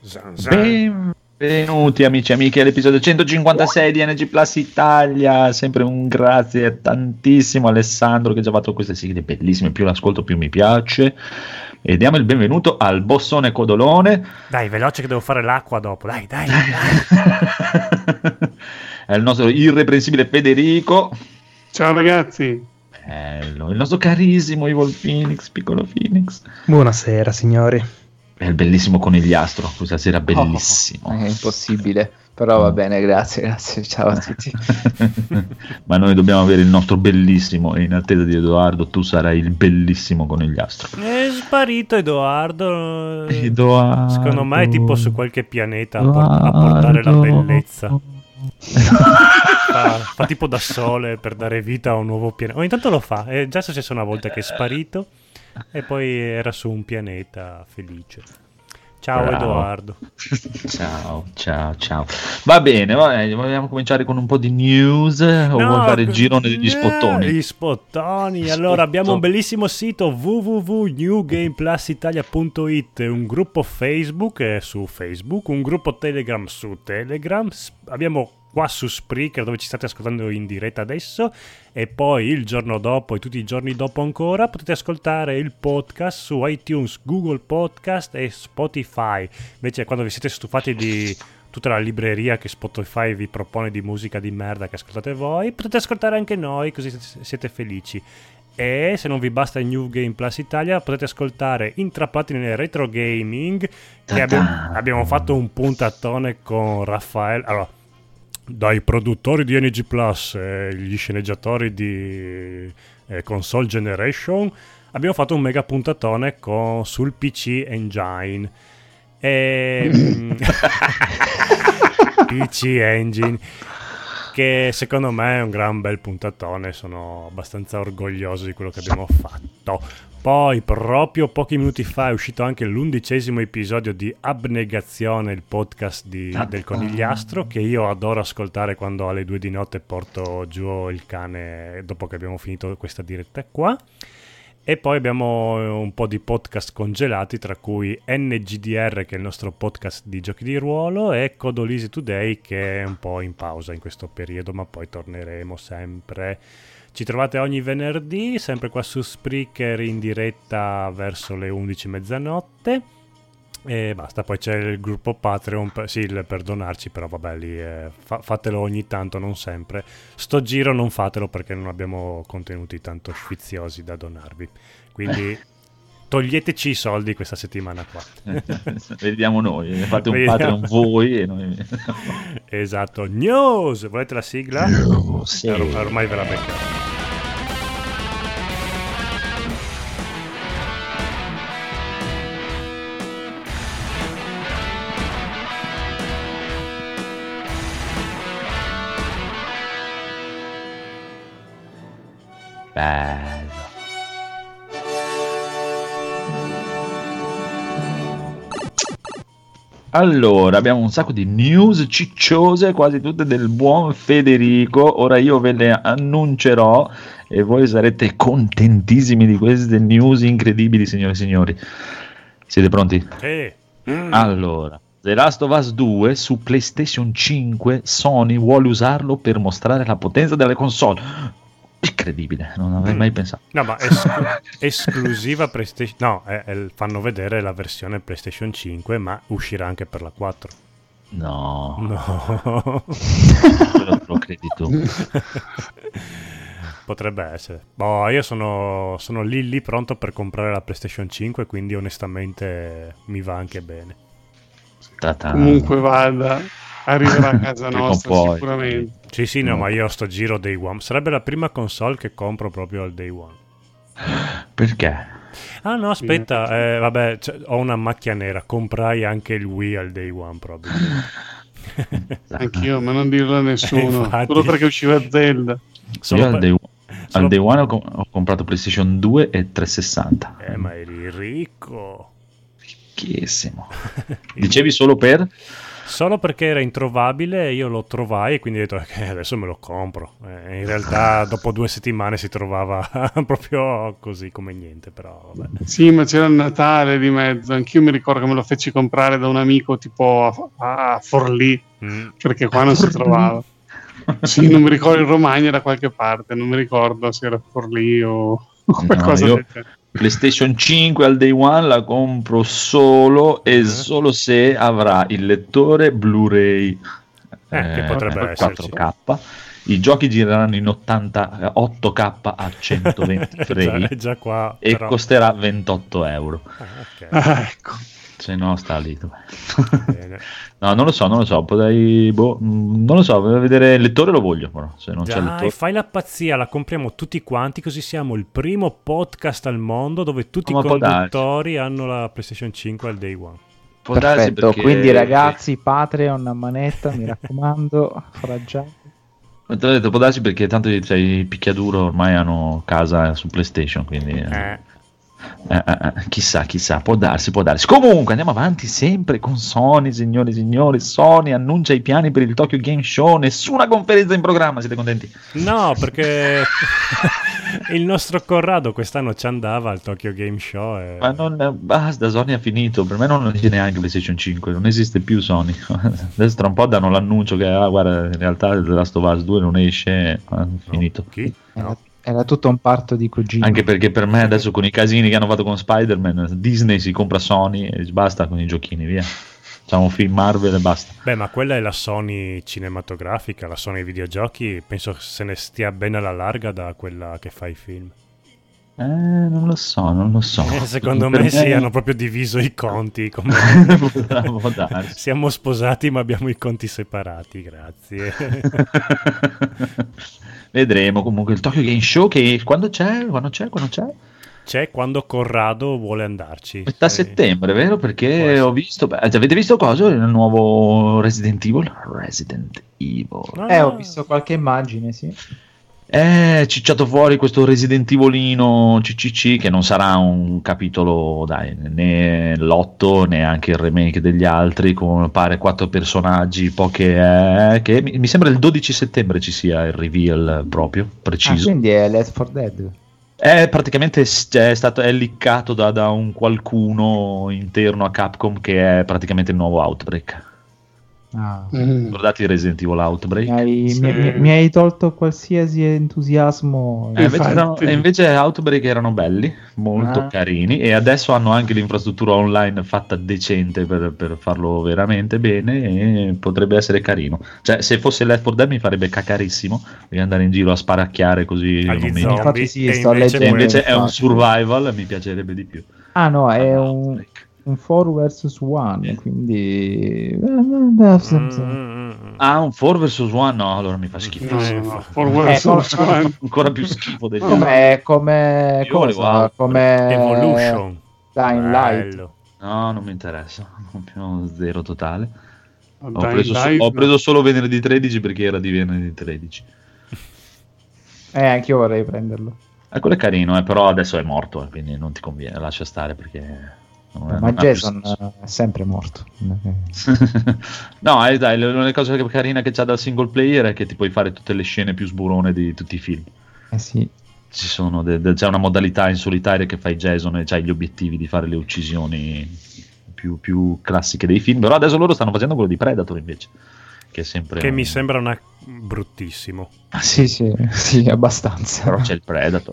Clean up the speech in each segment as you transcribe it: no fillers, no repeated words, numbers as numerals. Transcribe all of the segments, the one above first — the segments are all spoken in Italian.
Benvenuti amici e amiche all'episodio 156 di NG Plus Italia. Sempre un grazie tantissimo Alessandro che ci ha fatto queste sigle bellissime, più l'ascolto più mi piace. E diamo il benvenuto al bossone Codolone. Dai, veloce che devo fare l'acqua dopo, dai. È il nostro irreprensibile Federico. Ciao ragazzi. Bello, il nostro carissimo Evil Phoenix, piccolo Phoenix. Buonasera signori. È il bellissimo conigliastro, questa sera bellissimo. È impossibile, però va bene, grazie, ciao a tutti. Ma noi dobbiamo avere il nostro bellissimo, e in attesa di Edoardo tu sarai il bellissimo conigliastro. È sparito Edoardo. Secondo me è tipo su qualche pianeta a portare la bellezza. fa tipo da sole per dare vita a un nuovo pianeta. Ogni tanto lo fa, è già successo una volta che è sparito e poi era su un pianeta felice. Ciao. Bravo. Edoardo. Ciao. Va bene, vogliamo cominciare con un po' di news o vuoi fare il girone degli spottoni? Gli spottoni. Allora abbiamo un bellissimo sito www.newgameplusitalia.it, un gruppo Facebook su Facebook, un gruppo Telegram su Telegram, abbiamo qua su Spreaker dove ci state ascoltando in diretta adesso, e poi il giorno dopo e tutti i giorni dopo ancora potete ascoltare il podcast su iTunes, Google Podcast e Spotify. Invece quando vi siete stufati di tutta la libreria che Spotify vi propone di musica di merda che ascoltate voi, potete ascoltare anche noi, così siete felici. E se non vi basta il New Game Plus Italia potete ascoltare Intrappolati nel Retro Gaming, che abbiamo fatto un puntatone con Raffaele. Allora, dai produttori di NG Plus e gli sceneggiatori di Console Generation abbiamo fatto un mega puntatone sul PC Engine PC Engine, che secondo me è un gran bel puntatone. Sono abbastanza orgoglioso di quello che abbiamo fatto. Poi proprio pochi minuti fa è uscito anche l'11° episodio di Abnegazione, il podcast del conigliastro, che io adoro ascoltare quando alle 2 di notte porto giù il cane dopo che abbiamo finito questa diretta qua. E poi abbiamo un po' di podcast congelati, tra cui NGDR, che è il nostro podcast di giochi di ruolo, e Codolisi Today, che è un po' in pausa in questo periodo, ma poi torneremo sempre. Ci trovate ogni venerdì, sempre qua su Spreaker, in diretta verso le 11 mezzanotte. E basta, poi c'è il gruppo Patreon, per donarci, però vabbè lì fatelo ogni tanto, non sempre. Sto giro non fatelo perché non abbiamo contenuti tanto sfiziosi da donarvi, quindi toglieteci i soldi questa settimana qua. Vediamo noi, fate un Patreon voi e noi. Esatto. News, volete la sigla? Sì. Ormai ve la beccate. Bello. Allora, abbiamo un sacco di news cicciose, quasi tutte del buon Federico. Ora io ve le annuncerò e voi sarete contentissimi di queste news incredibili, signore e signori. Siete pronti? Allora, The Last of Us 2 su PlayStation 5, Sony vuole usarlo per mostrare la potenza delle console. Incredibile, non avrei mai pensato. No, ma esclusiva PlayStation. No, fanno vedere la versione PlayStation 5, ma uscirà anche per la 4. No. Lo credi tu. Potrebbe essere. Io sono lì pronto per comprare la PlayStation 5, quindi onestamente mi va anche bene. Comunque vada, arriverà a casa nostra sicuramente. Sì, no, ma io sto giro Day One. Sarebbe la prima console che compro proprio al Day One. Perché? Ah no, aspetta, vabbè, ho una macchia nera. Comprai anche il Wii al Day One probabilmente. Anch'io, ma non dirlo a nessuno. Infatti, solo perché usciva Zelda. Io al Day One ho comprato PlayStation 2 e 360. Ma eri ricco. Ricchissimo. Dicevi solo per? Solo perché era introvabile io lo trovai e quindi ho detto che adesso me lo compro. In realtà dopo 2 settimane si trovava proprio così come niente, però vabbè. Sì, ma c'era il Natale di mezzo. Anch'io mi ricordo che me lo feci comprare da un amico tipo a Forlì, perché qua non si trovava. Sì, non mi ricordo, in Romagna da qualche parte, non mi ricordo se era Forlì o qualcosa del genere. PlayStation 5 al day one la compro solo e solo se avrà il lettore Blu-ray che potrebbe 4K. I giochi gireranno in 8K a 120 frame già qua, e però costerà 28 euro. Okay. Ecco. Se no sta lì. No, non lo so, potrei non lo so, vedere il lettore, lo voglio, però se non c'è il lettore. Fai la pazzia, la compriamo tutti quanti, così siamo il primo podcast al mondo dove tutti i conduttori hanno la PlayStation 5 al day one. Perfetto, quindi ragazzi, Patreon a manetta, mi raccomando, foraggiate. Ho detto può darsi perché tanto i picchiaduro ormai hanno casa su PlayStation, quindi chissà, può darsi. Comunque andiamo avanti sempre con Sony, signori e signori. Sony annuncia i piani per il Tokyo Game Show, nessuna conferenza in programma, siete contenti? No, perché il nostro Corrado quest'anno ci andava al Tokyo Game Show ma non basta, Sony ha finito, per me non c'è neanche PlayStation 5, non esiste più Sony. Adesso tra un po' danno l'annuncio che guarda, in realtà The Last of Us 2 non esce, finito. Chi? No. Era tutto un parto di Kojima. Anche perché per me adesso con i casini che hanno fatto con Spider-Man, Disney si compra Sony e basta con i giochini, via. Facciamo un film Marvel e basta. Beh, ma quella è la Sony cinematografica, la Sony videogiochi, penso se ne stia bene alla larga da quella che fa i film. Non lo so. Secondo me sì, hanno proprio diviso i conti. Siamo sposati ma abbiamo i conti separati, grazie. Vedremo comunque il Tokyo Game Show che quando c'è? C'è quando Corrado vuole andarci. Metà settembre, vero? Perché ho visto... avete visto cosa? Il nuovo Resident Evil? Ho visto qualche immagine, sì. Cicciato fuori questo Resident Evilino CCC che non sarà un capitolo, dai, né l'8 né anche il remake degli altri, con pare 4 personaggi, poche che mi sembra il 12 settembre ci sia il reveal proprio preciso. Quindi è Left 4 Dead. Praticamente è liccato da un qualcuno interno a Capcom che è praticamente il nuovo Outbreak. Ricordate Resident Evil Outbreak? Mi hai tolto qualsiasi entusiasmo. Invece Outbreak erano belli, molto carini, e adesso hanno anche l'infrastruttura online fatta decente per farlo veramente bene, e potrebbe essere carino. Cioè, se fosse Left 4 Dead mi farebbe cacarissimo di andare in giro a sparacchiare così. Infatti sì, sto leggendo. Invece è un survival, mi piacerebbe di più. È un 4 vs 1, quindi un 4 vs 1, no, allora mi fa schifo. 4 vs 1 ancora più schifo degli come Evolution Dying Light. No, non mi interessa, proprio zero totale. Ho preso solo venerdì 13 perché era di venerdì 13. Anch'io vorrei prenderlo. Quello è carino, però adesso è morto, quindi non ti conviene, lascia stare perché ma Jason è sempre morto. No, dai, l'unica cosa carina che c'ha dal single player è che ti puoi fare tutte le scene più sburone di tutti i film. Sì. C'è una modalità in solitaria che fai Jason e c'hai gli obiettivi di fare le uccisioni più classiche dei film, però adesso loro stanno facendo quello di Predator invece, che è sempre mi sembra bruttissimo. Sì, abbastanza. Però c'è il Predator.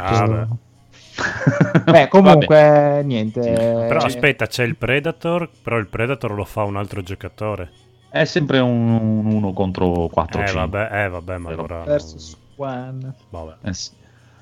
Comunque niente. Però aspetta, c'è il Predator, però il Predator lo fa un altro giocatore. È sempre un 1 contro 4. Vabbè, ma allora versus one. Vabbè. Sì.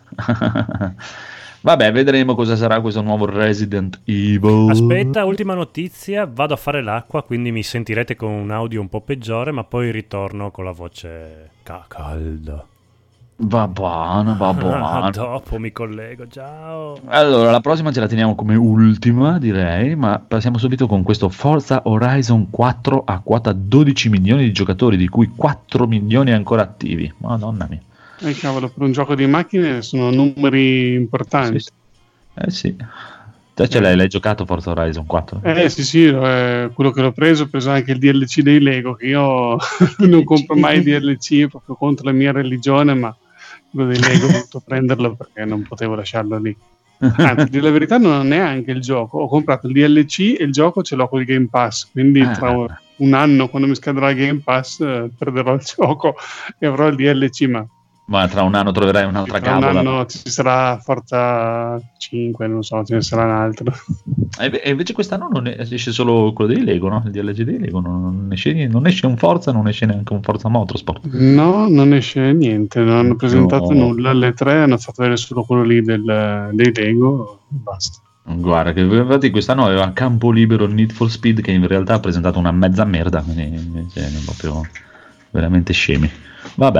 Vabbè, vedremo cosa sarà questo nuovo Resident Evil. Aspetta, ultima notizia, vado a fare l'acqua, quindi mi sentirete con un audio un po' peggiore, ma poi ritorno con la voce calda. Va buono. Dopo mi collego, ciao. Allora, la prossima ce la teniamo come ultima, direi, ma passiamo subito con questo Forza Horizon 4 a quota 12 milioni di giocatori, di cui 4 milioni ancora attivi. Madonna mia. Cavolo, per un gioco di macchine sono numeri importanti. Sì. Te l'hai giocato Forza Horizon 4? Sì, quello che ho preso anche il DLC dei Lego, che io non compro mai DLC proprio contro la mia religione, ma quello dei Lego ho dovuto prenderlo perché non potevo lasciarlo lì. Anzi, dire la verità, non ho neanche il gioco. Ho comprato il DLC e il gioco ce l'ho con il Game Pass, quindi tra un anno, quando mi scadrà il Game Pass, perderò il gioco e avrò il DLC, ma tra un anno troverai un'altra cavola. Tra un anno ci sarà Forza 5, non so, ce ne sarà un altro. E invece quest'anno non esce solo quello dei Lego, no? Il DLC dei Lego, non esce un Forza, non esce neanche un Forza Motorsport. No, non esce niente, non hanno presentato nulla. Alle 3 hanno fatto vedere solo quello lì dei Lego, basta. Guarda, che infatti quest'anno aveva campo libero il Need for Speed, che in realtà ha presentato una mezza merda, quindi proprio veramente scemi. Vabbè.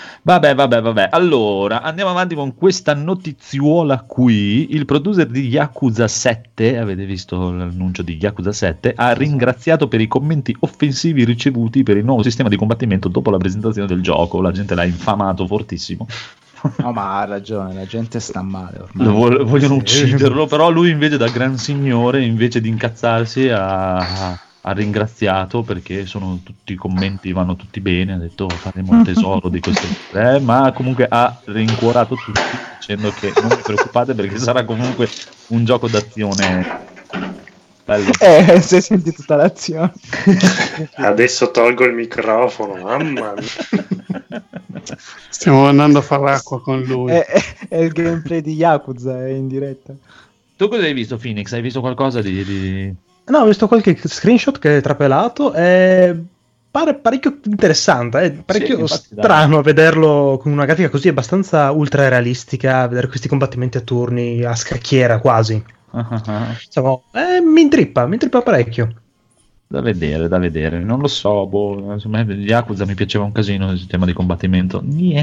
Allora, andiamo avanti con questa notiziuola qui. Il producer di Yakuza 7, avete visto l'annuncio di Yakuza 7, ha ringraziato per i commenti offensivi ricevuti per il nuovo sistema di combattimento dopo la presentazione del gioco. La gente l'ha infamato fortissimo. No, ma ha ragione, la gente sta male ormai. Vogliono ucciderlo, però lui invece da gran signore, invece di incazzarsi, ha ringraziato perché tutti i commenti vanno tutti bene, ha detto faremo tesoro di questo, ma comunque ha rincuorato tutti dicendo che non vi preoccupate perché sarà comunque un gioco d'azione bello. Si senti tutta l'azione. Adesso tolgo il microfono, mamma mia. Stiamo andando a fare acqua con lui. È il gameplay di Yakuza, è in diretta. Tu cosa hai visto, Phoenix? Hai visto qualcosa di... No, ho visto qualche screenshot che è trapelato e pare parecchio interessante, è parecchio strano vederlo con una grafica così abbastanza ultra realistica, vedere questi combattimenti a turni, a scacchiera quasi. Insomma, mi intrippa parecchio. Da vedere, non lo so, Yakuza mi piaceva un casino il sistema di combattimento.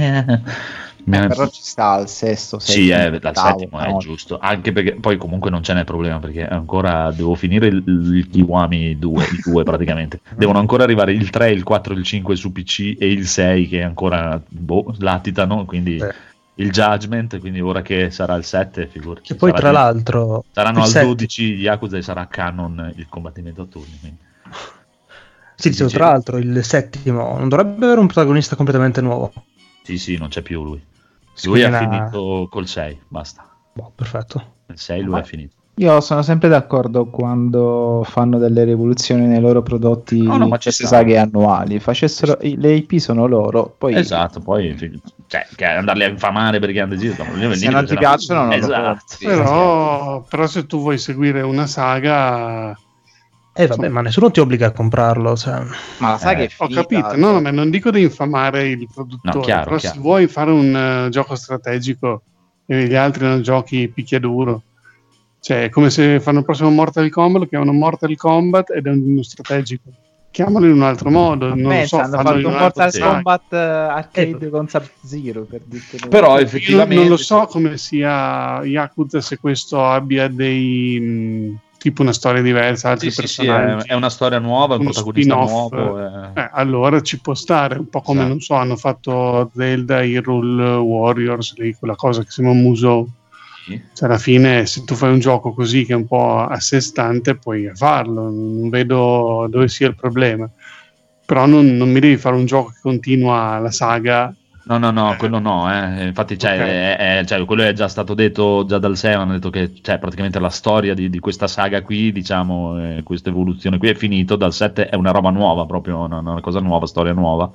Però ci sta al sesto. Sì, dal settimo è giusto, anche perché poi comunque non ce n'è problema, perché ancora devo finire il Kiwami 2, il 2 praticamente. Devono ancora arrivare il 3, il 4, il 5 su PC e il 6 che ancora latitano, quindi il Judgment, quindi ora che sarà il 7, figurati. E poi tra l'altro saranno al 12 Yakuza e sarà canon il combattimento a turni, quindi. Sì, dicevo, tra l'altro il settimo non dovrebbe avere un protagonista completamente nuovo. Sì, non c'è più lui. Lui ha finito col 6, basta. Perfetto. Il 6 lui ha finito. Io sono sempre d'accordo quando fanno delle rivoluzioni nei loro prodotti, ma queste saghe annuali. Facessero le IP sono loro, poi esatto, poi che andarli a infamare perché hanno deciso se non ti piacciono non esatto. Però se tu vuoi seguire una saga, vabbè, ma nessuno ti obbliga a comprarlo, ma la saga è finita. Ho capito, no, ma non dico di infamare il produttore, chiaro. Se vuoi fare un gioco strategico e gli altri non giochi picchiaduro, cioè è come se fanno il prossimo Mortal Kombat, lo chiamano Mortal Kombat ed è uno strategico, chiamalo in un altro modo. Non lo so, hanno fatto un Mortal Kombat arcade con Sub-Zero, per dirti. Però effettivamente io non lo so come sia Yakuza, se questo abbia dei tipo una storia diversa, altri personaggi. È una storia nuova, un protagonista nuovo. Allora ci può stare, un po' come non so, hanno fatto Zelda Hyrule Warriors, lì, quella cosa che sembra un museo. Cioè, alla fine, se tu fai un gioco così che è un po' a sé stante, puoi farlo, non vedo dove sia il problema. Però non mi devi fare un gioco che continua la saga. No, quello no, infatti quello è già stato detto già dal 6, hanno detto che praticamente la storia di questa saga qui, diciamo, questa evoluzione qui è finito, dal 7 è una roba nuova, proprio una cosa nuova, storia nuova,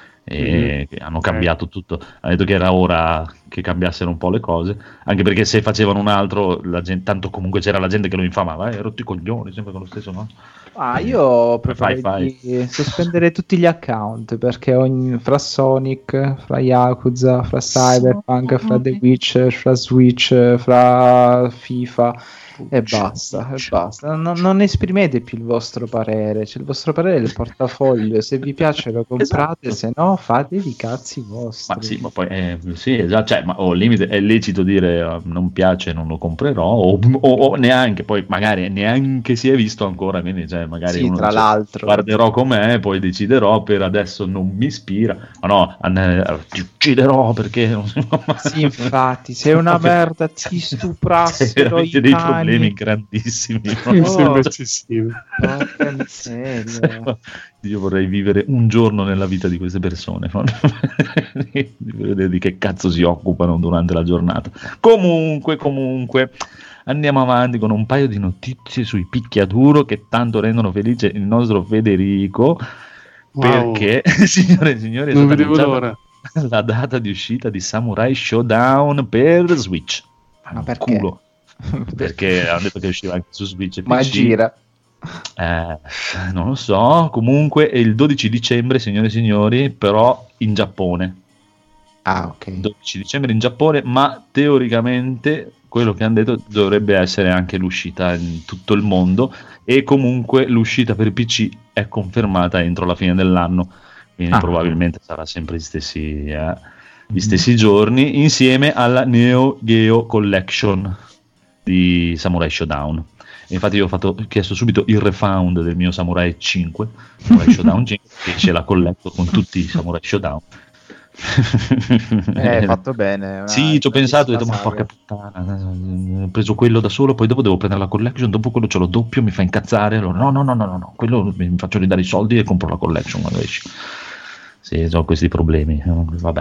e hanno cambiato tutto, hanno detto che era ora che cambiassero un po' le cose, anche perché se facevano un altro, la gente, tanto comunque c'era la gente che lo infamava, rotti i coglioni, sempre con lo stesso, no? Io preferirei sospendere tutti gli account, perché fra Sonic, fra Yakuza, fra Cyberpunk, fra The Witcher, fra Switch, fra FIFA e basta. Non esprimete più il vostro parere, il vostro parere è il portafoglio, se vi piace lo comprate, se no fatevi i cazzi vostri. Ma sì, ma poi al limite è lecito dire non piace, non lo comprerò, o neanche, poi magari neanche si è visto ancora, quindi magari uno tra l'altro guarderò com'è, poi deciderò, per adesso non mi ispira, ti ucciderò perché sì, infatti sei una merda, ti stuprassero i cani problemi grandissimi. Mi sembra eccessivo. Porca miseria. Io vorrei vivere un giorno nella vita di queste persone, di vedere di che cazzo si occupano durante la giornata. Comunque, andiamo avanti con un paio di notizie sui picchiaduro che tanto rendono felice il nostro Federico. Wow. Perché, signore e signori, non vedevo l'ora. La data di uscita di Samurai Showdown per Switch. Ma perché? Culo. Perché hanno detto che usciva anche su Switch e PC. Ma gira. Non lo so. Comunque è il 12 dicembre, signore e signori, però in Giappone. Ah, ok. 12 dicembre in Giappone, ma teoricamente quello che hanno detto dovrebbe essere anche l'uscita in tutto il mondo, e comunque l'uscita per PC è confermata entro la fine dell'anno, quindi probabilmente sarà sempre gli stessi giorni, insieme alla Neo Geo Collection di Samurai Showdown. Infatti io ho chiesto subito il refund del mio Samurai 5, Samurai Showdown 5, che ce l'ha colletto con tutti i Samurai Showdown. Hai fatto bene. Sì, ci ho pensato, ho detto ma porca puttana, ho preso quello da solo, poi dopo devo prendere la collection, dopo quello ce l'ho doppio, mi fa incazzare, allora no, quello mi faccio ridare i soldi e compro la collection quando esci. Sì, ho questi problemi, vabbè.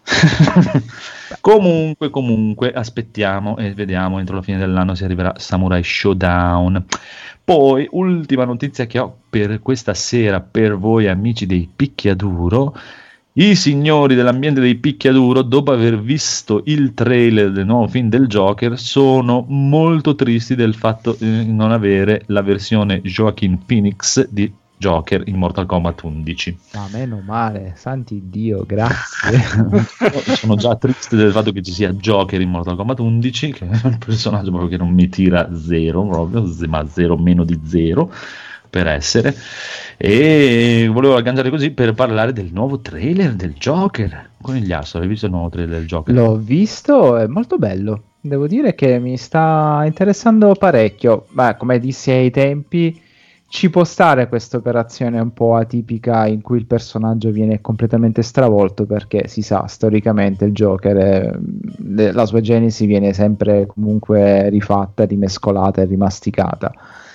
Comunque aspettiamo e vediamo entro la fine dell'anno se arriverà Samurai Showdown. Poi ultima notizia che ho per questa sera per voi amici dei picchiaduro: i signori dell'ambiente dei picchiaduro, dopo aver visto il trailer del nuovo film del Joker, sono molto tristi del fatto di non avere la versione Joaquin Phoenix di Joker in Mortal Kombat 11. Ma meno male, santi Dio, grazie. Sono già triste del fatto che ci sia Joker in Mortal Kombat 11, che è un personaggio proprio che non mi tira zero, proprio, ma zero meno di zero per essere. E volevo agganciare così per parlare del nuovo trailer del Joker. Conigliasso, hai visto il nuovo trailer del Joker? L'ho visto, è molto bello. Devo dire che mi sta interessando parecchio. Beh, come dissi ai tempi, ci può stare questa operazione un po' atipica in cui il personaggio viene completamente stravolto, perché si sa, storicamente il Joker, la sua genesi viene sempre comunque rifatta, rimescolata e rimasticata.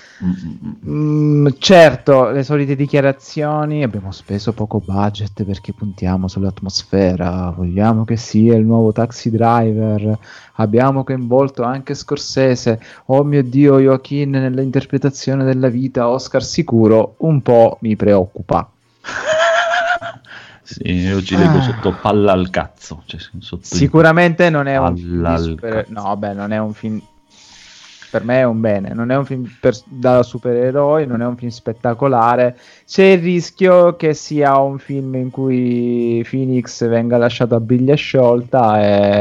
Certo, le solite dichiarazioni: abbiamo speso poco budget perché puntiamo sull'atmosfera, vogliamo che sia il nuovo Taxi Driver, abbiamo coinvolto anche Scorsese, oh mio Dio, Joaquin nell'interpretazione della vita, Oscar sicuro, un po' mi preoccupa. Sì, io ci leggo sotto palla al cazzo, cioè, sicuramente non è un film no, beh, non è un film, per me è un bene, non è un film da supereroi, non è un film spettacolare, c'è il rischio che sia un film in cui Phoenix venga lasciato a briglia sciolta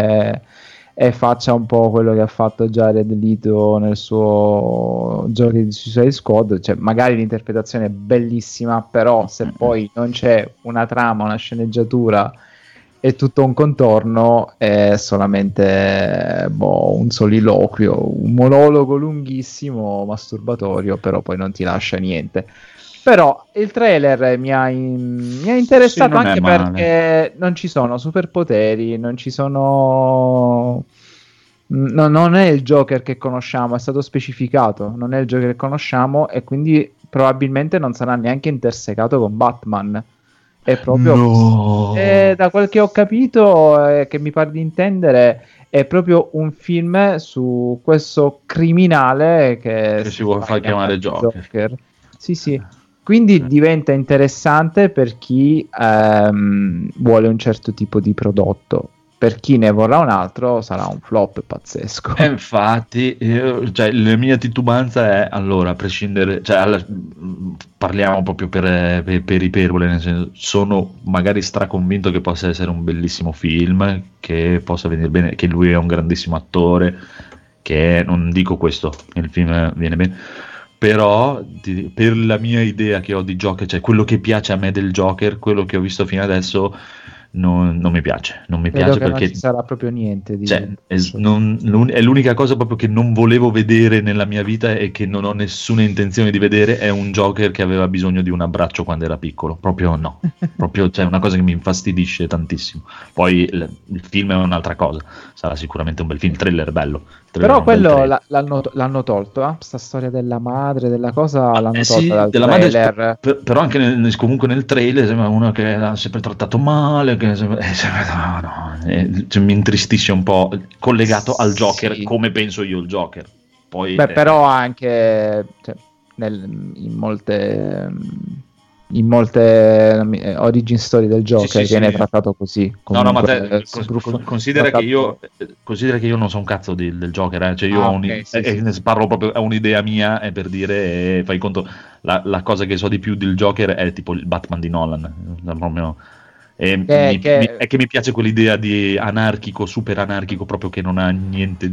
e faccia un po' quello che ha fatto Jared Leto nel suo gioco di Suicide Squad, cioè magari l'interpretazione è bellissima, però se poi non c'è una trama, una sceneggiatura e tutto un contorno, è solamente un soliloquio, un monologo lunghissimo, masturbatorio, però poi non ti lascia niente. Però il trailer mi ha interessato, sì, anche perché non ci sono superpoteri, non ci sono... non è il Joker che conosciamo, è stato specificato, non è il Joker che conosciamo, e quindi probabilmente non sarà neanche intersecato con Batman. È proprio, da quel che ho capito, che mi pare di intendere, è proprio un film su questo criminale che si vuole far chiamare Joker. Sì. Quindi diventa interessante per chi vuole un certo tipo di prodotto. Per chi ne vorrà un altro sarà un flop pazzesco. Infatti, la mia titubanza è, allora, a prescindere, parliamo proprio per iperbole, nel senso, sono magari straconvinto che possa essere un bellissimo film, che possa venire bene, che lui è un grandissimo attore, che non dico questo, il film viene bene, però per la mia idea che ho di Joker, cioè quello che piace a me del Joker, quello che ho visto fino adesso, non mi piace, perché non ci sarà proprio niente di... è l'unica cosa proprio che non volevo vedere nella mia vita e che non ho nessuna intenzione di vedere, è un Joker che aveva bisogno di un abbraccio quando era piccolo, proprio no, proprio, cioè, una cosa che mi infastidisce tantissimo. Poi il film è un'altra cosa, sarà sicuramente un bel film, il trailer è bello, Però quello l'hanno tolto, sta storia della madre, della cosa l'hanno tolta sì, dal della trailer. Madre, però anche comunque nel trailer sembra uno che l'ha sempre trattato male, che cioè, mi intristisce un po', collegato al Joker, come penso io il Joker. Poi, però anche in molte origin story del Joker viene trattato così. Comunque, ma te, considera che io non so un cazzo del Joker, cioè io parlo proprio a un'idea mia, è per dire, fai conto, la cosa che so di più del Joker è tipo il Batman di Nolan, proprio, è che mi piace quell'idea di anarchico, super anarchico, proprio che non ha niente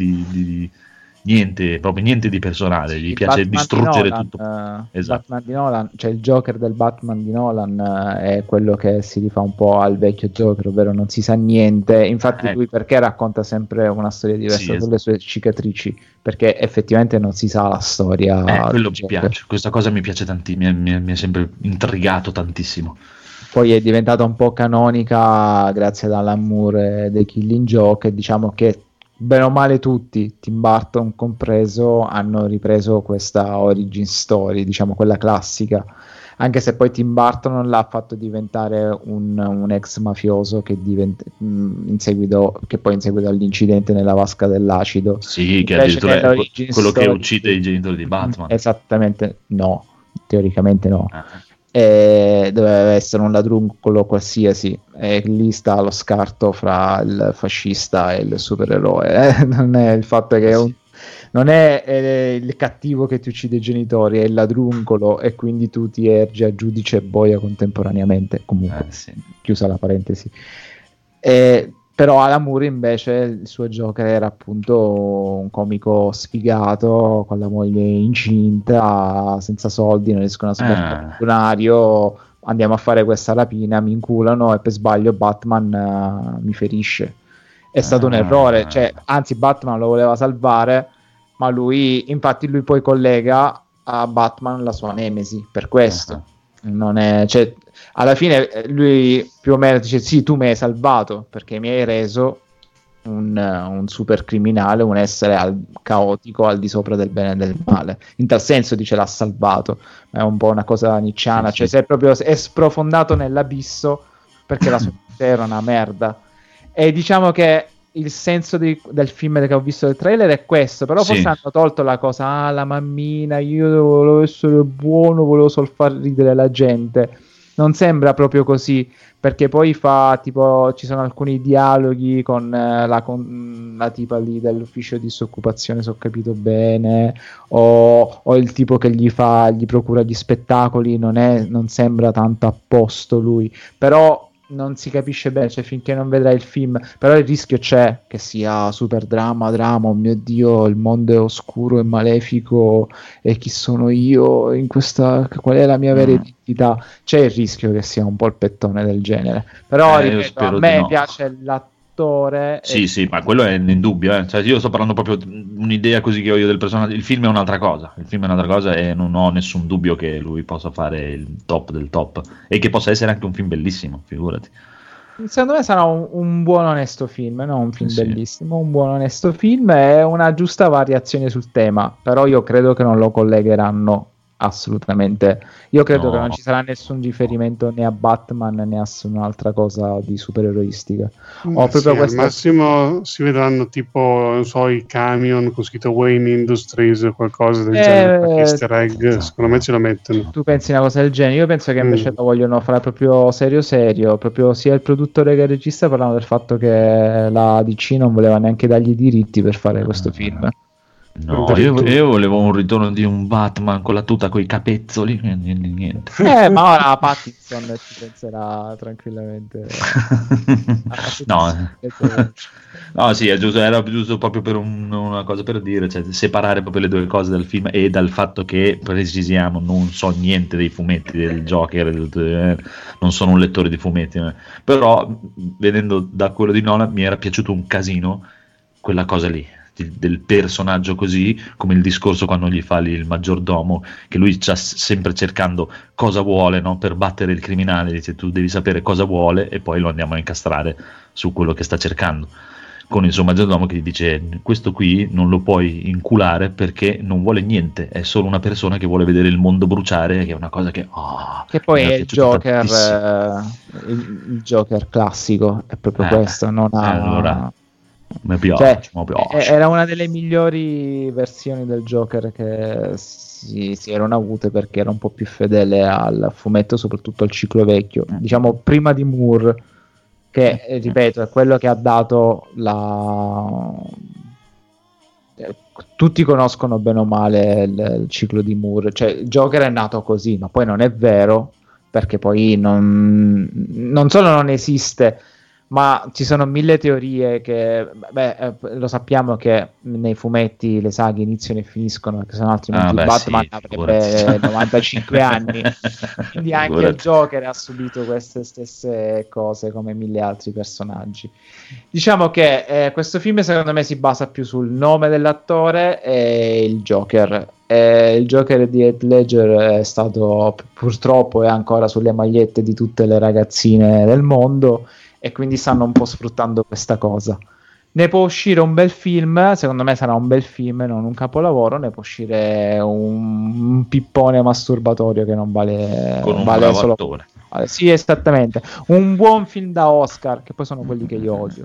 proprio niente di personale, gli piace Batman distruggere di Nolan, tutto. Esatto. Batman di Nolan, cioè il Joker del Batman di Nolan è quello che si rifà un po' al vecchio Joker, ovvero non si sa niente. Infatti lui perché racconta sempre una storia diversa con le sue cicatrici, perché effettivamente non si sa la storia. Quello mi piace, questa cosa mi piace tantissimo, mi è sempre intrigato tantissimo. Poi è diventata un po' canonica grazie ad Alan Moore e The Killing Joke, e diciamo che bene o male tutti, Tim Burton compreso, hanno ripreso questa origin story, diciamo quella classica, anche se poi Tim Burton non l'ha fatto diventare un ex mafioso che poi in seguito all'incidente nella vasca dell'acido, sì, che addirittura è quello che uccide i genitori di Batman. Esattamente, no, teoricamente no. Doveva essere un ladruncolo qualsiasi, e lì sta lo scarto fra il fascista e il supereroe, non è il fatto che non è il cattivo che ti uccide i genitori, è il ladruncolo, e quindi tu ti ergi a giudice e boia contemporaneamente. Comunque chiusa la parentesi. Però Alan Moore invece il suo Joker era appunto un comico sfigato con la moglie incinta, senza soldi, non riescono a spendere il donario, andiamo a fare questa rapina, mi inculano e per sbaglio Batman mi ferisce. È stato un errore, cioè, anzi Batman lo voleva salvare, ma lui poi collega a Batman la sua nemesi, per questo. Non è, cioè, alla fine lui più o meno dice sì, tu mi hai salvato perché mi hai reso un super criminale, un essere caotico al di sopra del bene e del male, in tal senso dice l'ha salvato, è un po' una cosa nicciana, cioè è sprofondato nell'abisso perché la sua vita era una merda. E diciamo che il senso del film che ho visto del trailer è questo, però forse hanno tolto la cosa, la mammina, io volevo essere buono, volevo solo far ridere la gente. Non sembra proprio così, perché poi ci sono alcuni dialoghi con la tipa lì dell'ufficio di disoccupazione, se ho capito bene, o il tipo che gli procura gli spettacoli, non sembra tanto a posto lui, però non si capisce bene, cioè finché non vedrai il film, però il rischio c'è che sia super dramma, oh mio Dio, il mondo è oscuro e malefico e chi sono io in questa, qual è la mia vera identità, c'è il rischio che sia un po' il pettone del genere, però ripeto, a me piace l'attore. Sì, ma quello è indubbio, cioè, io sto parlando proprio di un'idea così che ho io del personaggio. Il film è un'altra cosa, e non ho nessun dubbio che lui possa fare il top del top e che possa essere anche un film bellissimo, figurati. Secondo me sarà un buon onesto film, non un film bellissimo, un buon onesto film e una giusta variazione sul tema, però io credo che non lo collegheranno assolutamente. Io credo che non ci sarà nessun riferimento né a Batman né a nessun'altra cosa di supereroistica. Al massimo si vedranno tipo, non so, i camion con scritto Wayne Industries o qualcosa del genere, qualche easter egg, secondo me ce lo mettono. Tu pensi una cosa del genere? Io penso che invece lo vogliono fare proprio serio, proprio sia il produttore che il regista parlano del fatto che la DC non voleva neanche dargli i diritti per fare questo film. No, io volevo un ritorno di un Batman con la tuta coi capezzoli, niente. Ma ora Pattinson ci penserà tranquillamente. No, sì, è giusto, era giusto proprio per una cosa per dire, cioè separare proprio le due cose dal film e dal fatto che, precisiamo, non so niente dei fumetti del Joker, non sono un lettore di fumetti, però vedendo da quello di Nolan mi era piaciuto un casino quella cosa lì, del personaggio, così come il discorso quando gli fa lì il maggiordomo, che lui sta sempre cercando cosa vuole, no? Per battere il criminale, dice tu devi sapere cosa vuole e poi lo andiamo a incastrare su quello che sta cercando. con il suo maggiordomo che gli dice: questo qui non lo puoi inculare perché non vuole niente, è solo una persona che vuole vedere il mondo bruciare, che è una cosa che poi è il Joker, il Joker classico, è proprio questo, non ha... Allora, mi piace. Era una delle migliori versioni del Joker che si erano avute, perché era un po' più fedele al fumetto, soprattutto al ciclo vecchio, diciamo prima di Moore, che ripeto è quello che ha dato tutti conoscono bene o male il ciclo di Moore, cioè il Joker è nato così, ma poi non è vero, perché poi non solo non esiste, ma ci sono mille teorie che lo sappiamo che nei fumetti le saghe iniziano e finiscono, perché sennò altrimenti Batman avrebbe 95 anni, quindi anche il Joker ha subito queste stesse cose come mille altri personaggi. Diciamo che questo film secondo me si basa più sul nome dell'attore e il Joker. Il Joker di Heath Ledger è stato, purtroppo, è ancora sulle magliette di tutte le ragazzine del mondo, e quindi stanno un po' sfruttando questa cosa. Ne può uscire un bel film, secondo me sarà un bel film, non un capolavoro. Ne può uscire un pippone masturbatorio che non vale, con un vale solo attore. Sì, esattamente, un buon film da Oscar, che poi sono quelli che io odio.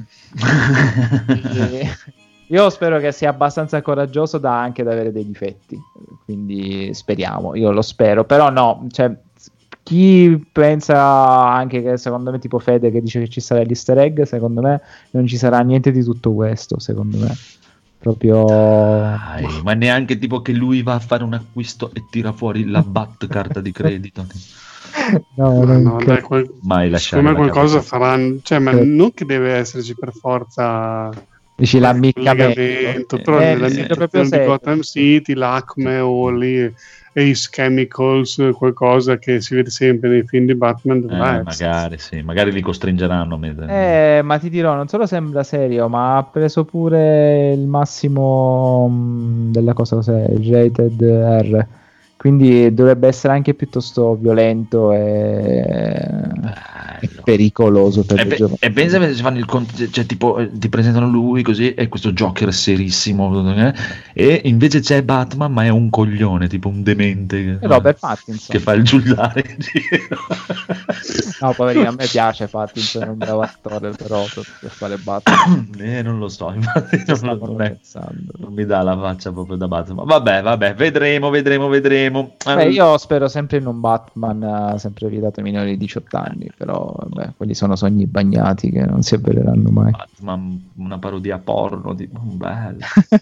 Io spero che sia abbastanza coraggioso anche da avere dei difetti, quindi speriamo, io lo spero, però no, cioè chi pensa anche che, secondo me, tipo Fede che dice che ci sarà l'easter egg, secondo me non ci sarà niente di tutto questo, secondo me proprio ma neanche tipo che lui va a fare un acquisto e tira fuori la Bat carta di credito. No, dai, mai lasciare come qualcosa faranno, cioè, ma non che deve esserci per forza, dici l'ammiccamento, però nell'ambientazione di Gotham City, l'Acme o lì Ace Chemicals, qualcosa che si vede sempre nei film di Batman, magari li costringeranno ma ti dirò, non solo sembra serio, ma ha preso pure il massimo della cosa, cos'è, rated R, quindi dovrebbe essere anche piuttosto violento e pericoloso per i giovani. E pensa se fanno il conto, cioè tipo ti presentano lui così, e questo Joker serissimo, e invece c'è Batman, ma è un coglione, tipo un demente, Robert Pattinson, che fa il giullare in giro. No, poverino, a me piace Pattinson, è un bravo attore, però per fare Batman non lo so, infatti non mi dà la faccia proprio da Batman. Vabbè, vedremo. Io spero sempre in un Batman sempre vietato ai minori di 18 anni, però quelli sono sogni bagnati che non si avvereranno mai. Batman, una parodia porno, tipo bello.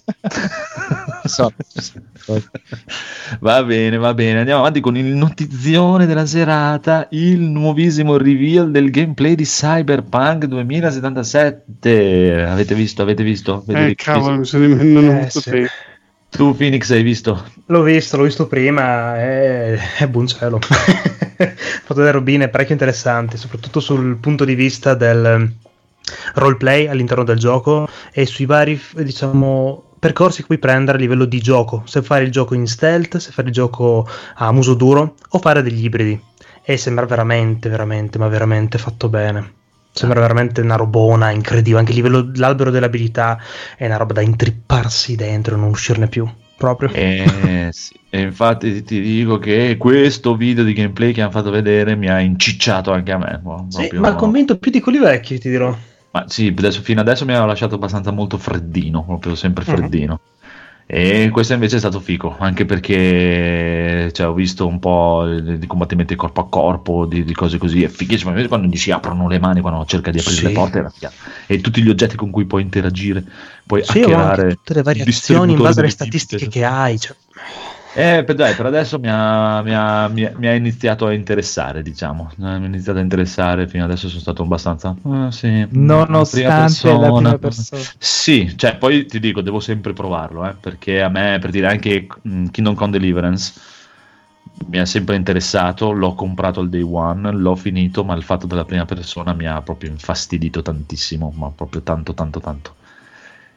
Va bene, andiamo avanti con il notizione della serata, il nuovissimo reveal del gameplay di Cyberpunk 2077. Avete visto? Cavolo, mi sono dimenticato te. Tu Phoenix hai visto? L'ho visto prima, è buon cielo. Fatto delle robine parecchio interessanti, soprattutto sul punto di vista del roleplay all'interno del gioco e sui vari, diciamo, percorsi che puoi prendere a livello di gioco, se fare il gioco in stealth, se fare il gioco a muso duro o fare degli ibridi, e sembra veramente fatto bene. Sembra veramente una robona incredibile, anche a livello dell'albero dell'abilità è una roba da intripparsi dentro e non uscirne più, proprio. Sì. E infatti ti dico che questo video di gameplay che hanno fatto vedere mi ha incicciato anche a me. Ma il commento più di quelli vecchi, ti dirò. Ma sì, fino adesso mi ha lasciato abbastanza molto freddino, proprio sempre freddino. E questo invece è stato figo, anche perché ho visto un po' di combattimenti corpo a corpo, di cose così, è fighissimo. Invece quando gli si aprono le mani, quando cerca di aprire le porte, e tutti gli oggetti con cui puoi interagire, puoi hackerare tutte le variazioni in base alle statistiche che hai, per adesso mi ha iniziato a interessare, diciamo. Mi ha iniziato a interessare, fino adesso sono stato abbastanza nonostante la prima persona. Sì, cioè poi ti dico, devo sempre provarlo, perché a me, per dire, anche Kingdom Come Deliverance mi ha sempre interessato, l'ho comprato al day one, l'ho finito, ma il fatto della prima persona mi ha proprio infastidito tantissimo, ma proprio tanto.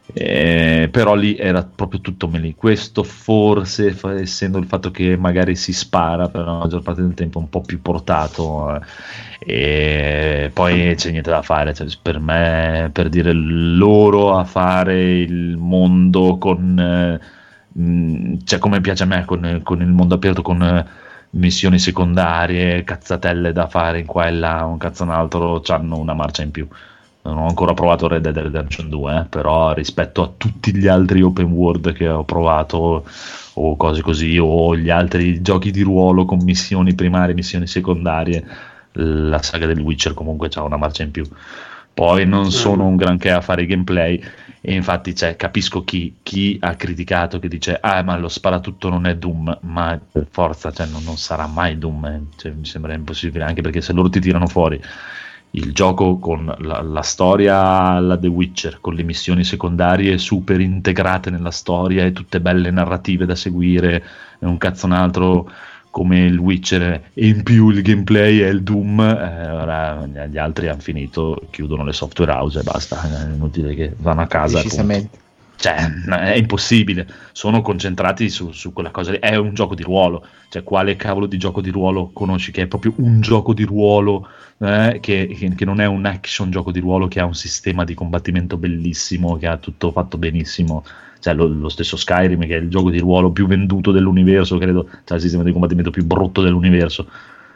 Però lì era proprio tutto melee. Questo forse, essendo il fatto che magari si spara per la maggior parte del tempo, un po' più portato, e poi c'è niente da fare, cioè, per me, per dire, loro a fare il mondo con cioè come piace a me, con il mondo aperto, con missioni secondarie, cazzatelle da fare in qua e là, un cazzo un altro, c'hanno una marcia in più. Non ho ancora provato Red Dead Redemption 2, però rispetto a tutti gli altri open world che ho provato o cose così, o gli altri giochi di ruolo con missioni primarie, missioni secondarie, la saga del Witcher comunque c'ha una marcia in più. Poi non sono un granché a fare i gameplay, e infatti capisco chi ha criticato, che dice ma lo sparatutto non è Doom, ma per forza, cioè, non sarà mai Doom, cioè, mi sembra impossibile, anche perché se loro ti tirano fuori il gioco con la storia alla The Witcher, con le missioni secondarie super integrate nella storia e tutte belle narrative da seguire, e un cazzo un altro come il Witcher, e in più il gameplay è il Doom, ora gli altri hanno finito, chiudono le software house e basta, è inutile che vanno a casa. Decisamente. Cioè, è impossibile, sono concentrati su quella cosa lì. È un gioco di ruolo, cioè quale cavolo di gioco di ruolo conosci che è proprio un gioco di ruolo, che non è un action gioco di ruolo, che ha un sistema di combattimento bellissimo, che ha tutto fatto benissimo, cioè lo stesso Skyrim, che è il gioco di ruolo più venduto dell'universo, credo, c'ha il sistema di combattimento più brutto dell'universo,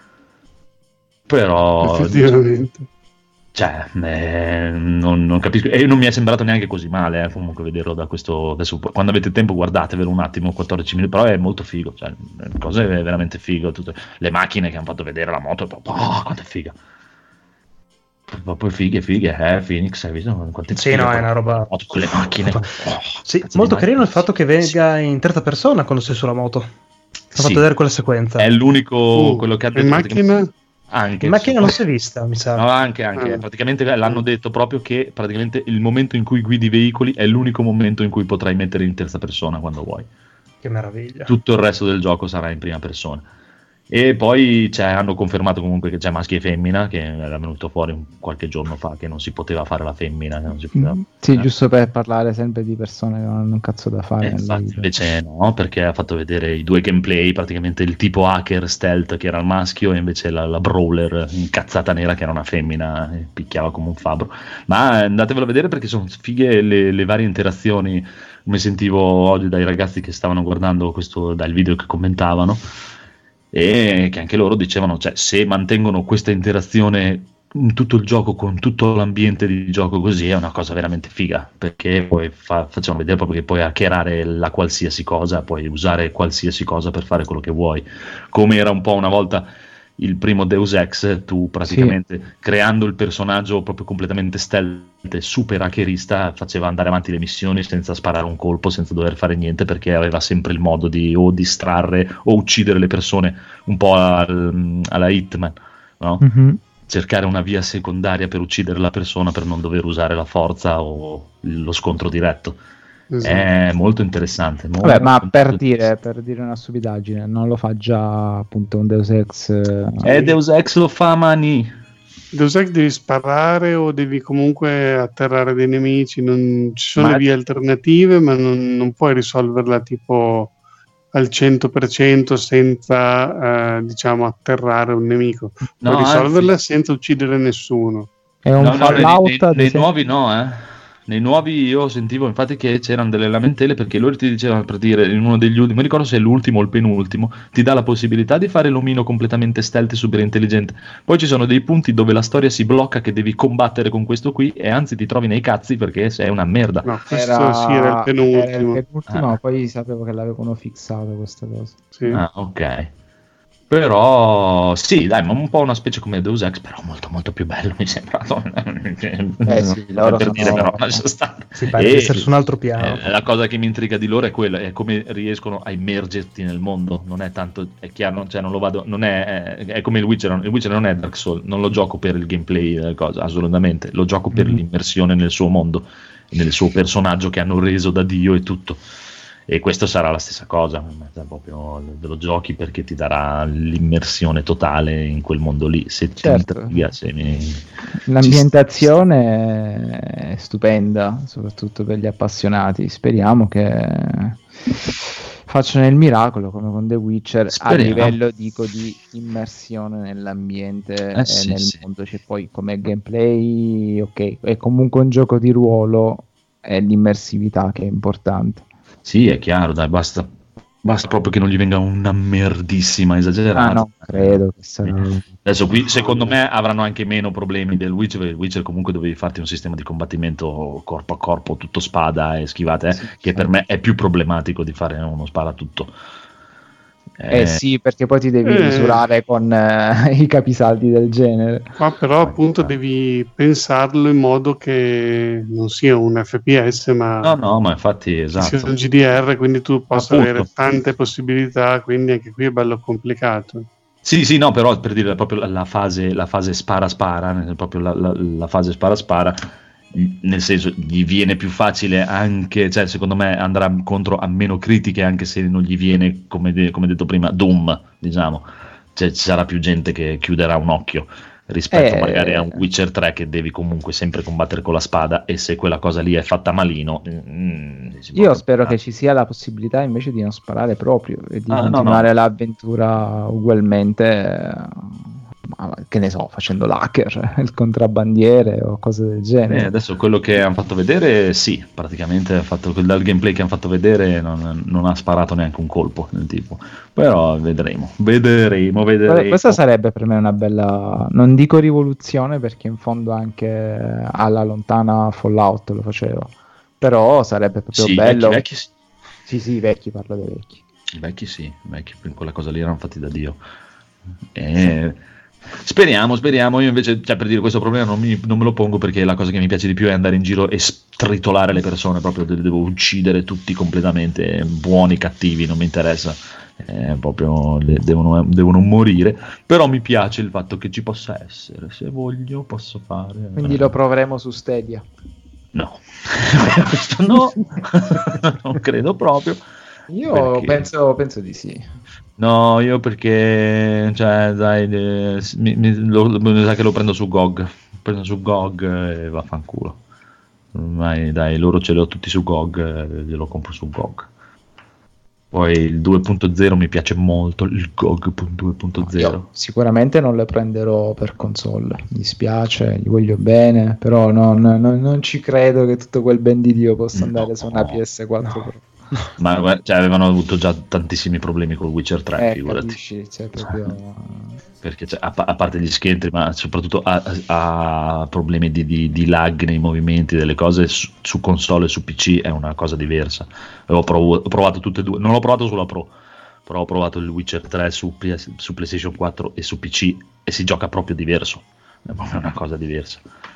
però effettivamente, cioè, non capisco, e non mi è sembrato neanche così male, comunque vederlo da questo. Adesso, quando avete tempo, guardatevelo un attimo, 14 minuti, però è molto figo, cioè, le cose è veramente figo, tutte le macchine che hanno fatto vedere, la moto, quanto è figa, proprio fighe, Phoenix, hai visto? Sì, no, è una roba, moto con le macchine, sì, molto carino il fatto che venga in terza persona quando sei sulla moto, ha fatto vedere quella sequenza, è l'unico quello che ha detto in macchina. Anche, in macchina non si è vista, mi sa. No, anche. Praticamente l'hanno detto proprio che praticamente il momento in cui guidi i veicoli è l'unico momento in cui potrai mettere in terza persona quando vuoi. Che meraviglia. Tutto il resto del gioco sarà in prima persona. E poi hanno confermato comunque che c'è maschio e femmina, che era venuto fuori qualche giorno fa, che non si poteva fare la femmina, che non si poteva... Sì, giusto per parlare sempre di persone che non hanno un cazzo da fare. Infatti, invece no, perché ha fatto vedere i due gameplay, praticamente il tipo hacker stealth che era il maschio, e invece la brawler incazzata nera che era una femmina, e picchiava come un fabbro. Ma andatevelo a vedere perché sono fighe le varie interazioni, come sentivo oggi dai ragazzi che stavano guardando questo, dal video che commentavano, e che anche loro dicevano, cioè, se mantengono questa interazione in tutto il gioco, con tutto l'ambiente di gioco così, è una cosa veramente figa, perché poi facciamo vedere proprio che puoi hackerare la qualsiasi cosa, puoi usare qualsiasi cosa per fare quello che vuoi, come era un po' una volta il primo Deus Ex, tu praticamente creando il personaggio proprio completamente stealth, super hackerista, faceva andare avanti le missioni senza sparare un colpo, senza dover fare niente, perché aveva sempre il modo di o distrarre o uccidere le persone, un po' alla Hitman, no? Mm-hmm. Cercare una via secondaria per uccidere la persona, per non dover usare la forza o lo scontro diretto. Esatto. È molto interessante. Vabbè, ma per dire una stupidaggine, non lo fa già appunto un Deus Ex? Deus Ex lo fa, mani. Deus Ex devi sparare o devi comunque atterrare dei nemici, non ci sono vie alternative, ma non puoi risolverla tipo al 100% senza diciamo atterrare un nemico. Puoi risolverla senza uccidere nessuno. È un Fallout nei nuovi no, Nei nuovi io sentivo infatti che c'erano delle lamentele, perché loro ti dicevano, per dire, in uno degli ultimi, mi ricordo se è l'ultimo o il penultimo, ti dà la possibilità di fare l'omino completamente stealth e super intelligente. Poi ci sono dei punti dove la storia si blocca, che devi combattere con questo qui, e anzi ti trovi nei cazzi perché sei una merda. No, questo era il penultimo. Ma poi sapevo che l'avevano fissato questa cosa. Sì. Ah, ok. Però sì, dai, ma un po' una specie come Deus Ex, però molto molto più bello, mi sembra. Sì, loro per sono... dire, però lascia stare. Si pare di essere su un altro piano. La cosa che mi intriga di loro è quella, è come riescono a immergerti nel mondo. Non è tanto, è chiaro, cioè non lo vado, non è come il Witcher. Il Witcher non è Dark Souls, non lo gioco per il gameplay delle cose, assolutamente, lo gioco per l'immersione nel suo mondo, nel suo personaggio che hanno reso da Dio e tutto. E questo sarà la stessa cosa, proprio lo giochi perché ti darà l'immersione totale in quel mondo lì. L'ambientazione è stupenda, soprattutto per gli appassionati. Speriamo che facciano il miracolo come con The Witcher. Speriamo. A livello di immersione nell'ambiente e nel mondo. C'è poi come gameplay, ok, è comunque un gioco di ruolo, è l'immersività che è importante. Sì, è chiaro, dai, basta proprio che non gli venga una merdissima esagerata. No, credo che sarà... Adesso qui secondo me avranno anche meno problemi del Witcher, perché il Witcher comunque dovevi farti un sistema di combattimento corpo a corpo, tutto spada e schivate, che per me è più problematico di fare uno sparatutto. Sì, perché poi ti devi misurare con i capisaldi del genere. Ma però appunto devi pensarlo in modo che non sia un FPS, ma ma infatti esatto, sia un GDR, quindi tu possa avere tante possibilità, quindi anche qui è bello complicato. Sì, no, però per dire proprio la fase spara, proprio la fase spara, nel senso gli viene più facile anche, cioè secondo me andrà contro a meno critiche anche se non gli viene, come detto prima, Doom, diciamo, cioè ci sarà più gente che chiuderà un occhio rispetto magari a un Witcher 3 che devi comunque sempre combattere con la spada, e se quella cosa lì è fatta malino io spero che ci sia la possibilità invece di non sparare proprio e di continuare l'avventura ugualmente, che ne so, facendo l'hacker, il contrabbandiere o cose del genere. Adesso quello che hanno fatto vedere, sì, praticamente dal gameplay che hanno fatto vedere non ha sparato neanche un colpo del tipo, però vedremo. Questa sarebbe per me una bella, non dico rivoluzione perché in fondo anche alla lontana Fallout lo faceva, però sarebbe proprio bello. Vecchi. Sì, vecchi, parlo dei vecchi. I vecchi quella cosa lì erano fatti da Dio. Speriamo. Io invece, per dire, questo problema non me lo pongo, perché la cosa che mi piace di più è andare in giro e stritolare le persone, proprio devo uccidere tutti completamente, buoni, cattivi, non mi interessa, proprio devono morire. Però mi piace il fatto che ci possa essere, se voglio posso fare. Quindi lo proveremo su Stadia? No, questo no. Non credo proprio. Io penso di sì. No, io perché, dai, mi sa che lo prendo su GOG. E vaffanculo. Ormai, dai, loro ce li ho tutti su GOG, glielo compro su GOG. Poi il 2.0 mi piace molto, il GOG 2.0. Io sicuramente non le prenderò per console, mi dispiace, gli voglio bene, però non ci credo che tutto quel ben di Dio possa andare su una PS4 Pro. Ma avevano avuto già tantissimi problemi con Witcher 3, figurati. Capisci, proprio... Perché a parte gli schentri, ma soprattutto ha problemi di lag nei movimenti delle cose su console e su PC, è una cosa diversa. Ho provato tutte e due, non l'ho provato sulla Pro, però ho provato il Witcher 3 su PlayStation 4 e su PC, e si gioca proprio diverso, è proprio una cosa diversa.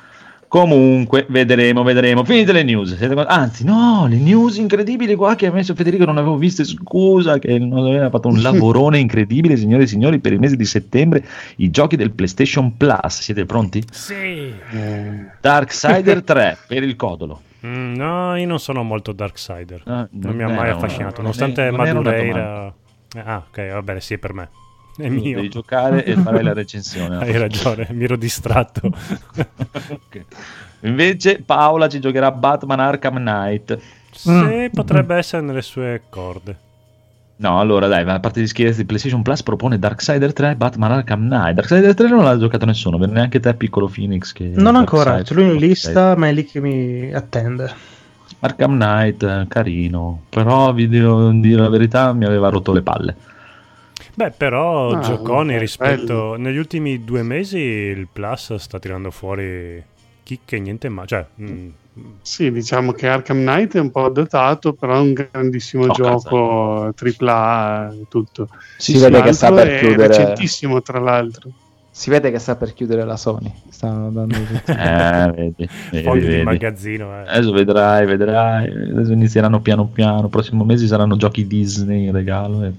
Comunque vedremo. Finite le news, anzi no, le news incredibili qua che ha messo Federico, non avevo viste, scusa, che non aveva fatto un lavorone incredibile, signore e signori, per il mese di settembre, i giochi del PlayStation Plus. Siete pronti? Sì. Darksider 3 per il codolo. No, io non sono molto Darksider, non mi ha mai affascinato, nonostante Madureira. Ok, va bene, sì, è per me. È mio. Devi giocare e fare la recensione. Hai ragione, mi ero distratto. Okay. Invece Paola ci giocherà Batman Arkham Knight. Sì, potrebbe essere nelle sue corde. No, allora dai, a parte gli scherzi, PlayStation Plus propone Darksider 3 Batman Arkham Knight. Darksider 3 non l'ha giocato nessuno, neanche te, piccolo Phoenix, che non ancora, c'è lui in lista, ma è lì che mi attende. Arkham Knight, carino, però vi devo dire la verità, mi aveva rotto le palle. Beh, però gioconi rispetto bello. Negli ultimi 2 mesi il Plus sta tirando fuori chicche, niente ma sì, diciamo che Arkham Knight è un po' datato, però è un grandissimo gioco AAA e tutto. Si vede che sta per chiudere, è recentissimo tra l'altro. Si vede che sta per chiudere la Sony. Stanno dando vedi. Fogli di magazzino. Adesso vedrai. Adesso inizieranno piano piano. Prossimo mese saranno giochi Disney in regalo. E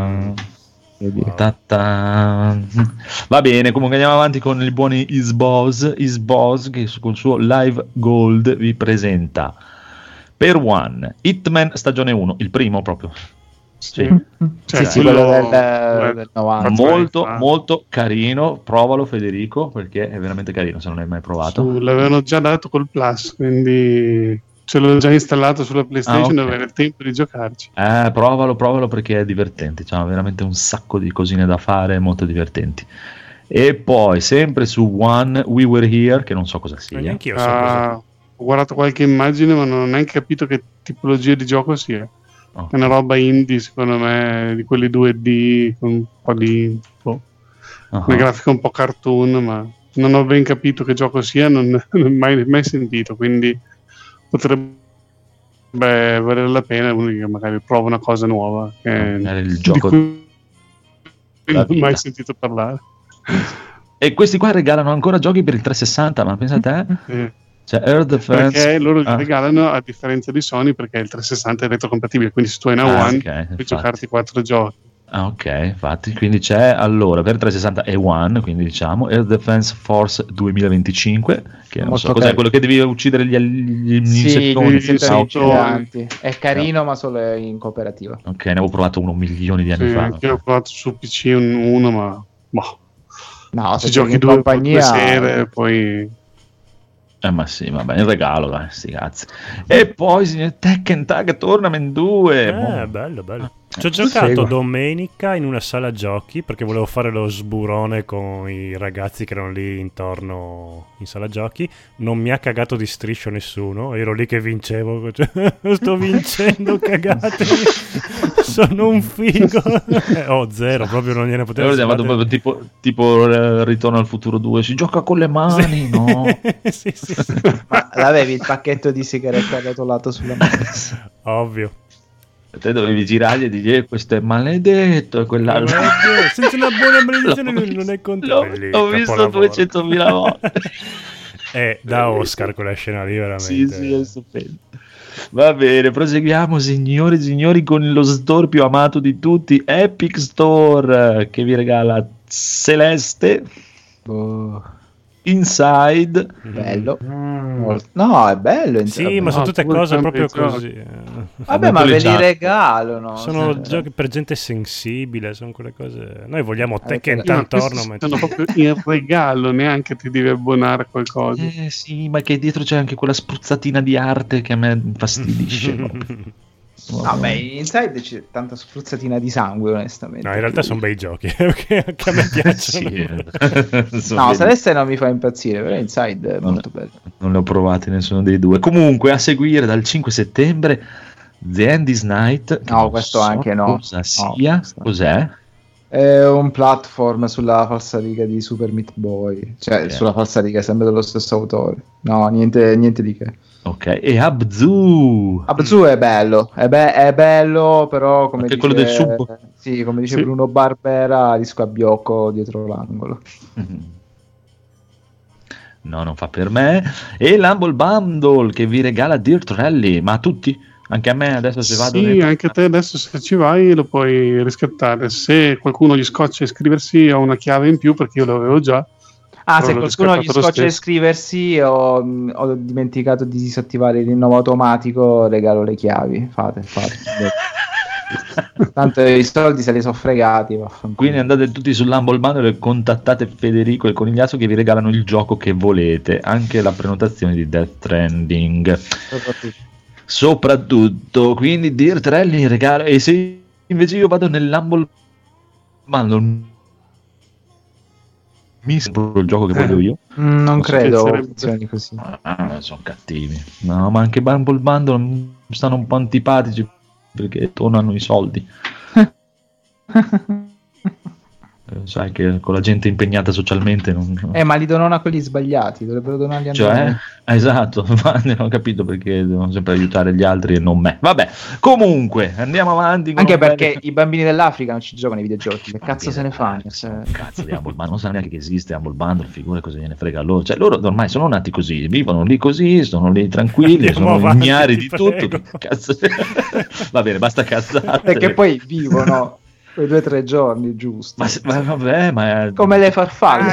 va bene, comunque andiamo avanti con il buoni Isboz che con il suo Live Gold vi presenta Per One, Hitman stagione 1, il primo proprio. Sì, sì, quello del 90. Molto carino, provalo Federico, perché è veramente carino se non l'hai mai provato. L'avevano già dato col Plus, quindi ce l'ho già installato sulla PlayStation e avere il tempo di giocarci. Provalo perché è divertente, c'ha veramente un sacco di cosine da fare, molto divertenti. E poi sempre su One, We Were Here, che non so cosa sia. Neanch'io so cosa. Ho guardato qualche immagine, ma non ho neanche capito che tipologia di gioco sia. È una roba indie, secondo me, di quelli 2D con un po' di una grafica un po' cartoon, ma non ho ben capito che gioco sia, non ho mai sentito, quindi potrebbe valere la pena che magari prova una cosa nuova il gioco di cui non ho mai sentito parlare. E questi qua regalano ancora giochi per il 360, ma pensa a te? Cioè, Earth Defense, perché loro li regalano, a differenza di Sony, perché il 360 è retrocompatibile, quindi se tu hai una One puoi giocarti 4 giochi. Ok, infatti, quindi c'è allora per 360 e One, quindi diciamo Air Defense Force 2025, che non so cos'è, quello che devi uccidere gli insettoni. Giganti. È carino, ma solo in cooperativa. Ok, ne avevo provato 1 milione di anni fa. Anche ho provato su PC uno, ma no, se giochi 2 sere, poi ma sì, vabbè, in regalo, dai, sti cazzi. E poi Tekken Tag Tournament 2. Bello. Ci ho giocato domenica in una sala giochi perché volevo fare lo sburone con i ragazzi che erano lì intorno in sala giochi. Non mi ha cagato di striscio nessuno, ero lì che vincevo, cioè, sto vincendo, cagatemi, sono un figo. Zero, proprio non gliene potevo fare. Tipo Ritorno al futuro 2, si gioca con le mani, sì. No? sì. Ma l'avevi il pacchetto di sigarette arrotolato sulla mano? Ovvio. Te dovevi girargli e dirgli questo è maledetto e quell'altro senza una buona maledizione lui non è contento. L'ho visto 200.000 volte. È da Oscar quella scena lì, veramente. Sì, è stupendo. Va bene, proseguiamo signori con lo store più amato di tutti, Epic Store, che vi regala Celeste, Inside. Bello. No, è bello. Sì, ma sono tutte cose proprio così. Vabbè, ma ve li regalano. Sono giochi per gente sensibile, sono quelle cose. Noi vogliamo Tekken Tournament. Sono proprio in regalo, neanche ti devi abbonare a qualcosa. Sì, ma che dietro c'è anche quella spruzzatina di arte che a me infastidisce. Vabbè, Inside c'è tanta spruzzatina di sangue, onestamente. No, in realtà sono bei giochi che a me piacciono. No, Celeste non mi fa impazzire, però Inside è molto bello. Non le ho provate nessuno dei due. Comunque, a seguire dal 5 settembre The End is Night. No, questo anche no. Cosa sia? Cos'è? È un platform sulla falsariga di Super Meat Boy, cioè sulla falsariga sempre dello stesso autore. No, niente di che. Ok, e Abzu è bello, è bello, però come dice, quello del sub. Sì, come dice Bruno Barbera, di squabbiocco dietro l'angolo. No, non fa per me. E l'Humble Bundle che vi regala Dirt Rally, ma a tutti? Anche a me adesso se vado dentro. Anche a te adesso se ci vai lo puoi riscattare. Se qualcuno gli scoccia iscriversi ho una chiave in più perché io l'avevo già. Se qualcuno gli scoccia iscriversi ho dimenticato di disattivare il rinnovo automatico, regalo le chiavi. Fate. Tanto i soldi se li sono fregati. Quindi andate tutti sull'Humble Bundle e contattate Federico e il Conigliasso che vi regalano il gioco che volete, anche la prenotazione di Death Stranding. Soprattutto, quindi Dirt Rally in regalo. E se invece io vado nell'Humble Bundle mi sembra il gioco che voglio io? Non credo funzioni così. Sono cattivi. No, ma anche Humble Bundle stanno un po' antipatici perché tornano i soldi. Sai che con la gente impegnata socialmente ma li donano a quelli sbagliati, dovrebbero donarli a noi. Esatto, non ho capito perché devono sempre aiutare gli altri e non me. Vabbè, comunque andiamo avanti. Anche perché i bambini dell'Africa non ci giocano ai videogiochi, che cazzo se ne fanno? Cazzo di Humble Bundle, non sanno neanche che esiste Humble Bundle, figure cosa gliene frega loro. Cioè loro ormai sono nati così, vivono lì così, sono lì tranquilli, sono ignari di tutto. Cazzo. Va bene, basta cazzate. Perché poi vivono quei 2 o 3 giorni, giusto? Ma vabbè, ma come le farfalle.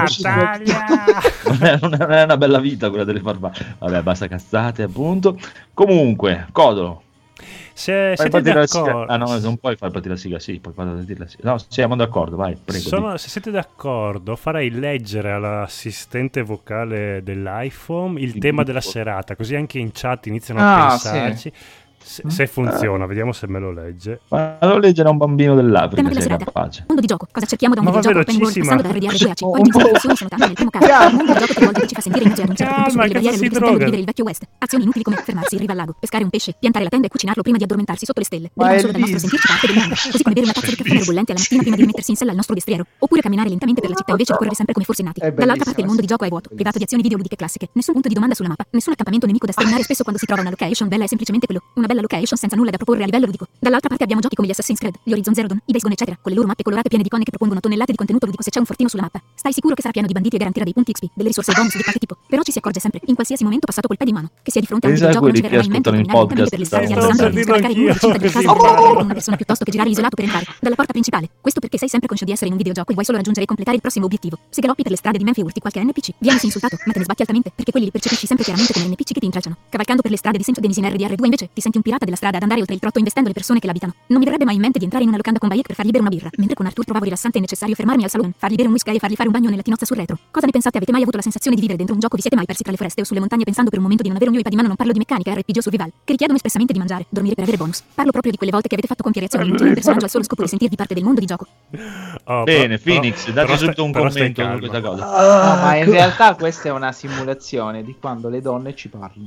Non è una bella vita quella delle farfalle. Vabbè, basta cazzate, appunto. Comunque, Codolo. Se siete d'accordo, no, non puoi far partire la sigla, sì, puoi far partire la sigla. No, siamo d'accordo, vai, prego. Se siete d'accordo, farei leggere all'assistente vocale dell'iPhone il tema della serata, così anche in chat iniziano a pensarci. Sì. Se funziona, vediamo se me lo legge. Ma lo leggerà un bambino dell'Africa, se è capace. Mondo di gioco, cosa cerchiamo da un videogioco open world passando da RDR 2 a C. Oggi le discussioni sono tante nel primo caso. Un mondo di gioco che a volte ci fa sentire in un certo punto su delle barriere ripresentando di vivere il vecchio West. Azioni inutili come fermarsi in riva al lago, pescare un pesce, piantare la tenda e cucinarlo prima di addormentarsi sotto le stelle. Derivano solo dal nostro sentirci parte del mondo. Così come bere una tazza di caffè bollente alla mattina prima di rimettersi in sella al nostro destriero. Oppure camminare lentamente per la città invece di correre sempre come forse nati. Dall'altra parte il mondo di gioco è vuoto, privato di azioni videoludiche classiche. Nessun punto di domanda sulla mappa, nessun accampamento nemico da sterminare. Spesso quando si trova una location bella è semplicemente quello, una bella location senza nulla da proporre a livello ludico. Dall'altra parte abbiamo giochi come gli Assassin's Creed, gli Horizon Zero Dawn, i Days Gone eccetera, con le loro mappe colorate piene di icone che propongono tonnellate di contenuto ludico se c'è un fortino sulla mappa. Stai sicuro che sarà pieno di banditi e garantirà dei punti XP, delle risorse bonus di qualche tipo. Però ci si accorge sempre, in qualsiasi momento passato col pad in mano, che sia di fronte a un videogioco non ci verrà mai in mente camminare per le strade Alessandro per scaricare il numero di cinta della casa con una persona piuttosto che girare l'isolato per entrare dalla porta principale. Questo perché sei sempre conscio di essere in un videogioco e vuoi solo raggiungere e completare il prossimo obiettivo. Se galoppi per le strade di Menfi e urti qualche NPC, vieni insultato, ma te ne sbatti altamente, perché quelli li percepisci sempre chiaramente come NPC che ti intrecciano. Cavalcando per le strade di Saint Denis in RDR2 invece ti senti un pirata della strada ad andare oltre il trotto investendo le persone che l'abitano. Non mi verrebbe mai in mente di entrare in una locanda con Bayek per fargli bere una birra, mentre con Arthur trovavo rilassante e necessario fermarmi al salone, fargli bere un whisky e fargli fare un bagno nella tinozza sul retro. Cosa ne pensate? Avete mai avuto la sensazione di vivere dentro un gioco? Vi siete mai persi tra le foreste o sulle montagne pensando per un momento di non avere un iPad in mano? Non parlo di meccanica, RPG o survival, che richiedono espressamente di mangiare, dormire per avere bonus. Parlo proprio di quelle volte che avete fatto compiere azioni aggiungere un personaggio al solo scopo di sentirvi parte del mondo di gioco. Bene, Phoenix, dacci subito un commento su questa cosa. No, ma in realtà questa è una simulazione di quando le donne ci parlano.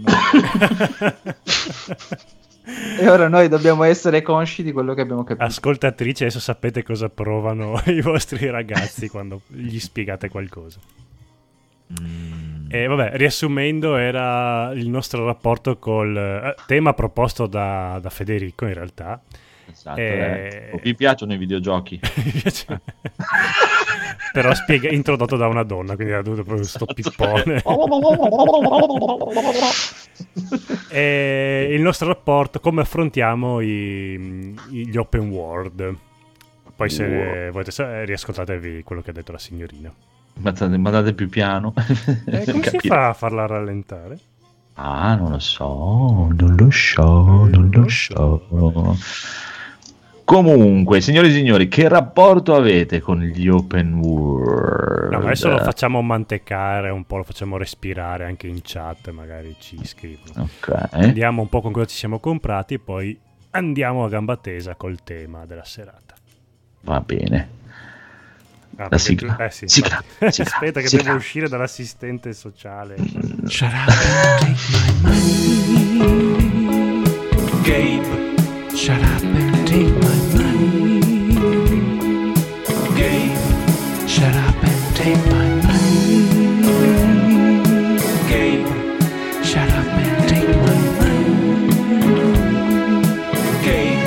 E ora noi dobbiamo essere consci di quello che abbiamo capito. Ascoltatrici, adesso sapete cosa provano i vostri ragazzi quando gli spiegate qualcosa. E vabbè, riassumendo, era il nostro rapporto col tema proposto da Federico in realtà. Esatto, vi piacciono i videogiochi? Però introdotto da una donna, quindi ha dovuto proprio sto pippone. E il nostro rapporto, come affrontiamo gli open world. Poi se volete riascoltatevi quello che ha detto la signorina. Mandate più piano. Come si fa a farla rallentare? Ah, non lo so. Comunque, signori e signori, che rapporto avete con gli open world? No, adesso lo facciamo mantecare un po', lo facciamo respirare anche in chat, magari ci scrivono. Ok. Andiamo un po' con cosa ci siamo comprati, poi andiamo a gamba tesa col tema della serata. Va bene. La sigla. Sigla. Aspetta che devo uscire dall'assistente sociale. Shut up and take my money. Gabe, shut up and take my money. Gabe, shut up and take my money. Gabe, shut up and take my money. Gabe.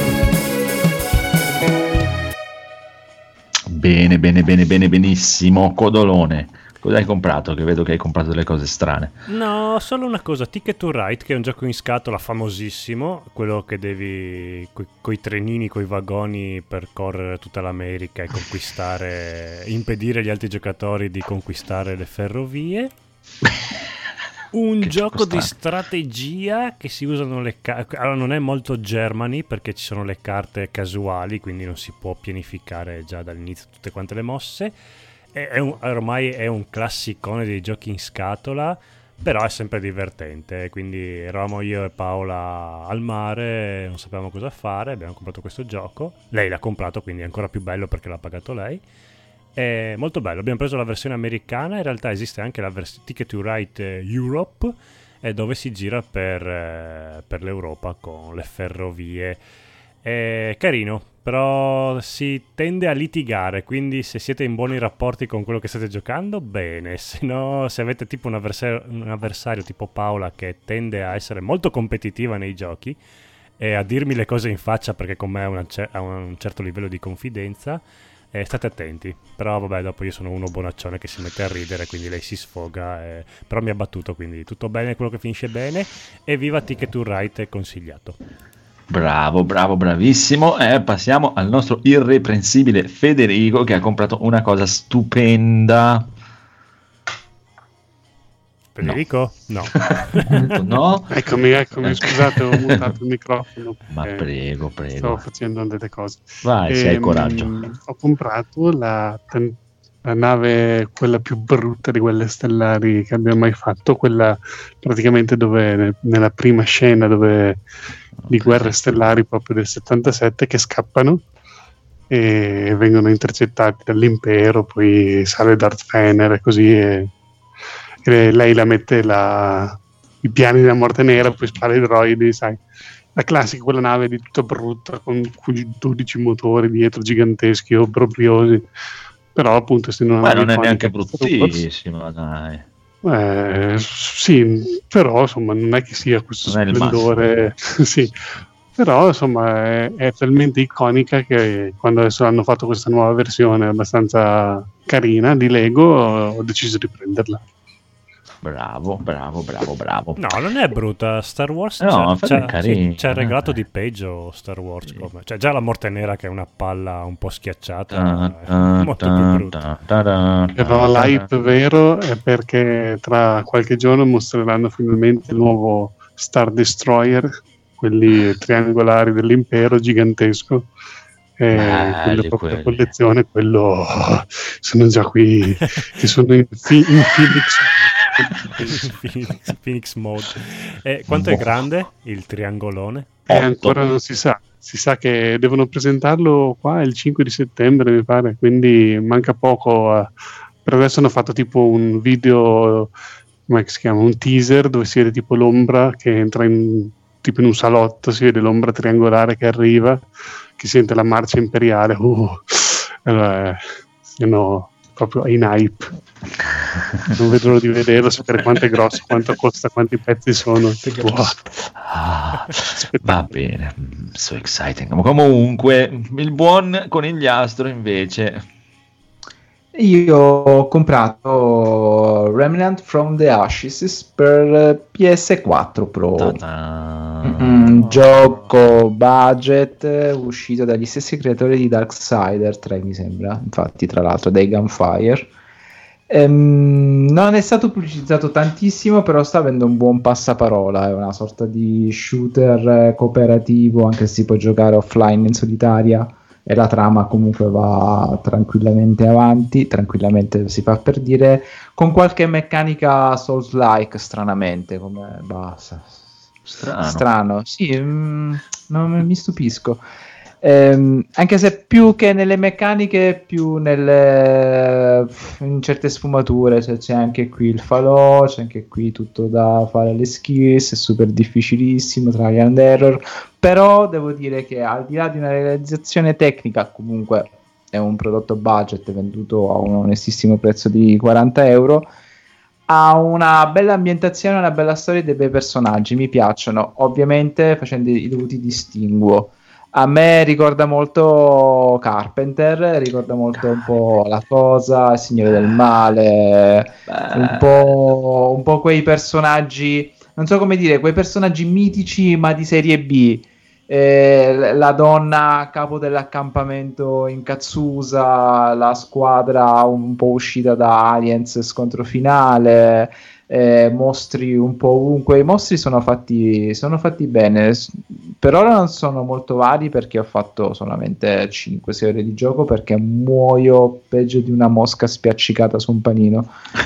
Benissimo, Codolone. Cosa hai comprato? Che vedo che hai comprato delle cose strane. No, solo una cosa, Ticket to Ride, che è un gioco in scatola famosissimo, quello che devi coi trenini, coi vagoni percorrere tutta l'America e conquistare, impedire agli altri giocatori di conquistare le ferrovie. Un gioco di strategia che si usano le carte. Allora, non è molto Germany perché ci sono le casuali, quindi non si può pianificare già dall'inizio tutte quante le mosse. Ormai è un classicone dei giochi in scatola, però è sempre divertente. Quindi eravamo io e Paola al mare, non sapevamo cosa fare, abbiamo comprato questo gioco. Lei l'ha comprato, quindi è ancora più bello perché l'ha pagato lei. È molto bello, abbiamo preso la versione americana, in realtà esiste anche la Ticket to Ride Europe, dove si gira per l'Europa con le ferrovie. È carino, però si tende a litigare, quindi se siete in buoni rapporti con quello che state giocando, bene, se no, se avete tipo un avversario tipo Paola che tende a essere molto competitiva nei giochi e a dirmi le cose in faccia perché con me ha un certo livello di confidenza, state attenti. Però vabbè, dopo io sono uno bonaccione che si mette a ridere, quindi lei si sfoga, però mi ha battuto, quindi tutto bene, quello che finisce bene. E viva Ticket to Ride, è consigliato. Bravo, bravissimo. Passiamo al nostro irreprensibile Federico, che ha comprato una cosa stupenda. Federico? No. No? Eccomi, scusate, ho mutato il microfono. Ma prego. Stavo facendo delle cose. Vai, se hai coraggio. Ho comprato la nave, quella più brutta di quelle stellari che abbiamo mai fatto, quella praticamente dove nella prima scena di Guerre Stellari proprio del 77, che scappano e vengono intercettati dall'impero, poi sale Darth Vader e così, e lei la mette i piani della morte nera, poi spara i droidi, sai, la classica, quella nave di tutta brutta con 12 motori dietro giganteschi, obbrobriosi, però appunto ma non è neanche bruttissima, dai. Sì, però insomma non è che sia questo splendore. Sì, però insomma è talmente iconica che quando adesso hanno fatto questa nuova versione abbastanza carina di Lego, ho deciso di prenderla. Bravo. No, non è brutta. Star Wars c'è regalato di peggio Star Wars, come. Cioè già la morte nera, che è una palla un po' schiacciata, è molto più brutta. Però l'hype vero è perché tra qualche giorno mostreranno finalmente il nuovo Star Destroyer, quelli triangolari dell'impero, gigantesco. Quello proprio da collezione, quello sono già qui che sono in Phoenix mode. Quanto è grande il triangolone? Ancora non si sa. Si sa che devono presentarlo qua il 5 di settembre, mi pare, quindi manca poco. Per adesso hanno fatto tipo un video, come si chiama, un teaser dove si vede tipo l'ombra che entra tipo in un salotto, si vede l'ombra triangolare che arriva, che sente la marcia imperiale. Allora, sono proprio in hype. Non vedo l'ora di vederlo, sapere quanto è grosso, quanto costa, quanti pezzi sono. Va bene, so exciting. Ma comunque, il buon conigliastro invece. Io ho comprato Remnant from the Ashes per PS4 Pro. Gioco budget uscito dagli stessi creatori di Darksider 3, mi sembra, infatti, tra l'altro, dai Gunfire. Non è stato pubblicizzato tantissimo, però sta avendo un buon passaparola. È una sorta di shooter cooperativo, anche se si può giocare offline in solitaria, e la trama comunque va tranquillamente avanti, tranquillamente si fa per dire, con qualche meccanica Souls-like, stranamente, come basta. Strano, sì, non mi stupisco. Anche se più che nelle meccaniche, più in certe sfumature, cioè c'è anche qui il falò, c'è anche qui tutto da fare le skills, è super difficilissimo, trial and error, però devo dire che al di là di una realizzazione tecnica, comunque è un prodotto budget venduto a un onestissimo prezzo di 40 euro, ha una bella ambientazione, una bella storia e dei bei personaggi, mi piacciono, ovviamente facendo i dovuti distinguo. A me ricorda molto Carpenter, ricorda molto un po' La Cosa, Il Signore del Male, un po' quei personaggi, non so come dire, quei personaggi mitici ma di serie B. La donna a capo dell'accampamento in Katsusa, la squadra un po' uscita da Aliens scontro finale, mostri un po' ovunque. I mostri sono fatti bene. Per ora non sono molto vari perché ho fatto solamente 5-6 ore di gioco, perché muoio peggio di una mosca spiaccicata su un panino.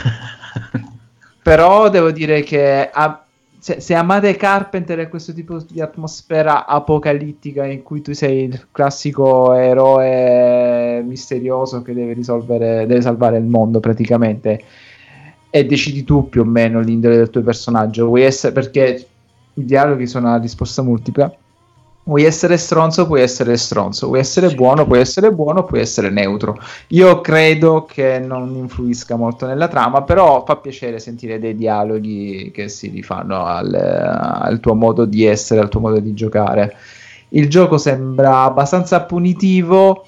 Però devo dire che se amate Carpenter e questo tipo di atmosfera apocalittica in cui tu sei il classico eroe misterioso che deve salvare il mondo praticamente, e decidi tu più o meno l'indole del tuo personaggio, perché i dialoghi sono a risposta multipla, vuoi essere stronzo, puoi essere stronzo, vuoi essere buono, puoi essere neutro. Io credo che non influisca molto nella trama, però fa piacere sentire dei dialoghi che si rifanno al tuo modo di essere, al tuo modo di giocare. Il gioco sembra abbastanza punitivo.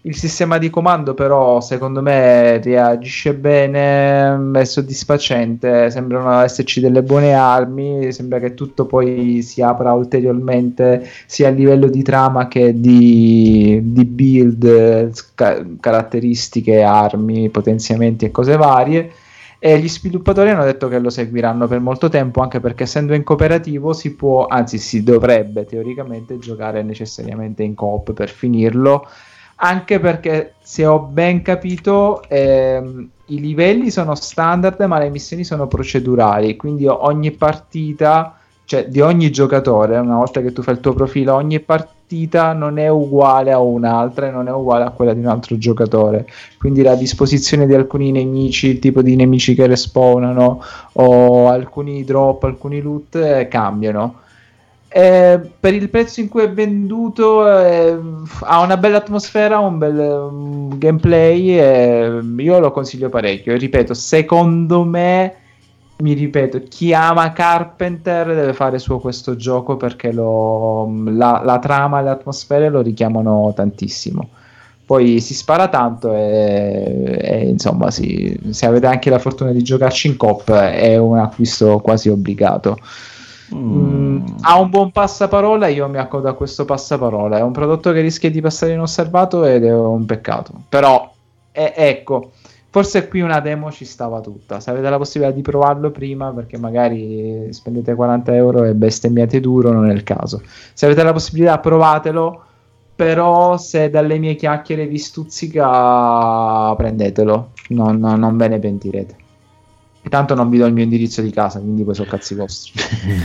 Il sistema di comando però secondo me reagisce bene, è soddisfacente, sembrano esserci delle buone armi, sembra che tutto poi si apra ulteriormente sia a livello di trama che di build, caratteristiche, armi, potenziamenti e cose varie. E gli sviluppatori hanno detto che lo seguiranno per molto tempo, anche perché essendo in cooperativo si può, anzi si dovrebbe teoricamente giocare necessariamente in coop per finirlo, anche perché se ho ben capito i livelli sono standard ma le missioni sono procedurali, quindi ogni partita, cioè di ogni giocatore, una volta che tu fai il tuo profilo, ogni partita non è uguale a un'altra e non è uguale a quella di un altro giocatore, quindi la disposizione di alcuni nemici, il tipo di nemici che respawnano o alcuni drop, alcuni loot cambiano. Per il prezzo in cui è venduto ha una bella atmosfera, un bel gameplay, io lo consiglio parecchio. E ripeto, secondo me, chi ama Carpenter deve fare suo questo gioco, perché la trama e le atmosfere lo richiamano tantissimo. Poi si spara tanto e insomma se avete anche la fortuna di giocarci in coop è un acquisto quasi obbligato. Ha un buon passaparola, io mi accodo a questo passaparola. È un prodotto che rischia di passare inosservato ed è un peccato, però ecco, forse qui una demo ci stava tutta. Se avete la possibilità di provarlo prima, perché magari spendete 40 euro e bestemmiate duro, non è il caso. Se avete la possibilità, provatelo, però se dalle mie chiacchiere vi stuzzica, prendetelo, non ve ne pentirete. Tanto non vi do il mio indirizzo di casa, quindi poi sono cazzi vostri.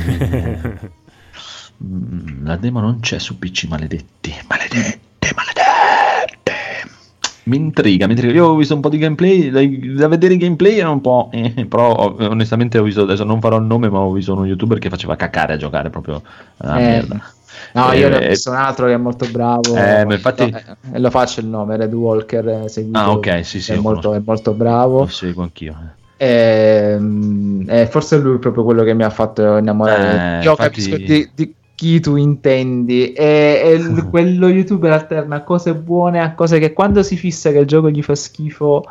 La demo non c'è su PC, maledetti. Mi intriga. Io ho visto un po' di gameplay, da vedere i gameplay era un po', però onestamente ho visto, adesso non farò il nome, ma ho visto uno youtuber che faceva cacare a giocare proprio merda. No, io ne ho visto un altro che è molto bravo. Ma infatti lo faccio il nome, Red Walker, seguito. Ah, ok, sì, è molto bravo. Lo seguo anch'io. Forse è lui proprio quello che mi ha fatto innamorare. Io infatti... capisco di chi tu intendi. Quello youtuber alterna cose buone a cose che quando si fissa che il gioco gli fa schifo.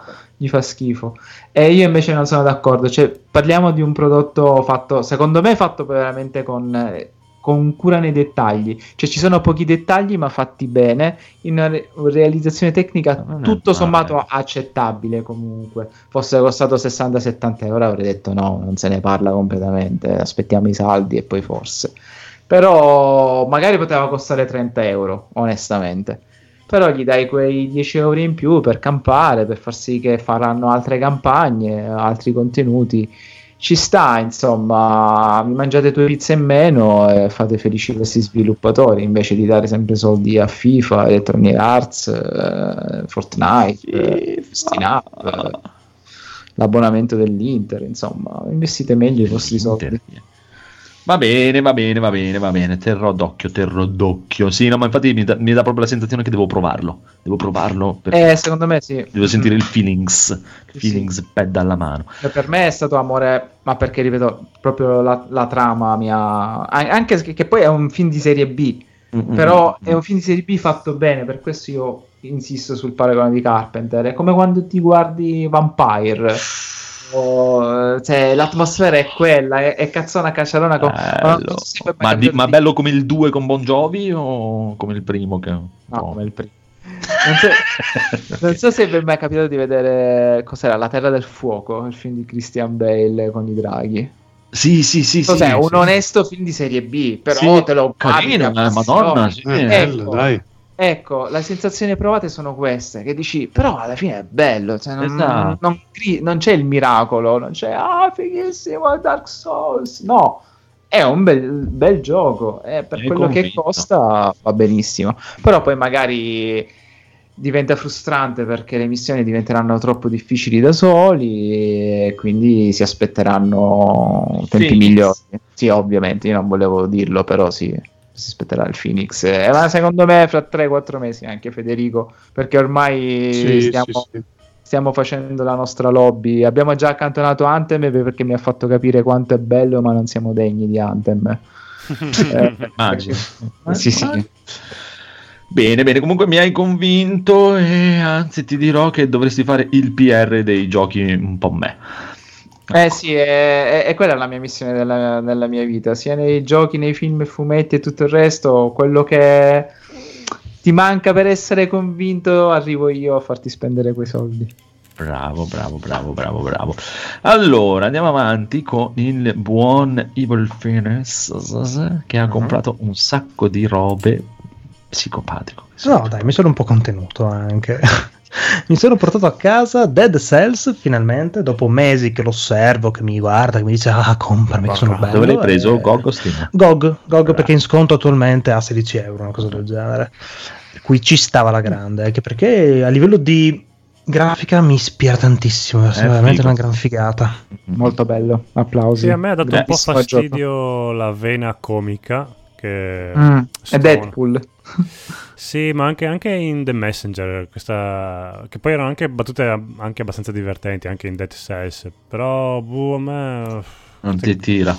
E io invece non sono d'accordo. Cioè, parliamo di un prodotto fatto, secondo me, fatto veramente con cura nei dettagli, cioè ci sono pochi dettagli ma fatti bene, in una realizzazione tecnica tutto sommato accettabile. Comunque fosse costato 60-70 euro avrei detto no, non se ne parla completamente, aspettiamo i saldi e poi forse, però magari poteva costare 30 euro onestamente, però gli dai quei 10 euro in più per campare, per far sì che faranno altre campagne, altri contenuti. Ci sta, insomma, vi mangiate 2 pizze in meno e fate felici questi sviluppatori, invece di dare sempre soldi a FIFA, Electronic Arts, Fortnite, Steam Up, l'abbonamento dell'Inter, insomma, investite meglio i vostri soldi. Va bene, terrò d'occhio. Sì, no, ma infatti mi dà proprio la sensazione che devo provarlo secondo me sì. Devo sentire il feelings pad alla mano. Per me è stato amore, ma perché, ripeto, proprio la trama anche che poi è un film di serie B, però è un film di serie B fatto bene, per questo io insisto sul paragone di Carpenter. È come quando ti guardi Vampire. Cioè, l'atmosfera è quella, è cazzona cacciarona ma bello come il 2 con Bon Jovi o come il primo? Come il primo. Non so se vi è mai capitato di vedere cos'era La Terra del Fuoco, il film di Christian Bale con i draghi. Sì, cos'è? Un onesto film di serie B, però te lo carino, Madonna, sì. Bello, dai. Ecco, le sensazioni provate sono queste, che dici, però alla fine è bello, cioè non c'è il miracolo, non c'è, fighissimo, Dark Souls, no, è un bel gioco, per quello che costa va benissimo, però poi magari diventa frustrante perché le missioni diventeranno troppo difficili da soli e quindi si aspetteranno tempi migliori. Sì, ovviamente, io non volevo dirlo, però sì. Si aspetterà il Phoenix, ma secondo me fra 3-4 mesi anche Federico, perché ormai stiamo facendo la nostra lobby. Abbiamo già accantonato Anthem perché mi ha fatto capire quanto è bello, ma non siamo degni di Anthem. Sì. Bene, comunque mi hai convinto e anzi ti dirò che dovresti fare il PR dei giochi un po' me. Sì, è quella la mia missione nella mia vita, sia nei giochi, nei film, fumetti e tutto il resto. Quello che ti manca per essere convinto, arrivo io a farti spendere quei soldi. Bravo. Allora, andiamo avanti con il buon Evil Phoenix, che ha comprato un sacco di robe psicopatico. No, dai, mi sono un po' contenuto anche. Mi sono portato a casa Dead Cells finalmente, dopo mesi che lo osservo, che mi guarda, che mi dice comprami che sono bello. Dove l'hai preso? GOG o Steam? GOG perché in sconto attualmente a 16 euro, una cosa del genere. Per cui ci stava la grande, anche perché a livello di grafica mi ispira tantissimo, è veramente figo. Una gran figata. Molto bello, applausi. Sì, a me ha dato un po' fastidio la vena comica che è Deadpool. Sì, ma anche in The Messenger, questa che poi erano anche battute anche abbastanza divertenti anche in Dead Cells, però a me non ti tira.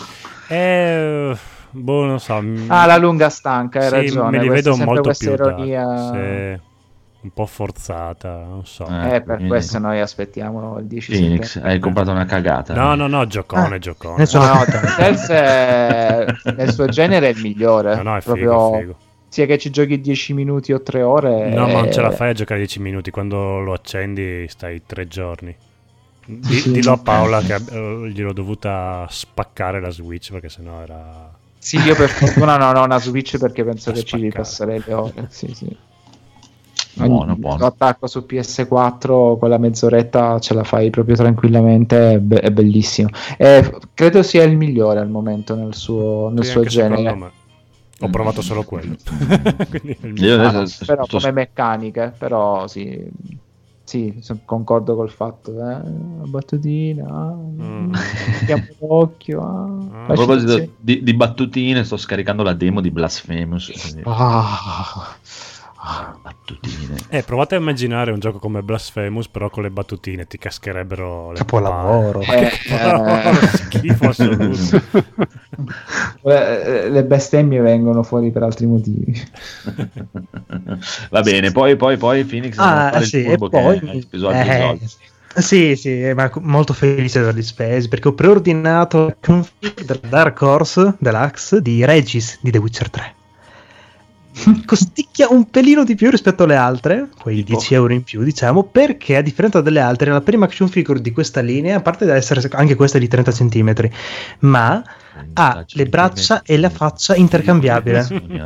Non so. La lunga stanca, hai ragione. Me li vedo molto più ironia... un po' forzata, non so. Per questo noi aspettiamo il 10 Phoenix, settembre. hai comprato una cagata. No, giocone. Cells nel suo genere è il migliore. No, è proprio figo. Sia che ci giochi 10 minuti o 3 ore. No, ma non ce la fai a giocare 10 minuti. Quando lo accendi stai 3 giorni. Dillo a Paola che gliel'ho dovuta spaccare la Switch perché sennò era... Sì, io per fortuna non ho una Switch perché penso che ci ripasserei le ore. Sì. Buono. Attacco su PS4 quella mezz'oretta ce la fai proprio tranquillamente, è bellissimo. Credo sia il migliore al momento nel suo genere. Ho provato solo quello. Però come meccaniche, però sì, concordo col fatto. La battutina, chiamo l'occhio. A proposito di battutine, sto scaricando la demo di Blasphemous. Battutine. Provate a immaginare un gioco come Blasphemous però con le battutine, ti cascherebbero le capolavoro. Schifo assoluto. Le bestemmie vengono fuori per altri motivi. Va bene, poi Phoenix e poi sì, ma molto felice di averli spesi perché ho preordinato la config del Dark Horse Deluxe di Regis di The Witcher 3. Costicchia un pelino di più rispetto alle altre, quei 10 euro in più, diciamo, perché a differenza delle altre è la prima action figure di questa linea, a parte di essere anche questa di 30 cm, ma ha le braccia e la faccia intercambiabile.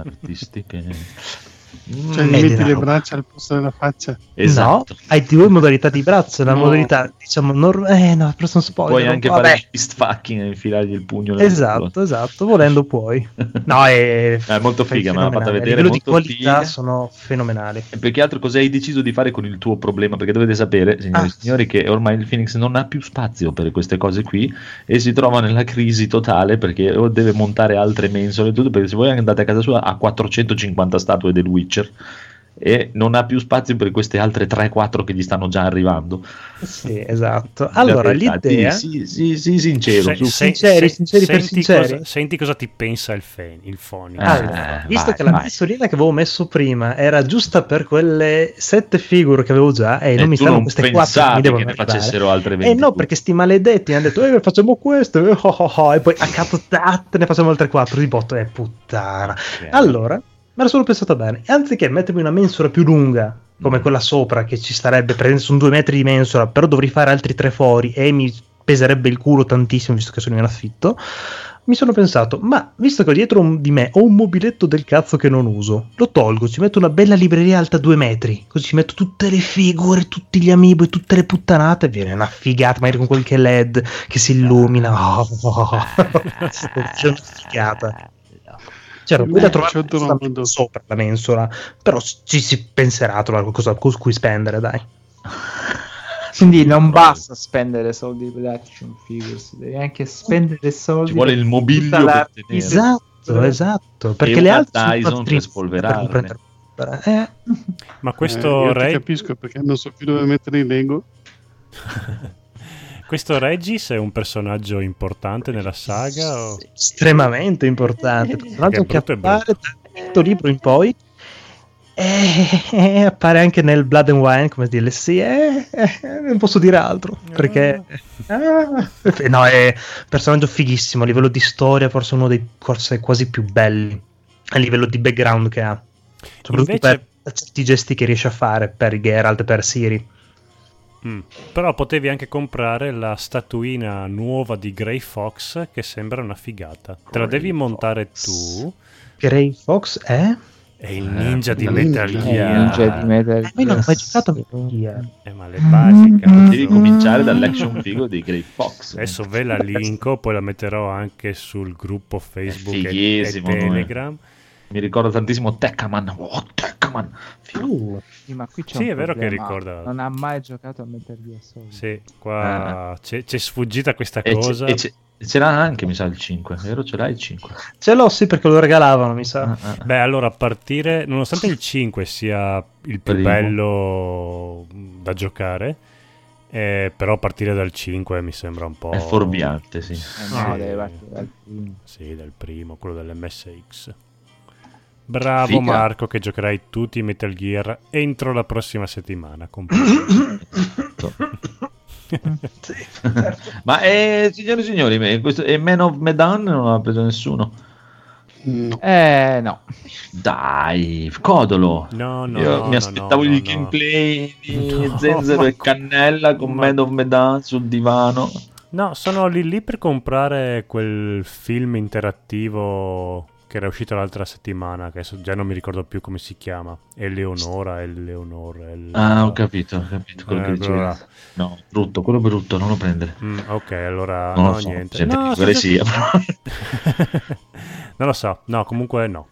Cioè metti le braccia al posto della faccia. Esatto. No, hai 2 modalità di braccio, la modalità diciamo no, però sono spoiler. Puoi anche fare fist fucking e infilargli il pugno. Esatto, volendo puoi. No, è molto figa, me l'ha fatta vedere. A livello di qualità figa. Sono fenomenali. E perché altro cosa hai deciso di fare con il tuo problema? Perché dovete sapere, signori e signori, che ormai il Phoenix non ha più spazio per queste cose qui e si trova nella crisi totale perché o deve montare altre mensole e tutto, perché se voi andate a casa sua ha 450 statue del Witcher e non ha più spazio per queste altre 3-4 che gli stanno già arrivando. Sì, esatto. Allora l'idea sì, sincero, sinceri. Senti cosa ti pensa il Phoenix. Visto che la mensolina che avevo messo prima era giusta per quelle 7 figure che avevo già e non mi stanno queste 4 che mi devono ne facessero altre 20. No, perché sti maledetti hanno detto facciamo questo e poi a capo ne facciamo altre 4 di botto, puttana. Allora me la sono pensata bene, e anziché mettermi una mensola più lunga come quella sopra che ci starebbe, sono 2 metri di mensola, però dovrei fare altri 3 fori e mi peserebbe il culo tantissimo visto che sono in affitto, mi sono pensato, ma visto che dietro di me ho un mobiletto del cazzo che non uso, lo tolgo, ci metto una bella libreria alta 2 metri, così ci metto tutte le figure, tutti gli amiibo e tutte le puttanate, viene una figata, magari con qualche LED che si illumina, c'è una figata. C'era poi da trovare sopra la mensola, però ci si penserà a trovare qualcosa con cui spendere, dai. Quindi non basta spendere soldi per action figures, devi anche spendere soldi. Ci vuole il mobilio per tenere. Esatto, perché le altre sono per spolverarne. Ma questo Ti capisco perché non so più dove mettere i Lego. Questo Regis è un personaggio importante nella saga? O... Estremamente importante. Personaggio che appare dal quinto libro in poi appare anche nel Blood and Wine come DLC, non posso dire altro, perché no, è un personaggio fighissimo, a livello di storia forse uno dei forse quasi più belli, a livello di background che ha, soprattutto Invece... per certi gesti che riesce a fare per Geralt, per Ciri. Però potevi anche comprare la statuina nuova di Grey Fox, che sembra una figata. Te la devi montare tu. Grey Fox è il ninja di Metal Gear. Ninja di Metal Gear. Ma io non ho mai giocato a Metal Gear. Ma le basi, cazzo. Devi cominciare dall'action figure di Grey Fox. Adesso ve la linko, poi la metterò anche sul gruppo Facebook e Telegram. Mi ricordo tantissimo Tekkaman. Oh, Tekkaman. Sì, ma qui c'è sì, un è vero che problema. ricorda. Non ha mai giocato a Metal Gear Solid. Sì, qua c'è sfuggita questa E cosa. c'era anche, mi sa, il 5. Vero? Ce l'hai il 5? Ce l'ho, sì, perché lo regalavano, mi sa. Beh, allora, a partire, nonostante il 5 sia il più bello da giocare, però a partire dal 5 mi sembra un po'... È fuorviante, sì. No, deve partire dal primo. Sì, dal primo, quello dell'MSX. Bravo Figa. Marco, che giocherai tutti i Metal Gear entro la prossima settimana. Sì, certo. Ma signori e signori, questo è Man of Medan non l'ha preso nessuno. No. No. Dai, codolo. No, Io mi aspettavo il gameplay di Zenzero e Cannella con Man of Medan sul divano. No, sono lì per comprare quel film interattivo che era uscito l'altra settimana, che adesso già non mi ricordo più come si chiama. Eleonora. Ho capito quello che dicevi. No, brutto, quello brutto, non lo prendere. Ok, allora non no, lo so, niente. gente, No, sia. Non lo so, no, comunque no.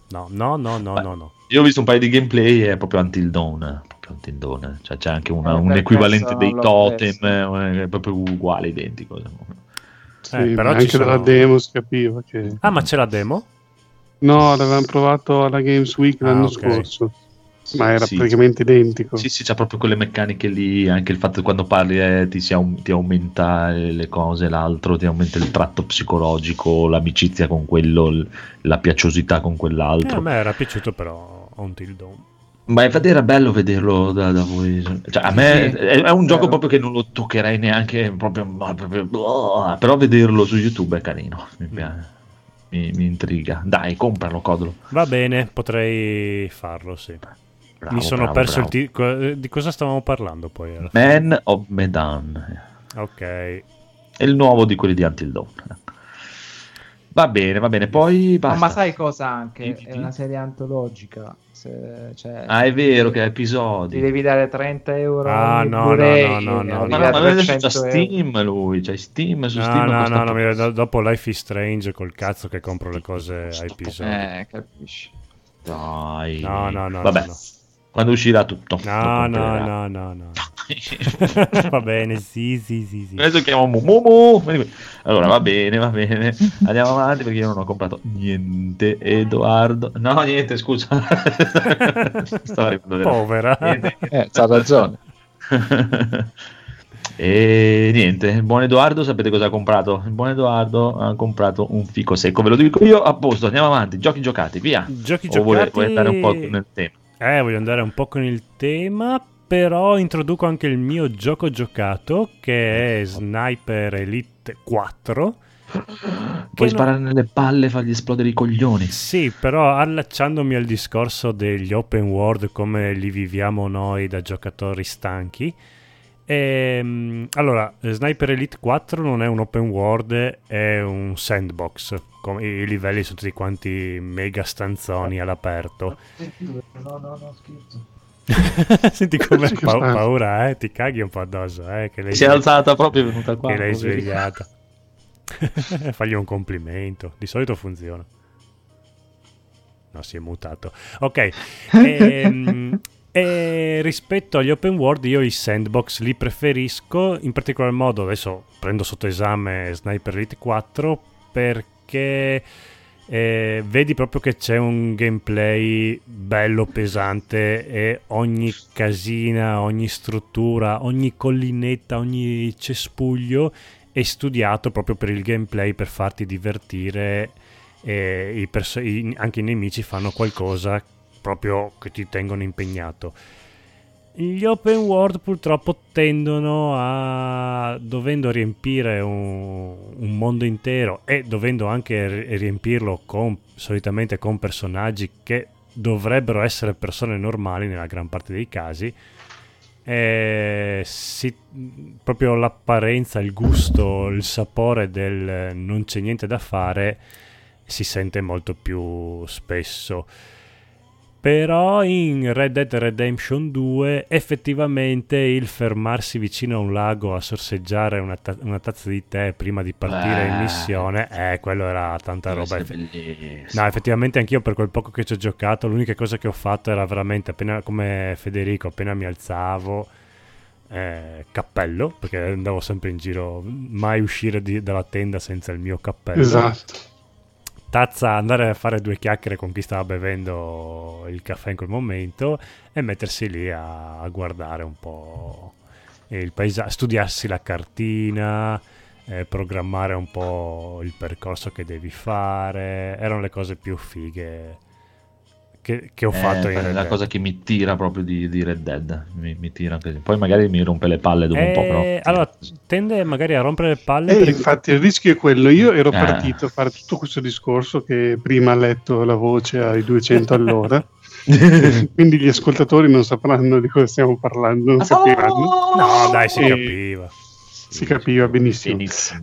Io ho visto un paio di gameplay e è proprio Until Dawn. Cioè, c'è anche un equivalente dei totem, è proprio uguale, identico. Sì, però anche ci sono... dalla demo si capiva che... Ah, ma c'è la demo? No, l'avevamo provato alla Games Week l'anno scorso, ma era praticamente identico. Sì, c'ha proprio quelle meccaniche lì, anche il fatto che quando parli ti aumenta le cose, l'altro ti aumenta il tratto psicologico, l'amicizia con quello, la piaciosità con quell'altro. A me era piaciuto però Until Dawn. Ma infatti era bello vederlo da voi. Cioè, a me è un gioco proprio che non lo toccherei neanche proprio, però vederlo su YouTube è carino, mi piace. Mi intriga. Dai, compralo, codolo. Va bene, potrei farlo, sì. Mi sono perso il titolo. Di cosa stavamo parlando poi? Man of Medan. Ok. È il nuovo di quelli di Until Dawn. Va bene. Poi basta. Ma sai cosa anche? È una serie antologica. È vero che è episodi. Ti devi dare 30 euro. No. Ma adesso c'ha Steam lui. C'hai Steam su Steam. No, dopo Life is Strange col cazzo che compro le cose a episodi. Capisci. Dai. No. Vabbè. Quando uscirà tutto. No. Va bene, sì. Adesso chiamiamo Momo. Allora, va bene. Andiamo avanti perché io non ho comprato niente. Edoardo. No, niente, scusa. Povera. C'ha ragione. E niente, il buon Edoardo sapete cosa ha comprato? Il buon Edoardo ha comprato un fico secco, ve lo dico io, a posto, andiamo avanti, giochi giocati, via. Vuoi andare un po' nel tema? Voglio andare un po' con il tema, però introduco anche il mio gioco giocato, che è Sniper Elite 4. Puoi sparare nelle palle e fargli esplodere i coglioni. Sì, però allacciandomi al discorso degli open world come li viviamo noi da giocatori stanchi. Allora, Sniper Elite 4 non è un open world, è un sandbox. I livelli sono tutti quanti mega stanzoni all'aperto. No, scherzo. Senti come paura, ti caghi un po' addosso, che lei si è alzata proprio, è venuta qua. Che l'hai svegliata. Fagli un complimento, di solito funziona. No, si è mutato. Ok. E rispetto agli open world io i sandbox li preferisco, in particolar modo adesso prendo sotto esame Sniper Elite 4 perché vedi proprio che c'è un gameplay bello pesante e ogni casina, ogni struttura, ogni collinetta, ogni cespuglio è studiato proprio per il gameplay, per farti divertire, e anche i nemici fanno qualcosa proprio che ti tengono impegnato. Gli open world purtroppo tendono a, dovendo riempire un mondo intero e dovendo anche riempirlo solitamente con personaggi che dovrebbero essere persone normali nella gran parte dei casi, proprio l'apparenza, il gusto, il sapore del non c'è niente da fare si sente molto più spesso. Però in Red Dead Redemption 2 effettivamente il fermarsi vicino a un lago a sorseggiare una tazza di tè prima di partire in missione, quello era tanta roba. No, effettivamente anch'io per quel poco che ci ho giocato, l'unica cosa che ho fatto era veramente, appena come Federico, appena mi alzavo, cappello, perché andavo sempre in giro, mai uscire dalla tenda senza il mio cappello. Esatto. Tazza, andare a fare 2 chiacchiere con chi stava bevendo il caffè in quel momento e mettersi lì a guardare un po' il paesaggio, studiarsi la cartina, programmare un po' il percorso che devi fare. Erano le cose più fighe che ho fatto in Red Dead. È la cosa che mi tira proprio di Red Dead, mi tira così. Poi magari mi rompe le palle dopo un po', però allora tende magari a rompere le palle infatti il rischio è quello. Io ero partito a fare tutto questo discorso che prima ha letto la voce ai 200 all'ora. Quindi gli ascoltatori non sapranno di cosa stiamo parlando, non capiranno. No, dai, capiva. Si capiva benissimo.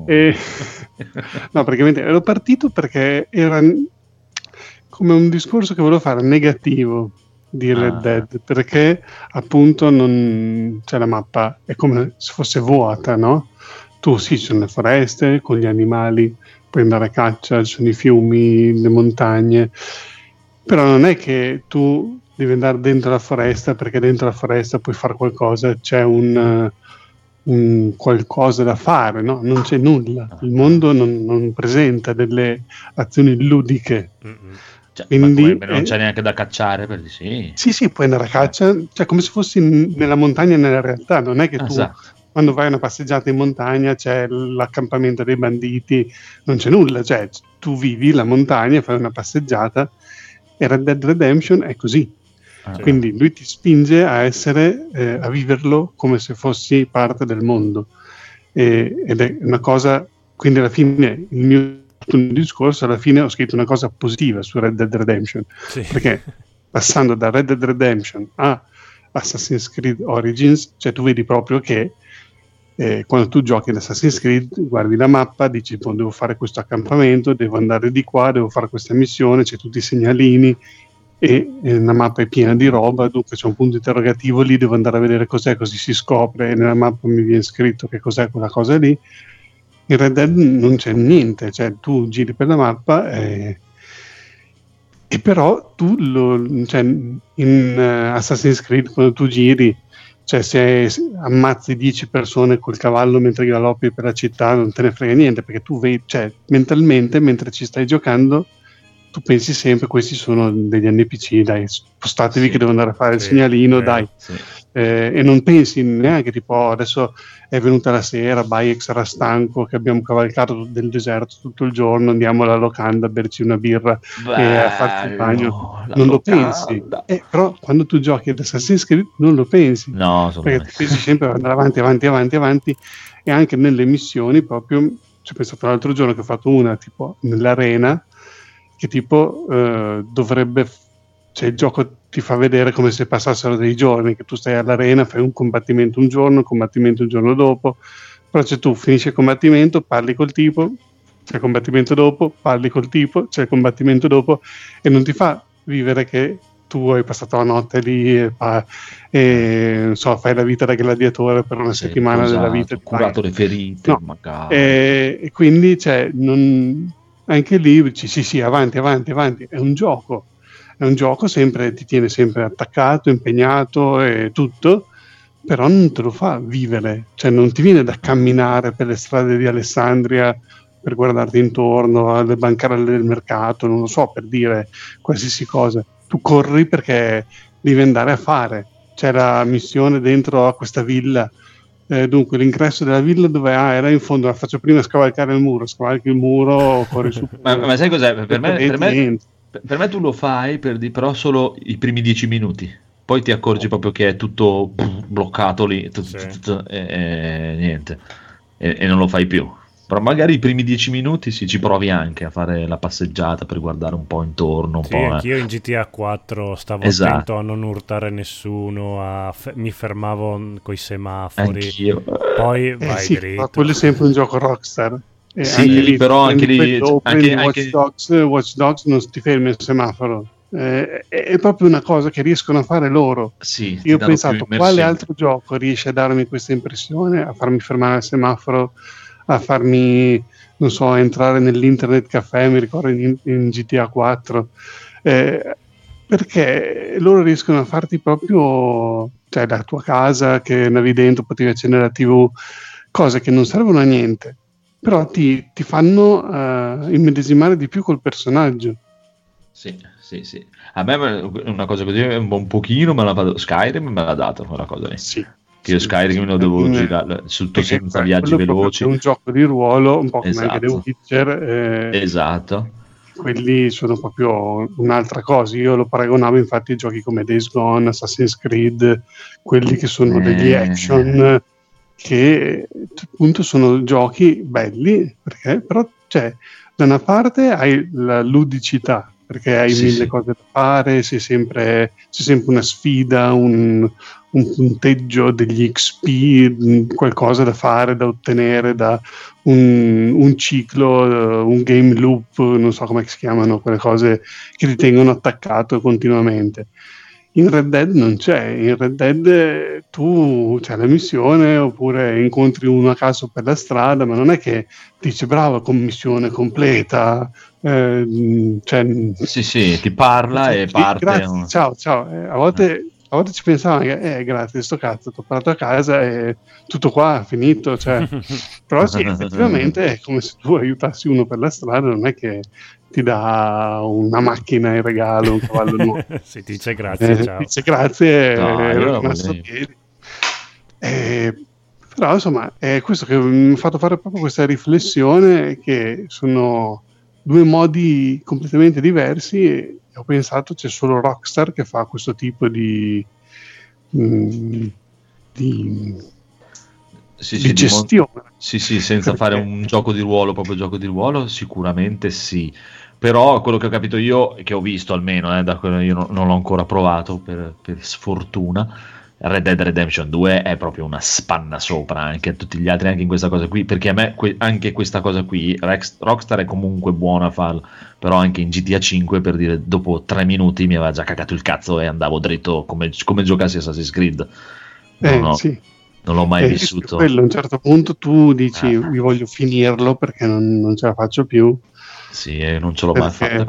No, praticamente ero partito perché era come un discorso che volevo fare negativo di Red Dead, perché appunto la mappa è come se fosse vuota, no? Tu sì, ci sono le foreste con gli animali, puoi andare a caccia, ci sono i fiumi, le montagne, però non è che tu devi andare dentro la foresta perché dentro la foresta puoi fare qualcosa, c'è un qualcosa da fare, no? Non c'è nulla, il mondo non presenta delle azioni ludiche. Quindi non c'è neanche da cacciare, perché sì, puoi andare a caccia, cioè come se fossi nella montagna nella realtà, non è che tu quando vai a una passeggiata in montagna c'è l'accampamento dei banditi, non c'è nulla, cioè tu vivi la montagna, fai una passeggiata, e Red Dead Redemption è così. Quindi lui ti spinge a essere a viverlo come se fossi parte del mondo, ed è una cosa, quindi alla fine il mio discorso, alla fine ho scritto una cosa positiva su Red Dead Redemption, perché passando da Red Dead Redemption a Assassin's Creed Origins, cioè tu vedi proprio che quando tu giochi ad Assassin's Creed guardi la mappa, dici devo fare questo accampamento, devo andare di qua, devo fare questa missione, c'è tutti i segnalini e la mappa è piena di roba, dunque c'è un punto interrogativo lì, devo andare a vedere cos'è, così si scopre e nella mappa mi viene scritto che cos'è quella cosa lì. In Red Dead non c'è niente, cioè tu giri per la mappa e però tu in Assassin's Creed quando tu giri, cioè se ammazzi 10 persone col cavallo mentre galoppi per la città non te ne frega niente, perché tu vedi, cioè mentalmente mentre ci stai giocando tu pensi sempre questi sono degli NPC, dai spostatevi che devo andare a fare il segnalino, dai. E non pensi neanche tipo adesso è venuta la sera, Bayek sarà stanco che abbiamo cavalcato del deserto tutto il giorno, andiamo alla locanda a berci una birra e a farci il bagno, non lo pensi, però quando tu giochi ad Assassin's Creed non lo pensi, perché ti pensi sempre ad andare avanti e anche nelle missioni proprio, ci ho pensato l'altro giorno che ho fatto una tipo nell'arena che tipo dovrebbe, cioè il gioco ti fa vedere come se passassero dei giorni, che tu stai all'arena, fai un combattimento un giorno, un combattimento il giorno dopo, però se tu finisci il combattimento, parli col tipo, c'è il combattimento dopo, parli col tipo, c'è il combattimento dopo, e non ti fa vivere che tu hai passato la notte lì e non so, fai la vita da gladiatore per una settimana della vita. Curato le ferite, magari. E quindi cioè, anche lì sì, avanti, è un gioco. È un gioco sempre, ti tiene sempre attaccato, impegnato e tutto, però non te lo fa vivere, cioè non ti viene da camminare per le strade di Alessandria per guardarti intorno, alle bancarelle del mercato, non lo so, per dire qualsiasi cosa. Tu corri perché devi andare a fare. C'è la missione dentro a questa villa, dunque l'ingresso della villa dove era in fondo, la faccio prima scavalcare il muro, scavalchi il muro, corri su. ma sai cos'è? Per me Per me tu lo fai però solo i primi 10 minuti. Poi ti accorgi proprio che è tutto bloccato lì, e niente, e non lo fai più. Però magari i primi 10 minuti ci provi anche a fare la passeggiata per guardare un po' intorno. Un po', anch'io in GTA 4 stavo attento a non urtare nessuno, mi fermavo coi semafori. Anch'io. Poi vai dritto. Ma quello è sempre un gioco Rockstar. Anche lì Watch Dogs non ti fermi al semaforo. È proprio una cosa che riescono a fare loro. Io ho pensato, quale altro gioco riesce a darmi questa impressione, a farmi fermare al semaforo, a farmi, non so, entrare nell'internet caffè, mi ricordo in GTA 4, perché loro riescono a farti proprio, cioè, la tua casa che navi dentro, potevi accendere la TV, cose che non servono a niente, però ti fanno immedesimare di più col personaggio. Sì. A me una cosa così un pochino Skyrim me l'ha dato quella cosa lì. Sì. Che io Skyrim lo devo girare tutto senza viaggi veloci. È un gioco di ruolo, un po' come anche The Witcher. Esatto. Quelli sono proprio un'altra cosa. Io lo paragonavo infatti a giochi come Days Gone, Assassin's Creed, quelli che sono degli action, che appunto sono giochi belli, perché però c'è da una parte hai la ludicità, perché hai mille cose da fare, c'è sempre una sfida, un punteggio degli XP, qualcosa da fare, da ottenere, da un ciclo, un game loop, non so come si chiamano, quelle cose che ti tengono attaccato continuamente. In Red Dead non c'è. In Red Dead tu c'è la missione, oppure incontri uno a caso per la strada, ma non è che dice brava, commissione completa, ti parla e parte. Grazie, ciao. A volte ci pensavo che grazie, sto cazzo, ti ho parlato a casa e tutto qua, finito. Cioè. Però sì, effettivamente è come se tu aiutassi uno per la strada, non è che ti dà una macchina in regalo, un cavallo nuovo. Sì, ti dice grazie, ciao. Dice grazie, è rimasto a piedi. Però insomma è questo che mi ha fatto fare proprio questa riflessione, che sono due modi completamente diversi, e ho pensato c'è solo Rockstar che fa questo tipo di gestione. Senza fare un gioco di ruolo, proprio gioco di ruolo, sicuramente sì. Però quello che ho capito io, che ho visto almeno, da quello io non l'ho ancora provato per sfortuna, Red Dead Redemption 2 è proprio una spanna sopra anche a tutti gli altri, anche in questa cosa qui, perché a me anche questa cosa qui Rockstar è comunque buona a farlo, però anche in GTA 5, per dire, dopo 3 minuti mi aveva già cagato il cazzo e andavo dritto come giocassi Assassin's Creed. Non l'ho mai vissuto. Quello, a un certo punto tu dici io voglio finirlo perché non ce la faccio più. Sì, non ce l'ho mai fatta.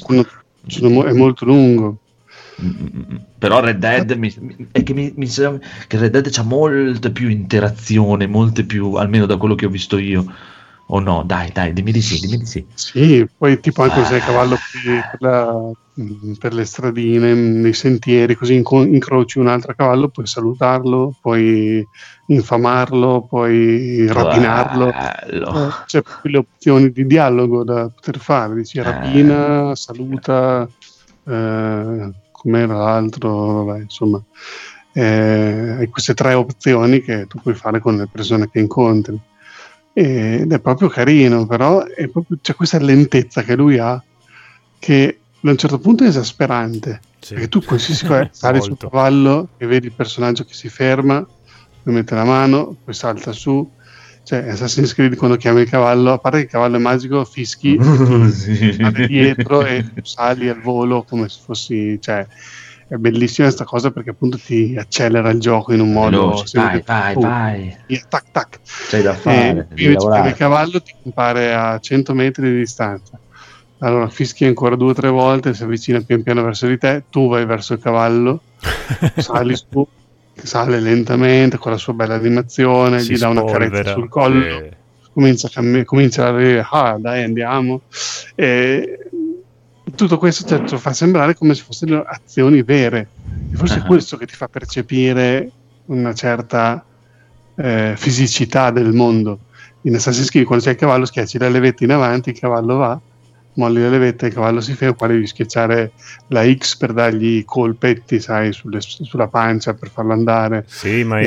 È molto lungo. Però Red Dead è che mi sembra che Red Dead c'ha molte più interazione, molte più, almeno da quello che ho visto io. O no, dai, dimmi di sì. Sì, poi tipo anche se hai cavallo per le stradine, nei sentieri, così incroci un altro cavallo, puoi salutarlo, puoi infamarlo, puoi rapinarlo. C'è proprio le opzioni di dialogo da poter fare, dici rapina, saluta, com'era l'altro, vabbè, insomma. Hai queste 3 opzioni che tu puoi fare con le persone che incontri. Ed è proprio carino, però c'è questa lentezza che lui ha, che da un certo punto è esasperante, perché tu qualsiasi cosa sali sul cavallo e vedi il personaggio che si ferma, poi mette la mano, poi salta su. Cioè Assassin's Creed, quando chiami il cavallo, a parte che il cavallo è magico, fischi, sali dietro e sali al volo come se fossi, cioè è bellissima questa cosa, perché appunto ti accelera il gioco in un modo vai tac c'hai da fare, il cavallo ti compare a 100 metri di distanza, allora fischi ancora 2 o 3 volte, si avvicina pian piano verso di te, tu vai verso il cavallo, sali su, sale lentamente con la sua bella animazione, gli dà una carezza sul collo, comincia a dire dai andiamo, tutto questo te lo fa sembrare come se fossero azioni vere, e forse è questo che ti fa percepire una certa fisicità del mondo. In Assassin's Creed, quando c'è il cavallo, schiacci la levetta in avanti, il cavallo va, molli le vette, il cavallo si ferma, qua devi schiacciare la X per dargli colpetti, sai, sulla pancia per farlo andare. Sì, ma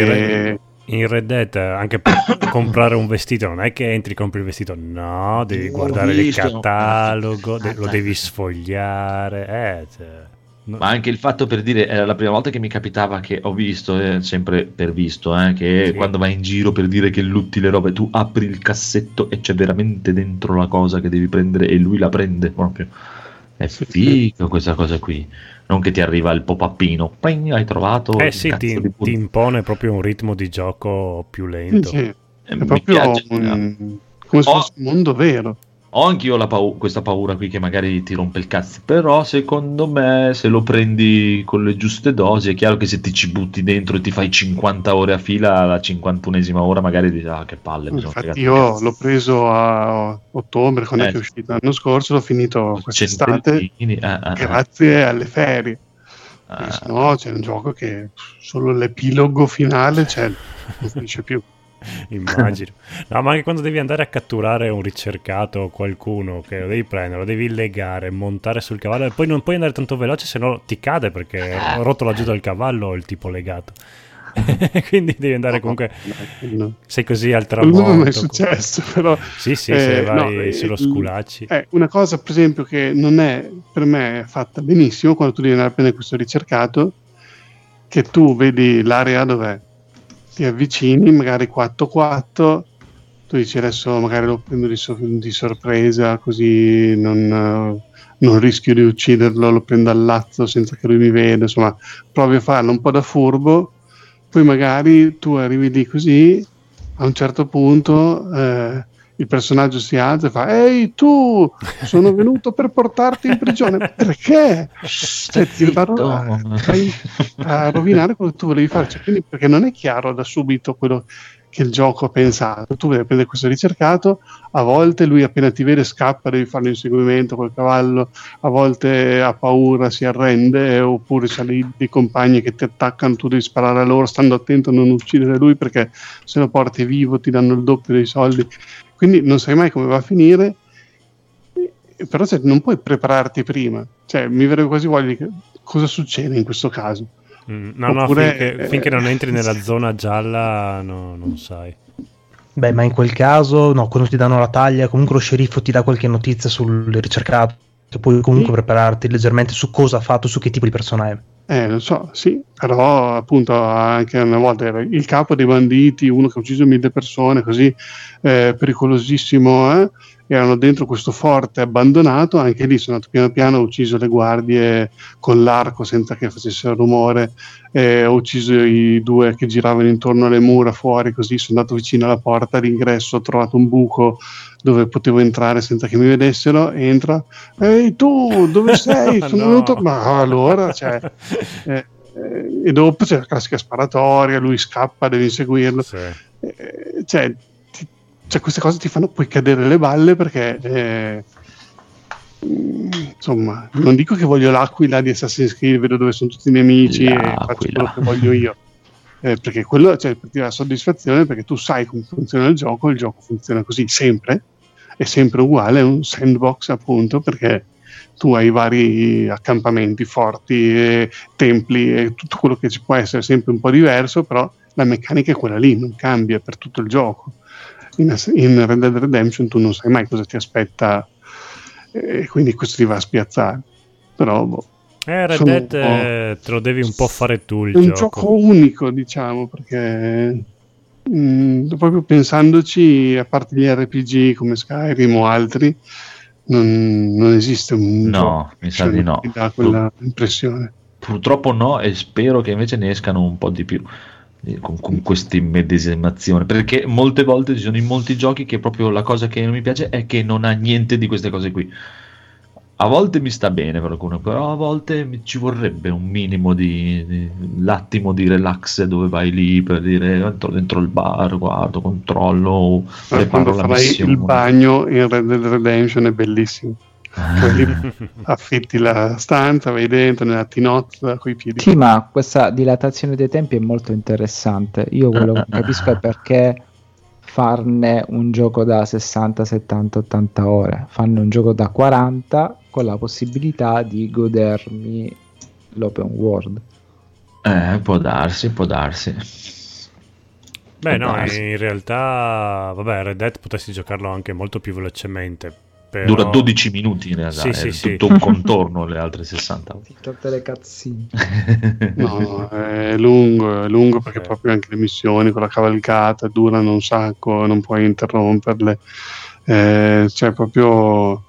in Red Dead anche per comprare un vestito non è che entri, compri il vestito, no, devi guardare il catalogo, lo devi sfogliare, Ma anche il fatto, per dire, era la prima volta che mi capitava, che ho visto, sempre per visto, che quando vai in giro, per dire che lutti le robe, tu apri il cassetto e c'è veramente dentro la cosa che devi prendere e lui la prende proprio. È figo questa cosa qui. Non che ti arriva il pop-upino, hai trovato. Sì, ti impone proprio un ritmo di gioco più lento. Sì, è proprio come se fosse un mondo vero. Ho anch'io questa paura qui che magari ti rompe il cazzo, però secondo me se lo prendi con le giuste dosi è chiaro che se ti ci butti dentro e ti fai 50 ore a fila, alla 51esima ora magari dici che palle. Infatti io l'ho preso a ottobre, quando è che è uscito l'anno scorso, l'ho finito quest'estate grazie alle ferie. Se no c'è un gioco che solo l'epilogo finale non finisce più. Immagino. No, ma anche quando devi andare a catturare un ricercato o qualcuno, che lo devi prendere, lo devi legare, montare sul cavallo e poi non puoi andare tanto veloce, se no ti cade perché ha rotto la giuda del cavallo il tipo legato. Quindi devi andare comunque sei così al tramonto. Non è successo, però sì, se vai se lo sculacci. Una cosa per esempio che non è per me fatta benissimo quando tu devi andare a prendere questo ricercato, che tu vedi l'area dov'è, ti avvicini, magari 4-4, tu dici adesso magari lo prendo di sorpresa, così non rischio di ucciderlo, lo prendo al lazzo senza che lui mi veda, insomma provi a farlo un po' da furbo, poi magari tu arrivi lì così, a un certo punto il personaggio si alza e fa: ehi tu, sono venuto per portarti in prigione. Perché? Ti vai a rovinare quello che tu volevi fare, quindi, perché non è chiaro da subito quello che il gioco ha pensato. Tu devi prendere questo ricercato, a volte lui appena ti vede scappa, devi fare l'inseguimento col cavallo, a volte ha paura, si arrende, oppure c'ha dei compagni che ti attaccano, tu devi sparare a loro stando attento a non uccidere lui, perché se lo porti vivo ti danno il doppio dei soldi, quindi non sai mai come va a finire. Però non puoi prepararti prima, mi verrebbe quasi voglia di cosa succede in questo caso. Oppure, finché non entri nella zona gialla non sai. Beh, ma in quel caso quando ti danno la taglia comunque lo sceriffo ti dà qualche notizia sul ricercato, che puoi comunque prepararti leggermente su cosa ha fatto, su che tipo di persona è. Lo so, sì, però appunto anche una volta era il capo dei banditi, uno che ha ucciso 1000 persone, così pericolosissimo, erano dentro questo forte abbandonato, anche lì sono andato piano piano, ho ucciso le guardie con l'arco senza che facessero rumore, ho ucciso i 2 che giravano intorno alle mura fuori, così sono andato vicino alla porta d'ingresso, ho trovato un buco dove potevo entrare senza che mi vedessero, entra, ehi tu, dove sei? Sono venuto, ma allora, e dopo c'è la classica sparatoria, lui scappa, devi inseguirlo, queste cose ti fanno poi cadere le balle, perché insomma, non dico che voglio l'Aquila di Assassin's Creed, vedo dove sono tutti i nemici e faccio quello che voglio io, perché quello per ti dà soddisfazione, perché tu sai come funziona il gioco funziona così sempre, è sempre uguale, è un sandbox appunto, perché tu hai vari accampamenti, forti, templi e tutto quello che ci può essere, sempre un po' diverso, però la meccanica è quella lì, non cambia per tutto il gioco. In Red Dead Redemption tu non sai mai cosa ti aspetta, e quindi questo ti va a spiazzare, però Red Dead te lo devi un po' fare tu il gioco. È un gioco unico, diciamo, perché proprio pensandoci, a parte gli RPG come Skyrim o altri, non esiste un gioco mi sa di no, che dà quella impressione. Purtroppo no, e spero che invece ne escano un po' di più con questa immedesimazione, perché molte volte ci sono in molti giochi che proprio la cosa che non mi piace è che non ha niente di queste cose qui. A volte mi sta bene per alcune, però a volte ci vorrebbe un minimo di l'attimo di relax dove vai lì per dire entro dentro il bar, guardo, controllo, quando farai il bagno in Red Dead Redemption è bellissimo. Lì affitti la stanza, vai dentro nella tinozza coi piedi. Sì, ma questa dilatazione dei tempi è molto interessante. Io quello che capisco è perché farne un gioco da 60, 70, 80 ore, fanno un gioco da 40 con la possibilità di godermi l'open world. Può darsi. Beh, no, in realtà, vabbè, Red Dead potresti giocarlo anche molto più velocemente. Però... Dura 12 minuti in realtà, sì. tutto un contorno le altre 60. Tutte le cazzine. No, è lungo perché proprio anche le missioni con la cavalcata durano un sacco, non puoi interromperle. Cioè proprio...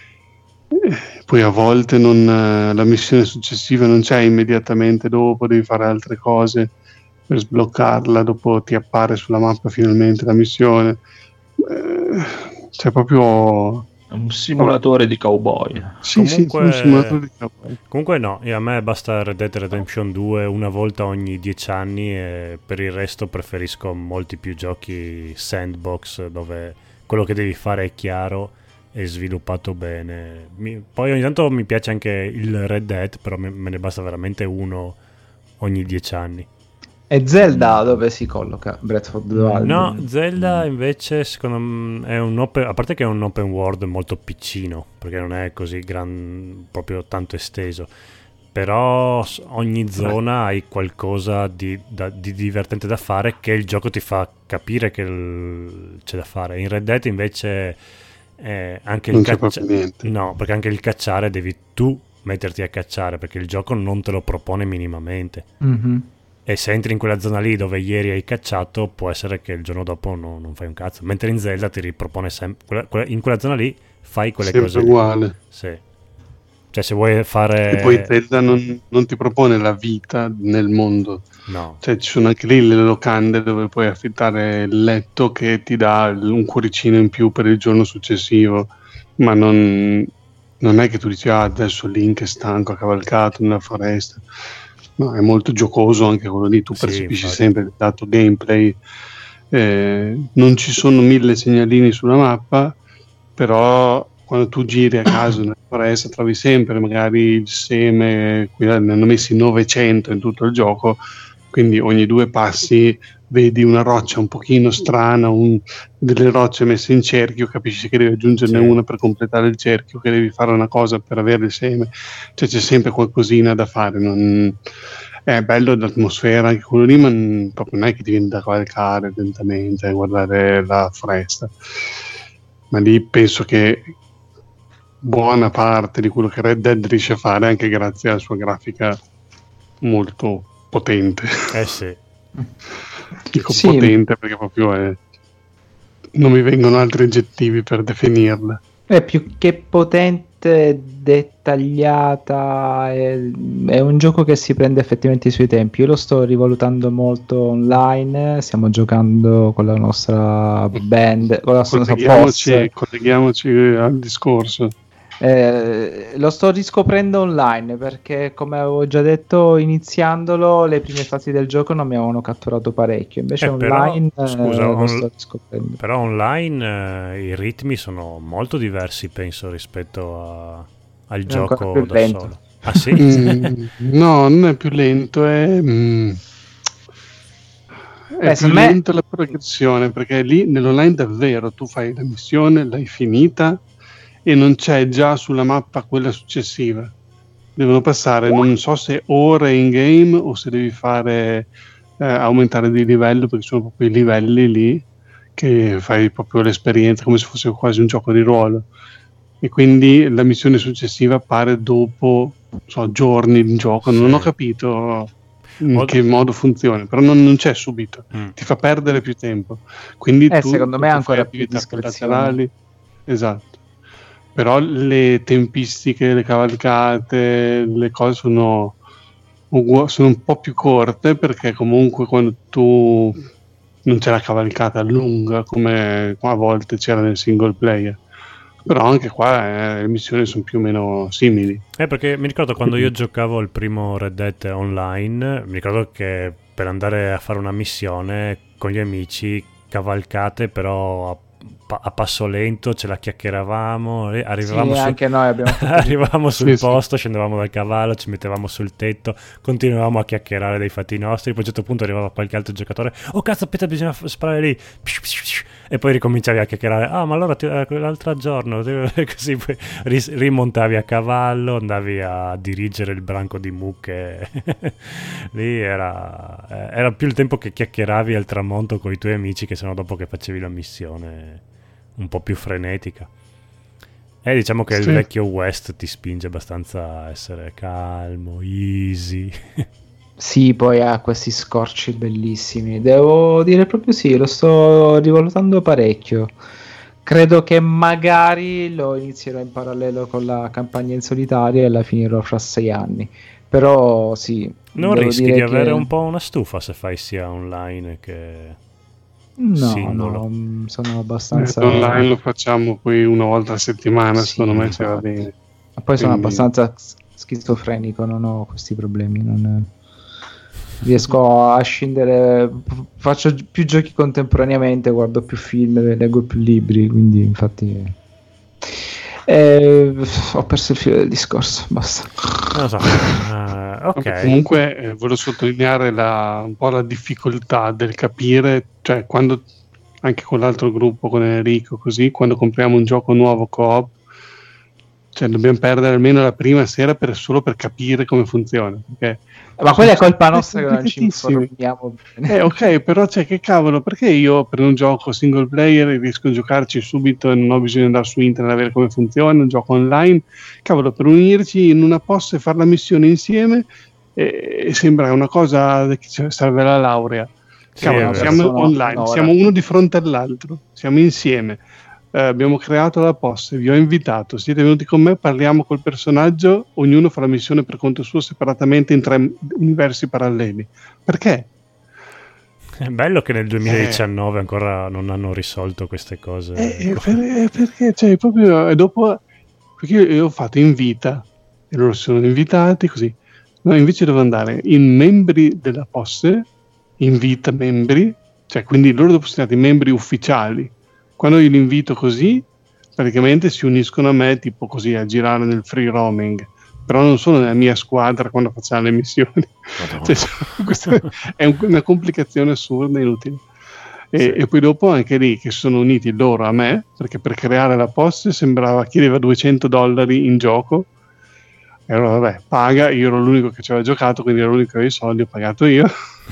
Poi a volte la missione successiva non c'è immediatamente dopo, devi fare altre cose per sbloccarla, dopo ti appare sulla mappa finalmente la missione. C'è proprio... un simulatore di cowboy. Comunque, un simulatore di cowboy. Comunque no, a me basta Red Dead Redemption 2 una volta ogni 10 anni e per il resto preferisco molti più giochi sandbox dove quello che devi fare è chiaro e sviluppato bene. Poi ogni tanto mi piace anche il Red Dead, però me ne basta veramente uno ogni 10 anni. E Zelda dove si colloca? Breath of the Wild? No, Zelda invece secondo me è a parte che è un open world molto piccino, perché non è così proprio tanto esteso, però ogni zona hai qualcosa di divertente da fare che il gioco ti fa capire che c'è da fare. In Red Dead invece anche non c'è proprio niente. No, perché anche il cacciare devi tu metterti a cacciare, perché il gioco non te lo propone minimamente. Mm-hmm. E se entri in quella zona lì dove ieri hai cacciato, può essere che il giorno dopo non fai un cazzo. Mentre in Zelda ti ripropone sempre in quella zona lì fai quelle sempre cose uguale. Sì. Cioè se vuoi fare... E poi Zelda non ti propone la vita nel mondo. No. Cioè ci sono anche lì le locande dove puoi affittare il letto che ti dà un cuoricino in più per il giorno successivo. Ma non è che tu dici adesso Link è stanco, ha cavalcato nella foresta. No, è molto giocoso anche quello lì, tu percepisci sempre il dato gameplay, non ci sono 1000 segnalini sulla mappa, però quando tu giri a caso nella foresta trovi sempre magari il seme, qui ne hanno messi 900 in tutto il gioco, quindi ogni 2 passi vedi una roccia un pochino strana, delle rocce messe in cerchio, capisci che devi aggiungerne una per completare il cerchio, che devi fare una cosa per avere il seme, cioè c'è sempre qualcosina da fare. È bello l'atmosfera anche quello lì, ma proprio non è che ti viene da cavalcare lentamente a guardare la foresta, ma lì penso che buona parte di quello che Red Dead riesce a fare anche grazie alla sua grafica molto potente. Sì. Dico potente perché proprio non mi vengono altri aggettivi per definirla. È più che potente, dettagliata, è un gioco che si prende effettivamente i suoi tempi. Io lo sto rivalutando molto online, stiamo giocando con la nostra band, con la nostra colleghiamoci al discorso. Lo sto riscoprendo online perché, come avevo già detto iniziandolo, le prime fasi del gioco non mi avevano catturato parecchio, invece online lo sto riscoprendo. Però online i ritmi sono molto diversi, penso, rispetto al gioco da lento. solo. Ah sì? No, non è più lento, è più lento la progressione, perché lì nell'online davvero tu fai la missione, l'hai finita e non c'è già sulla mappa quella successiva. Devono passare non so se ore in game o se devi fare aumentare di livello, perché sono proprio i livelli lì che fai proprio l'esperienza come se fosse quasi un gioco di ruolo, e quindi la missione successiva appare dopo giorni di gioco. Non ho capito in che modo funziona, però non c'è subito, ti fa perdere più tempo, quindi tu secondo me ancora più attività collaterali. Esatto. Però le tempistiche, le cavalcate, le cose sono un po' più corte, perché comunque quando tu non c'è la cavalcata lunga come a volte c'era nel single player, però anche qua le missioni sono più o meno simili. Perché mi ricordo quando io giocavo il primo Red Dead online, mi ricordo che per andare a fare una missione con gli amici, cavalcate però a passo lento, ce la chiacchieravamo, arrivavamo anche noi abbiamo arrivavamo sul posto, scendevamo dal cavallo, ci mettevamo sul tetto, continuavamo a chiacchierare dei fatti nostri, poi a un certo punto arrivava qualche altro giocatore, oh cazzo aspetta, bisogna sparare lì, e poi ricominciavi a chiacchierare, ma allora l'altro giorno così poi rimontavi a cavallo, andavi a dirigere il branco di mucche. Lì era più il tempo che chiacchieravi al tramonto con i tuoi amici che sennò dopo che facevi la missione un po' più frenetica. E diciamo che il vecchio West ti spinge abbastanza a essere calmo, easy. Sì, poi ha questi scorci bellissimi. Devo dire proprio sì, lo sto rivalutando parecchio. Credo che magari lo inizierò in parallelo con la campagna in solitaria e la finirò fra 6 anni. Però sì. Non rischi di avere un po' una stufa se fai sia online che... singolo. No, sono abbastanza... Online lo facciamo poi una volta a settimana, sì, secondo me ci va bene. Ma poi sono abbastanza schizofrenico, non ho questi problemi, non riesco a scindere, faccio più giochi contemporaneamente, guardo più film, leggo più libri, quindi infatti ho perso il filo del discorso, basta. Non so. Ok. Comunque volevo sottolineare un po' la difficoltà del capire, cioè quando anche con l'altro gruppo, con Enrico, così, quando compriamo un gioco nuovo co-op, cioè dobbiamo perdere almeno la prima sera solo per capire come funziona, perché ma quella è colpa nostra che non ci informiamo bene. Ok, però che cavolo, perché io per un gioco single player riesco a giocarci subito e non ho bisogno di andare su internet a vedere come funziona, un gioco online, cavolo, per unirci in una posta e fare la missione insieme sembra una cosa che serve la laurea. Cavolo, siamo online, siamo uno di fronte all'altro, siamo insieme. Abbiamo creato la posta, vi ho invitato, siete venuti con me, parliamo col personaggio, ognuno fa la missione per conto suo separatamente in 3 universi paralleli. Perché? È bello che nel 2019 ancora non hanno risolto queste cose. Perché cioè proprio dopo, perché io ho fatto invita e loro si sono invitati così. No, invece devo andare in membri della posta, invita membri, cioè quindi loro dopo sono stati membri ufficiali. Quando io li invito così, praticamente si uniscono a me, tipo così, a girare nel free roaming. Però non sono nella mia squadra quando facciamo le missioni. Cioè, questa è una complicazione assurda e inutile. E poi dopo anche lì che sono uniti loro a me, perché per creare la posta chiedeva $200 in gioco. E allora vabbè, paga, io ero l'unico che ci aveva giocato, quindi ero l'unico che aveva i soldi, ho pagato io.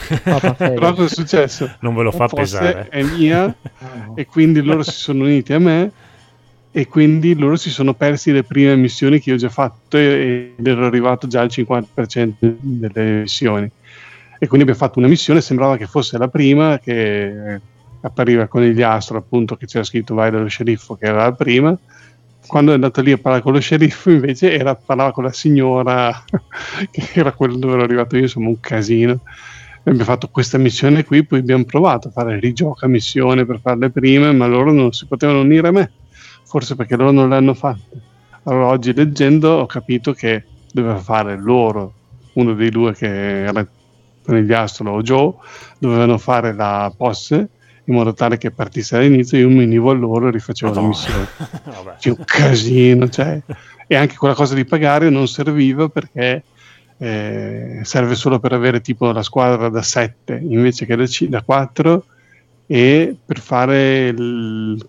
Però cosa è successo? Non ve lo fa pesare. È mia e quindi loro si sono uniti a me e quindi loro si sono persi le prime missioni che io ho già fatto ed ero arrivato già al 50% delle missioni. E quindi abbiamo fatto una missione, sembrava che fosse la prima, che appariva con il Conigliastro, appunto, che c'era scritto vai dallo sceriffo, che era la prima. Quando è andato lì a parlare con lo sceriffo invece parlava con la signora che era quello dove ero arrivato io, insomma un casino. E abbiamo fatto questa missione qui, poi abbiamo provato a fare rigioca missione per farle prime, ma loro non si potevano unire a me, forse perché loro non le hanno fatte. Allora oggi leggendo ho capito che doveva fare loro, uno dei due che era Conigliastro o Joe, dovevano fare la posse in modo tale che partisse all'inizio, io mi univo a loro e rifacevo la missione. C'è un casino, cioè. E anche quella cosa di pagare non serviva perché serve solo per avere tipo la squadra da 7 invece che da 4 e per fare il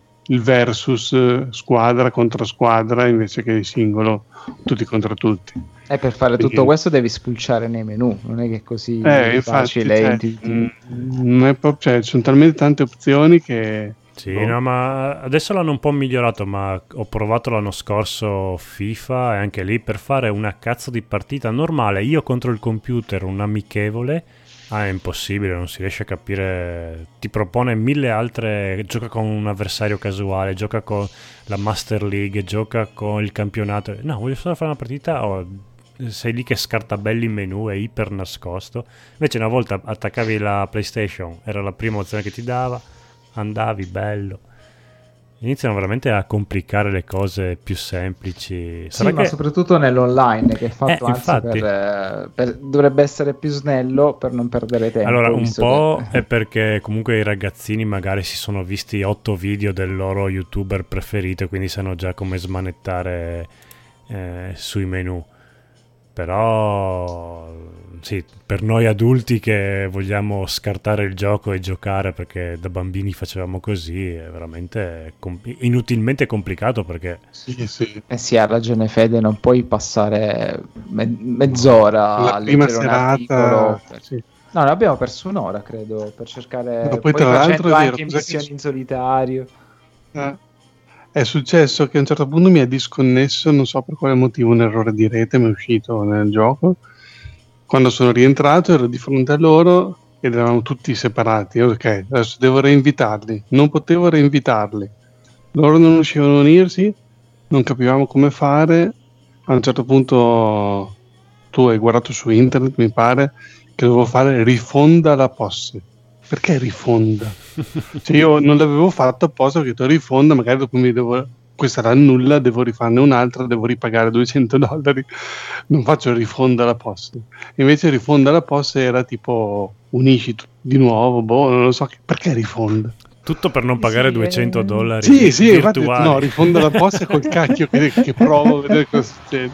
versus squadra contro squadra invece che il singolo tutti contro tutti. E per fare tutto questo devi spulciare nei menu, non è che è così facile. Non è proprio, cioè, ci sono talmente tante opzioni che... Sì, no, ma adesso l'hanno un po' migliorato, ma ho provato l'anno scorso FIFA e anche lì per fare una cazzo di partita normale, io contro il computer, un amichevole, è impossibile, non si riesce a capire, ti propone 1000 altre, gioca con un avversario casuale, gioca con la Master League, gioca con il campionato, no, voglio solo fare una partita, sei lì che scartabelli il menu, è iper nascosto, invece una volta attaccavi la PlayStation, era la prima opzione che ti dava, andavi, bello. Iniziano veramente a complicare le cose più semplici. Sì, ma soprattutto nell'online, che è fatto anzi dovrebbe essere più snello per non perdere tempo. Allora, un po' è perché comunque i ragazzini magari si sono visti 8 video del loro youtuber preferito, quindi sanno già come smanettare sui menu. Però sì, per noi adulti che vogliamo scartare il gioco e giocare perché da bambini facevamo così, è veramente inutilmente complicato, perché sì, ha ragione Fede, non puoi passare mezz'ora la prima serata. No, ne abbiamo perso un'ora, credo, per cercare. No, poi tra l'altro anche missioni in solitario. È successo che a un certo punto mi ha disconnesso, non so per quale motivo, un errore di rete mi è uscito nel gioco. Quando sono rientrato ero di fronte a loro ed eravamo tutti separati. Ok, adesso devo reinvitarli. Non potevo reinvitarli. Loro non riuscivano a unirsi, non capivamo come fare. A un certo punto tu hai guardato su internet, mi pare, che dovevo fare rifonda la posse. Perché rifonda? Cioè io non l'avevo fatto apposta, perché tu rifonda, magari dopo questa era nulla, devo rifarne un'altra, devo ripagare $200, non faccio rifonda la posta. Invece rifonda la posta era tipo unisci di nuovo, non lo so, perché rifonda? Tutto per non pagare $200 sì, virtuali. Infatti, no, rifonda la posta col cacchio che provo a vedere cosa succede.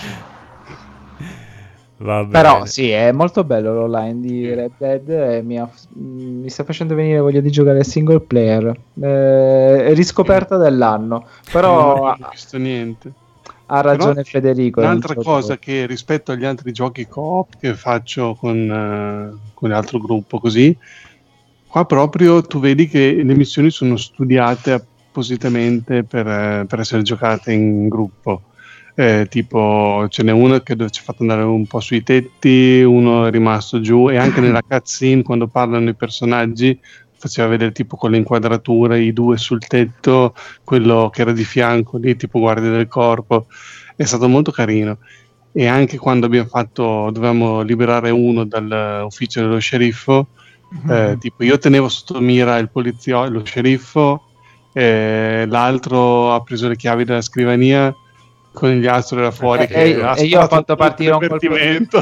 Però sì, è molto bello l'online di Red Dead e mi sta facendo venire voglia di giocare single player. È riscoperta dell'anno, però non ho visto niente. Ha ragione però, Federico. Un'altra cosa che rispetto agli altri giochi co-op che faccio con l'altro gruppo, così qua proprio tu vedi che le missioni sono studiate appositamente per essere giocate in gruppo. Tipo ce n'è uno che ci ha fatto andare un po' sui tetti, uno è rimasto giù, e anche nella cutscene quando parlano i personaggi faceva vedere tipo con le inquadrature i due sul tetto, quello che era di fianco lì tipo guardia del corpo. È stato molto carino. E anche quando dovevamo liberare uno dall'ufficio dello sceriffo, tipo io tenevo sotto mira il poliziotto, lo sceriffo, l'altro ha preso le chiavi dalla scrivania, con gli astro era fuori e io ho fatto partire un divertimento.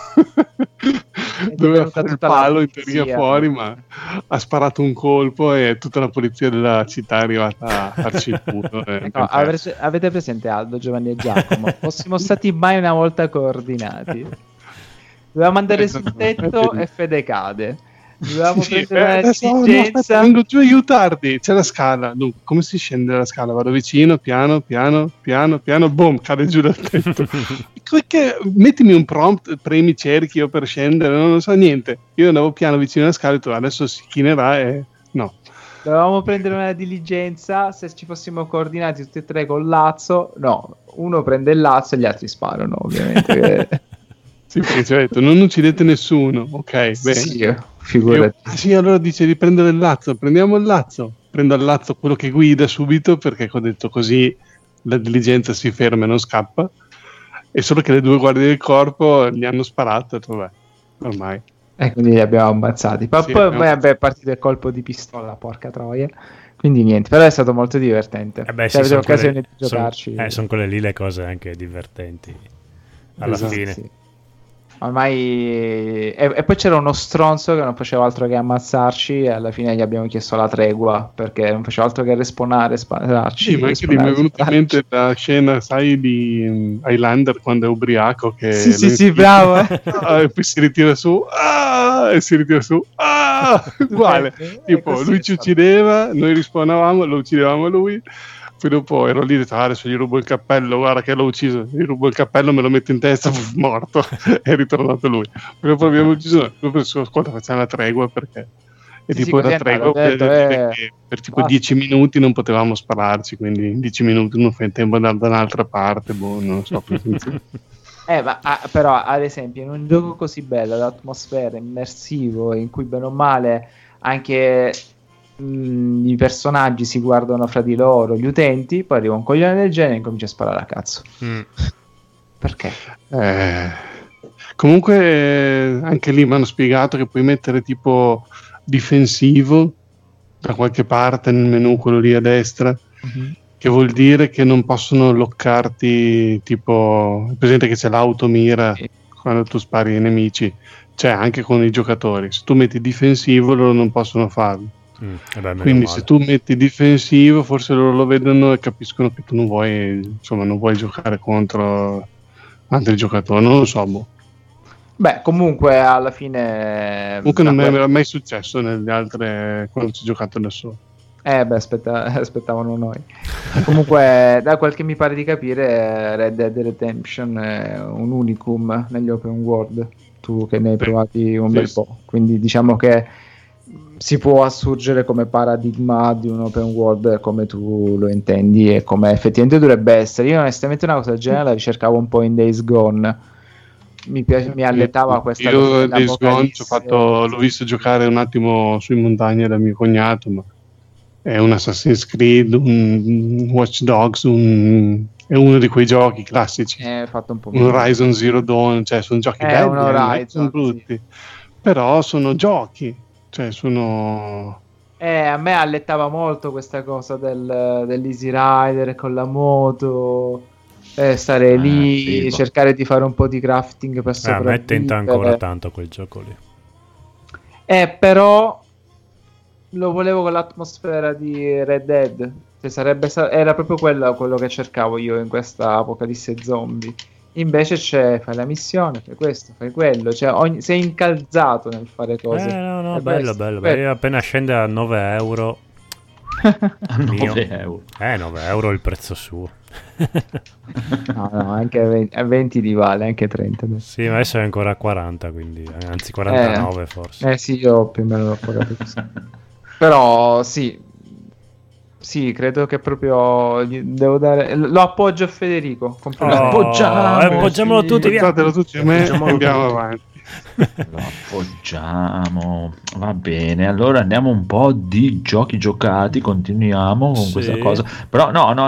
Doveva fare il palo in teoria fuori, ma ha sparato un colpo e tutta la polizia della città è arrivata a farci il culo. No, avete presente Aldo, Giovanni e Giacomo? Fossimo stati mai una volta coordinati. Dovevamo andare sul tetto e Fede cade. Dovevamo prendere una diligenza. No, vengo giù a aiutarti, c'è la scala. Dunque, come si scende dalla scala? Vado vicino, piano, boom, cade giù dal tetto. Mettimi un prompt, premi cerchi io per scendere, non so niente. Io andavo piano vicino alla scala e detto, adesso si chinerà e no. Dovevamo prendere una diligenza, se ci fossimo coordinati tutti e tre col lazzo, no, uno prende il lazzo e gli altri sparano, ovviamente. Sì, perché ci ha detto non uccidete nessuno, ok, bene. Sì, figurati. Sì, allora dice di prendere il lazzo, prendiamo il lazzo. Prendo al lazzo quello che guida subito, perché ho detto così la diligenza si ferma e non scappa. E solo che le due guardie del corpo gli hanno sparato, e vabbè, ormai. E quindi li abbiamo ammazzati. Poi è partito il colpo di pistola, porca troia. Quindi niente, però è stato molto divertente. Se avete l'occasione di giocarci. Sono quelle lì le cose anche divertenti alla fine. Sì. Ormai e poi c'era uno stronzo che non faceva altro che ammazzarci, e alla fine gli abbiamo chiesto la tregua perché non faceva altro che respawnare, spararci. Sì, ma anche lì mi è venuta in mente la scena, sai, di Highlander quando è ubriaco che sì, bravo. E poi si ritira su uguale, tipo lui ci uccideva, noi rispawnavamo, lo uccidevamo lui. Poi dopo ero lì e ho detto, adesso gli rubo il cappello, guarda che l'ho ucciso, gli rubo il cappello, me lo metto in testa, morto, è ritornato lui. Poi dopo abbiamo ucciso, dopo ascolta, facciamo la tregua perché... E tipo la tregua per tipo 10 minuti non potevamo spararci, quindi in 10 minuti non fai in tempo ad andare da un'altra parte, non so come funziona. Però ad esempio in un gioco così bello, l'atmosfera, immersivo, in cui bene o male anche... i personaggi si guardano fra di loro, gli utenti, poi arriva un coglione del genere e incomincia a sparare a cazzo. Perché? Comunque anche lì mi hanno spiegato che puoi mettere tipo difensivo da qualche parte nel menu, quello lì a destra, che vuol dire che non possono loccarti, tipo presente che c'è l'automira quando tu spari ai nemici, cioè anche con i giocatori, se tu metti difensivo loro non possono farlo. Quindi se tu metti difensivo forse loro lo vedono e capiscono che tu non vuoi giocare contro altri giocatori, non lo so. Beh, comunque alla fine... Comunque non mi era mai successo nelle altre, quando ci ho giocato da solo. Aspettavano noi. Comunque, da quel che mi pare di capire, Red Dead Redemption è un unicum negli open world. Tu che ne hai provati un bel po', quindi diciamo che si può assurgere come paradigma di un open world come tu lo intendi e come effettivamente dovrebbe essere. Io onestamente una cosa del genere la ricercavo un po' in Days Gone. Mi allettava questa cosa. Io Days Gone l'ho visto giocare un attimo sui montagne da mio cognato, ma è un Assassin's Creed, un Watch Dogs, è uno di quei giochi classici. Fatto un po' un Horizon Zero Dawn, cioè sono giochi belli, sono brutti, però sono giochi, cioè sono... A me allettava molto questa cosa dell'Easy Rider con la moto, stare lì, cercare di fare un po' di crafting per sopravvivere. A me tenta ancora tanto quel gioco lì. Però lo volevo con l'atmosfera di Red Dead, era proprio quello che cercavo io in questa apocalisse zombie. Invece fai la missione, fai questo, fai quello, cioè sei incalzato nel fare cose. No, bello. Io appena scende a 9 euro. A 9 euro. 9 euro è il prezzo suo. No, anche a 20 li vale, anche 30 adesso. Sì, ma adesso è ancora a 40, quindi anzi 49 forse. Sì, io più o meno l'ho pagato così. Però sì, credo che proprio devo dare. Lo appoggio a Federico. Appoggiamolo tutti, via. Fatelo tutti a me, andiamo avanti. Lo appoggiamo, va bene. Allora andiamo un po' di giochi giocati. Continuiamo con questa cosa. Però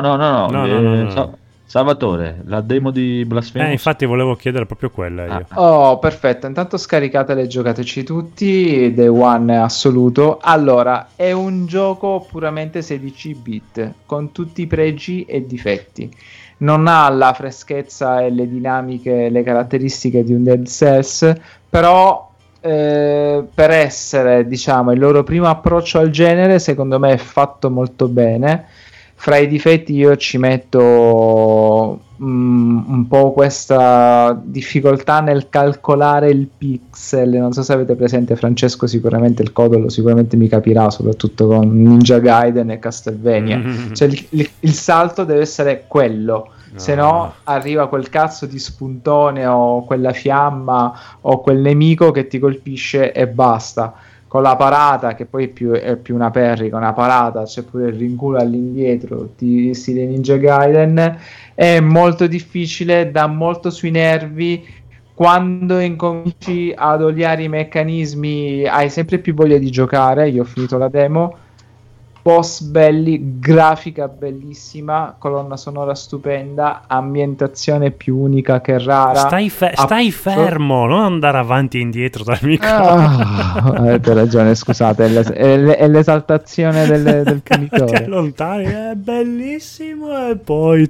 no. Salvatore, la demo di Blasphemous. Infatti volevo chiedere proprio quella io. Oh, perfetto. Intanto scaricatele e giocateci tutti. Day One assoluto. Allora, è un gioco puramente 16 bit con tutti i pregi e difetti. Non ha la freschezza e le dinamiche, le caratteristiche di un Dead Cells, però per essere, diciamo, il loro primo approccio al genere, secondo me è fatto molto bene. Fra i difetti io ci metto un po' questa difficoltà nel calcolare il pixel. Non so se avete presente, Francesco sicuramente il codolo sicuramente mi capirà, soprattutto con Ninja Gaiden e Castlevania. Cioè il salto deve essere quello, se no arriva quel cazzo di spuntone o quella fiamma o quel nemico che ti colpisce e basta. Con la parata, che poi è più una parry, con una parata c'è pure il rinculo all'indietro, stile Ninja Gaiden, è molto difficile, dà molto sui nervi. Quando incominci ad oliare i meccanismi hai sempre più voglia di giocare. Io ho finito la demo, boss belli, grafica bellissima, colonna sonora stupenda, ambientazione più unica che rara. Stai fermo, non andare avanti e indietro dal microfono. Avete ragione, scusate, è l'esaltazione del punitore. Ti allontani, è bellissimo e poi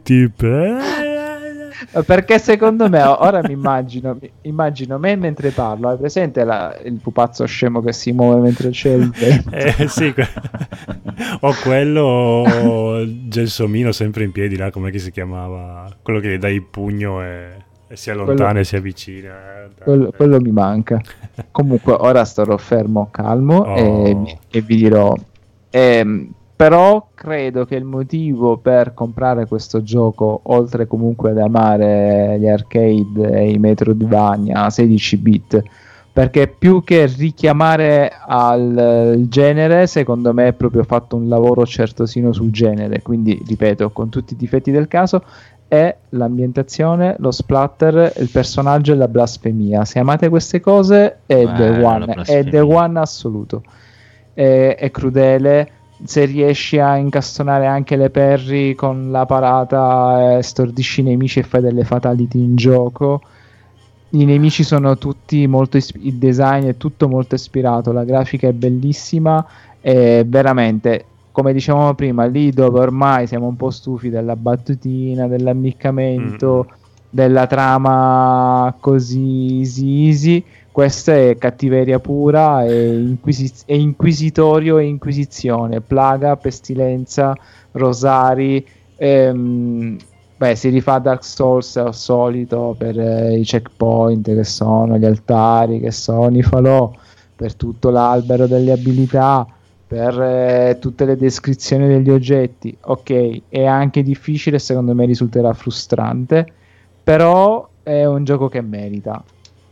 perché secondo me ora mi immagino me mentre parlo. Hai presente il pupazzo scemo che si muove mentre c'è il vento? Sì. O quello Gelsomino sempre in piedi là, come si chiamava, quello che gli dai il pugno e si allontana e si avvicina. Quello mi manca. Comunque ora starò fermo, calmo e vi dirò. Però credo che il motivo per comprare questo gioco, oltre comunque ad amare gli arcade e i Metroidvania 16 bit, perché più che richiamare al genere, secondo me è proprio fatto un lavoro certosino sul genere, quindi ripeto, con tutti i difetti del caso, è l'ambientazione, lo splatter, il personaggio e la blasfemia. Se amate queste cose è The One assoluto. È crudele. Se riesci a incastonare anche le parry con la parata, stordisci i nemici e fai delle fatality in gioco. I nemici sono tutti molto il design è tutto molto ispirato, la grafica è bellissima e veramente, come dicevamo prima, lì dove ormai siamo un po' stufi della battutina, dell'ammiccamento, della trama così easy, questa è cattiveria pura, è inquisitorio e inquisizione, plaga, pestilenza, rosari, Beh, si rifà Dark Souls al solito per i checkpoint che sono gli altari, che sono i falò, per tutto l'albero delle abilità, per tutte le descrizioni degli oggetti. Ok, è anche difficile, secondo me risulterà frustrante, però è un gioco che merita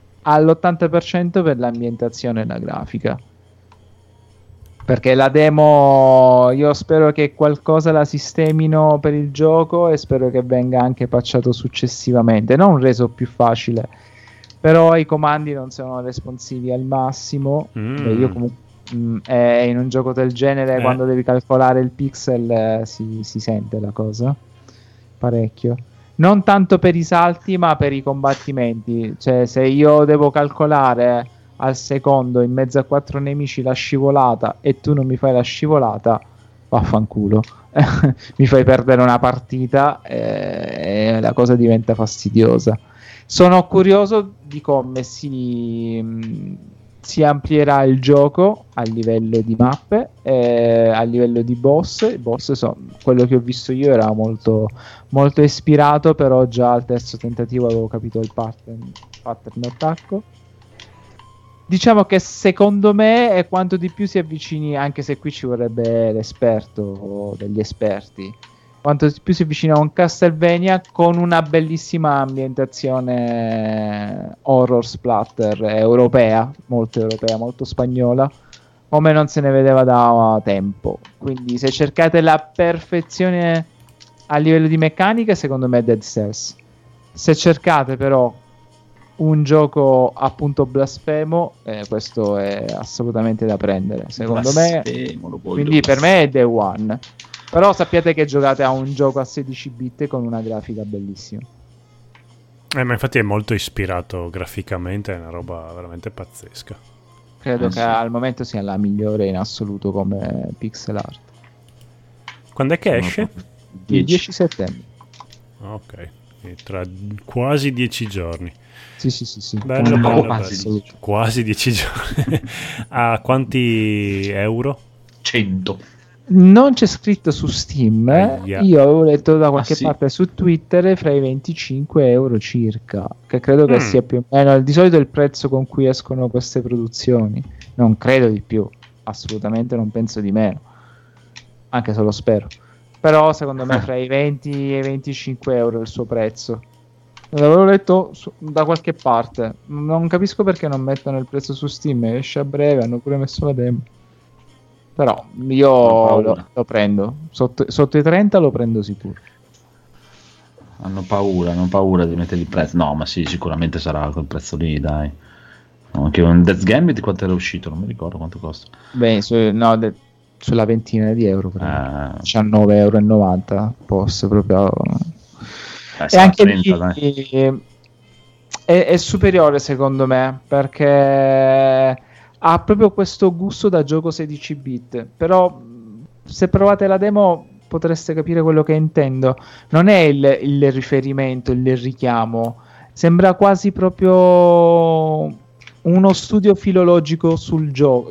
all'80% per l'ambientazione e la grafica. Perché la demo, io spero che qualcosa la sistemino per il gioco e spero che venga anche patchato successivamente, non reso più facile, però i comandi non sono responsivi al massimo. Beh, io comunque in un gioco del genere quando devi calcolare il pixel si sente la cosa parecchio, non tanto per i salti ma per i combattimenti. Cioè, se io devo calcolare al secondo in mezzo a 4 nemici la scivolata e tu non mi fai la scivolata, vaffanculo. Mi fai perdere una partita e la cosa diventa fastidiosa. Sono curioso di come si amplierà il gioco a livello di mappe, a livello di boss. I boss quello che ho visto io era molto, molto ispirato, però già al terzo tentativo avevo capito il pattern d'attacco. Diciamo che secondo me è quanto di più si avvicini, anche se qui ci vorrebbe l'esperto o degli esperti, quanto di più si avvicina a un Castlevania con una bellissima ambientazione horror splatter europea, molto spagnola, come non se ne vedeva da tempo. Quindi se cercate la perfezione a livello di meccanica, secondo me è Dead Cells. Se cercate però un gioco appunto blasfemo, questo è assolutamente da prendere, secondo me. Quindi per me è Day One. Però sappiate che giocate a un gioco a 16 bit con una grafica bellissima. Ma infatti è molto ispirato graficamente, è una roba veramente pazzesca. Credo che al momento sia la migliore in assoluto come pixel art. Quando è che esce? Il 10 settembre. Ok, tra quasi 10 giorni. Sì. Bello. Quasi 10 giorni. A quanti euro? 100. Non c'è scritto su Steam. Io avevo letto da qualche parte su Twitter fra i 25 euro circa, che credo che sia più o meno di solito il prezzo con cui escono queste produzioni. Non credo di più, assolutamente non penso di meno, anche se lo spero. Però secondo me fra i 20 e i 25 euro è il suo prezzo. L'avevo letto da qualche parte. Non capisco perché non mettono il prezzo su Steam. Esce a breve, hanno pure messo la demo. Però io lo prendo. Sotto i 30 lo prendo sicuro. Hanno paura di mettere il prezzo. No, ma sì, sicuramente sarà quel prezzo lì, dai. Anche un Death Gambit quanto era uscito? Non mi ricordo quanto costa. Beh, sulla ventina di euro. 19,90 €. Posso proprio... e anche 30, lì è superiore secondo me, perché ha proprio questo gusto da gioco 16 bit. Però se provate la demo potreste capire quello che intendo. Non è il riferimento, il richiamo, sembra quasi proprio uno studio filologico sul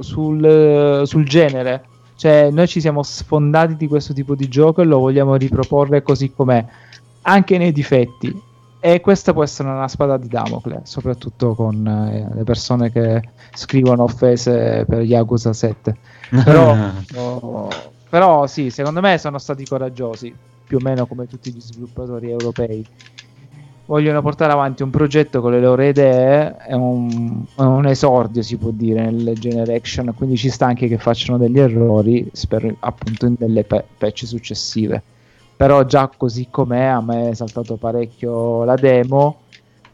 genere. Cioè noi ci siamo sfondati di questo tipo di gioco e lo vogliamo riproporre così com'è, anche nei difetti. E questa può essere una spada di Damocle, soprattutto con le persone che scrivono offese per Yakuza 7. Però sì, secondo me sono stati coraggiosi, più o meno come tutti gli sviluppatori europei. Vogliono portare avanti un progetto con le loro idee, è un esordio, si può dire, nel Generation, quindi ci sta anche che facciano degli errori, spero appunto in delle patch successive. Però già così com'è a me è saltato parecchio la demo,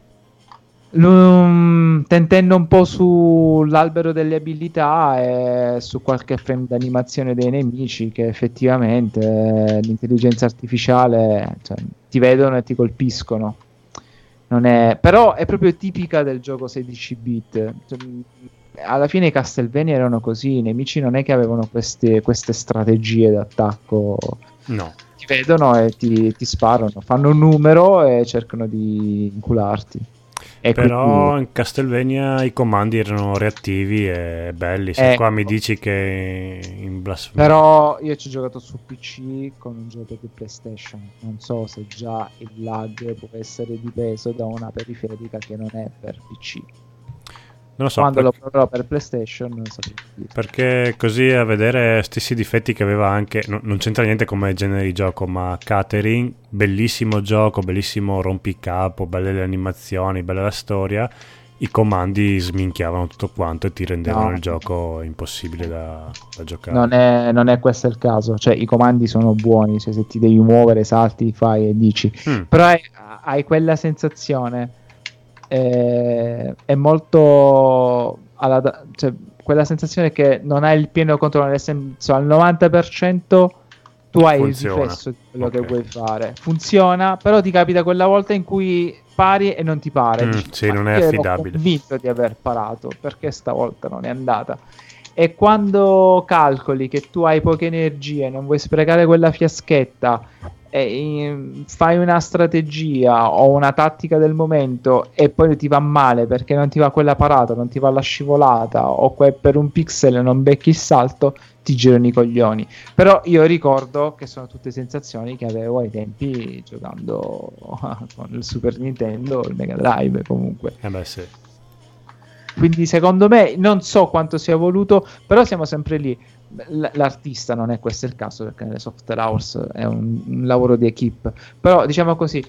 tentendo un po' sull'albero delle abilità e su qualche frame d'animazione dei nemici, che effettivamente l'intelligenza artificiale, cioè, ti vedono e ti colpiscono. Però è proprio tipica del gioco 16 bit. Cioè, alla fine i Castlevania erano così, i nemici non è che avevano queste strategie d'attacco. No. Ti vedono e ti sparano, fanno un numero e cercano di incularti. E però quindi... in Castlevania i comandi erano reattivi e belli. Se qua mi dici che in Blasphemous... Però io ci ho giocato su PC con un gioco di PlayStation. Non so se già il lag può essere dipeso da una periferica che non è per PC. Non lo so, quando lo proverò per PlayStation non so dire. Perché così a vedere stessi difetti che aveva anche, non c'entra niente come genere di gioco, ma Catherine, bellissimo gioco, bellissimo rompicapo, belle le animazioni, bella la storia, i comandi sminchiavano tutto quanto e ti rendevano il gioco impossibile da giocare. Non è questo il caso, cioè i comandi sono buoni, cioè, se ti devi muovere salti, fai e dici, però hai quella sensazione, è molto cioè, quella sensazione che non hai il pieno controllo, nel senso al 90% tu hai il riflesso di quello che vuoi fare, funziona, però ti capita quella volta in cui pari e non ti pare, sì, non è affidabile. Ero convinto di aver parato, perché stavolta non è andata. E quando calcoli che tu hai poche energie, non vuoi sprecare quella fiaschetta, e fai una strategia o una tattica del momento e poi ti va male perché non ti va quella parata, non ti va la scivolata o per un pixel non becchi il salto, ti girano i coglioni. Però io ricordo che sono tutte sensazioni che avevo ai tempi giocando con il Super Nintendo, il Mega Drive comunque. Sì. Quindi secondo me, non so quanto sia voluto, però siamo sempre lì. L'artista non è questo il caso, perché nelle Software House è un lavoro di equipe, però diciamo così,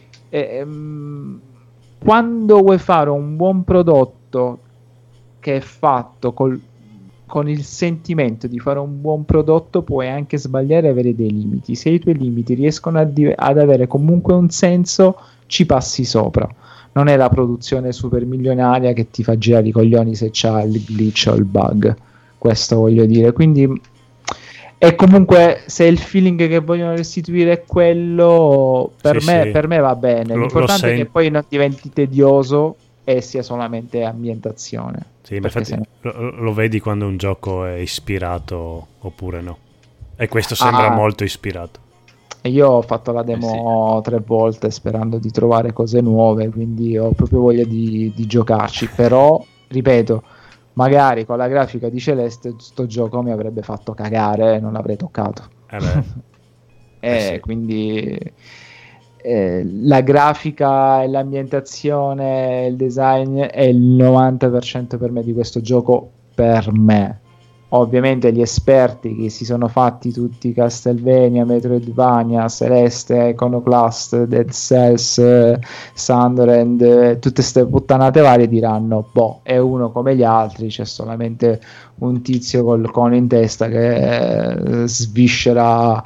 quando vuoi fare un buon prodotto che è fatto con il sentimento di fare un buon prodotto, puoi anche sbagliare e avere dei limiti. Se i tuoi limiti riescono ad avere comunque un senso, ci passi sopra. Non è la produzione super milionaria che ti fa girare i coglioni se c'ha il glitch o il bug, questo voglio dire. Quindi, e comunque se il feeling che vogliono restituire è quello, per me va bene. L'importante è che poi non diventi tedioso e sia solamente ambientazione. Sì, infatti lo vedi quando un gioco è ispirato oppure no, e questo sembra molto ispirato. Io ho fatto la demo 3 volte sperando di trovare cose nuove, quindi ho proprio voglia di giocarci, però ripeto, magari con la grafica di Celeste sto gioco mi avrebbe fatto cagare e non l'avrei toccato. Quindi la grafica e l'ambientazione, il design è il 90% per me di questo gioco, per me. Ovviamente gli esperti che si sono fatti tutti Castlevania, Metroidvania, Celeste, Iconoclast, Dead Cells, Sunderland, tutte ste puttanate varie diranno è uno come gli altri, c'è solamente un tizio col cono in testa che sviscera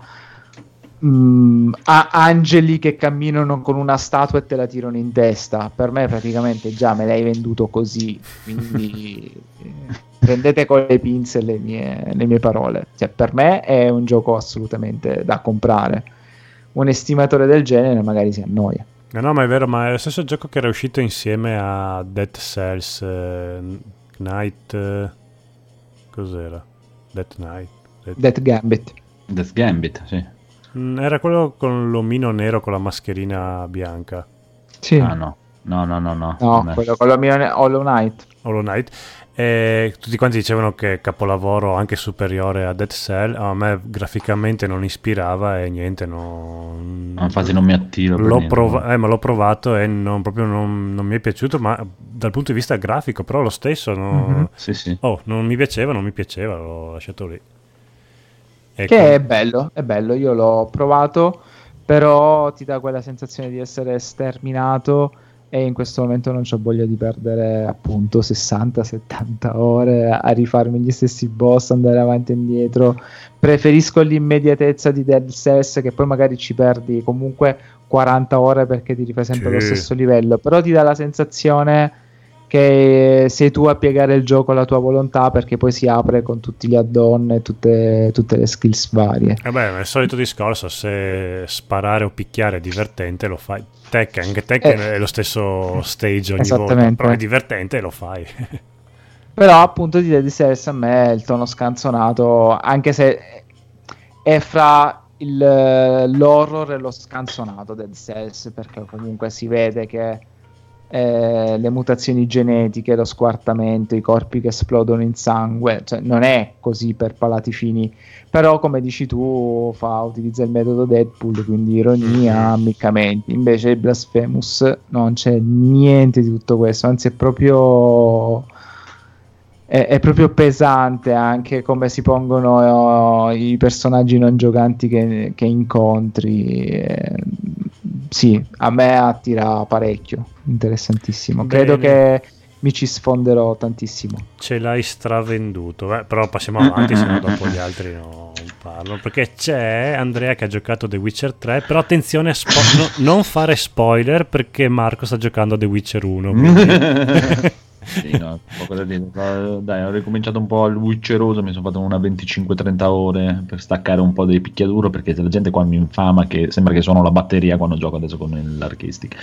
angeli che camminano con una statua e te la tirano in testa. Per me praticamente già me l'hai venduto così, quindi prendete con le pinze le mie parole. Cioè, per me è un gioco assolutamente da comprare. Un estimatore del genere magari si annoia. No, ma è vero, ma è lo stesso gioco che era uscito insieme a Dead Cells, Night, cos'era? Death Gambit. Death Gambit, sì. Era quello con l'omino nero con la mascherina bianca. Sì. Ah no, quello con l'omino nero, Hollow Knight. E tutti quanti dicevano che capolavoro anche superiore a Dead Cell. A me graficamente non ispirava e niente, infatti non mi attiro. Ma l'ho provato e non mi è piaciuto, ma dal punto di vista grafico però lo stesso sì. Non mi piaceva, l'ho lasciato lì. Che è bello, io l'ho provato, però ti dà quella sensazione di essere sterminato e in questo momento non c'ho voglia di perdere appunto 60-70 ore a rifarmi gli stessi boss, andare avanti e indietro. Preferisco l'immediatezza di Dead Cells, che poi magari ci perdi comunque 40 ore perché ti rifai sempre lo stesso livello, però ti dà la sensazione che sei tu a piegare il gioco alla tua volontà, perché poi si apre con tutti gli add-on e tutte le skills varie. Ma è il solito discorso, se sparare o picchiare è divertente lo fai. Anche Tekken è lo stesso stage ogni volta, però è divertente e lo fai. Però appunto di Dead Cells a me il tono scanzonato, anche se è fra l'horror e lo scanzonato Dead Cells, perché comunque si vede che le mutazioni genetiche, lo squartamento, i corpi che esplodono in sangue, cioè non è così per palati fini, però come dici tu utilizza il metodo Deadpool, quindi ironia, ammiccamenti. Invece Blasphemous non c'è niente di tutto questo, anzi è proprio pesante anche come si pongono i personaggi non giocanti che incontri. Sì, a me attira parecchio, interessantissimo. Bene. Credo che mi ci sfonderò tantissimo. Ce l'hai stravenduto, però passiamo avanti, se no dopo gli altri non parlo. Perché c'è Andrea che ha giocato The Witcher 3, però attenzione a non fare spoiler perché Marco sta giocando a The Witcher 1. Quindi... Sì, no, poco da dire. Dai, ho ricominciato un po' il witcheroso, mi sono fatto una 25-30 ore per staccare un po' dei picchiaduro, perché la gente qua mi infama che sembra che suono la batteria quando gioco adesso con l'archistic.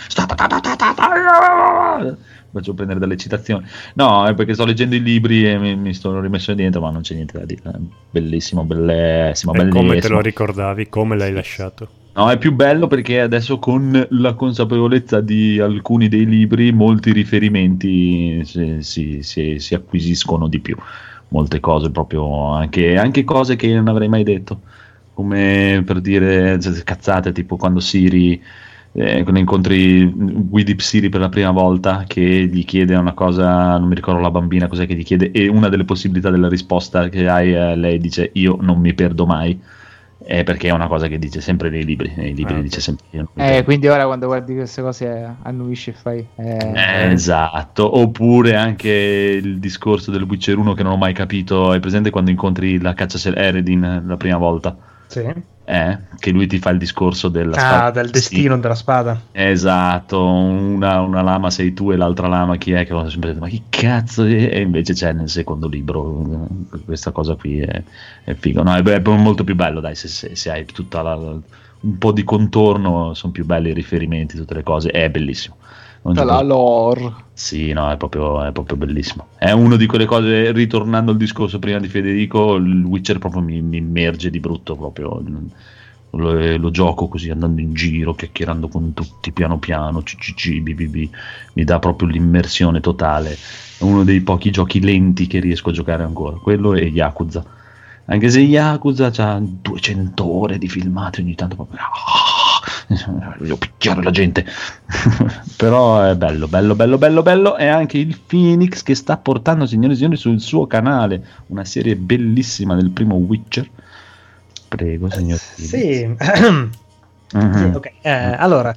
Faccio prendere dalle citazioni. No, è perché sto leggendo i libri e mi sto rimesso dentro, ma non c'è niente da dire. Bellissimo, bellissimo, bellissimo. Come te lo ricordavi? Come l'hai lasciato? No, è più bello perché adesso con la consapevolezza di alcuni dei libri molti riferimenti si acquisiscono di più, molte cose proprio, anche cose che non avrei mai detto, come per dire cazzate tipo quando Siri, quando incontri Widip Siri per la prima volta che gli chiede una cosa, non mi ricordo la bambina cos'è che gli chiede, e una delle possibilità della risposta che hai, lei dice io non mi perdo mai. Perché è una cosa che dice sempre nei libri dice sempre quindi ora quando guardi queste cose annuisci e fai esatto. Oppure anche il discorso del Witcher 1 che non ho mai capito, hai presente quando incontri la caccia Eredin la prima volta? Sì. Che lui ti fa il discorso della spada, del destino della spada. Esatto, una lama sei tu e l'altra lama chi è, che ho sempre detto ma che cazzo è? E invece c'è nel secondo libro questa cosa qui, è figo. No, è molto più bello, dai, se hai tutta un po' di contorno, sono più belli i riferimenti, tutte le cose, è bellissimo. La lore. Sì, no, è proprio bellissimo. È una di quelle cose, ritornando al discorso prima di Federico, il Witcher proprio mi immerge di brutto, proprio lo gioco così andando in giro, chiacchierando con tutti, piano piano, BBB, mi dà proprio l'immersione totale. È uno dei pochi giochi lenti che riesco a giocare ancora, quello e Yakuza. Anche se Yakuza c'ha 200 ore di filmati ogni tanto, proprio devo picchiare la gente. Però è bello. E anche il Phoenix che sta portando, signori e signori, sul suo canale una serie bellissima del primo Witcher. Prego, signor sì. Sì, ok. Allora,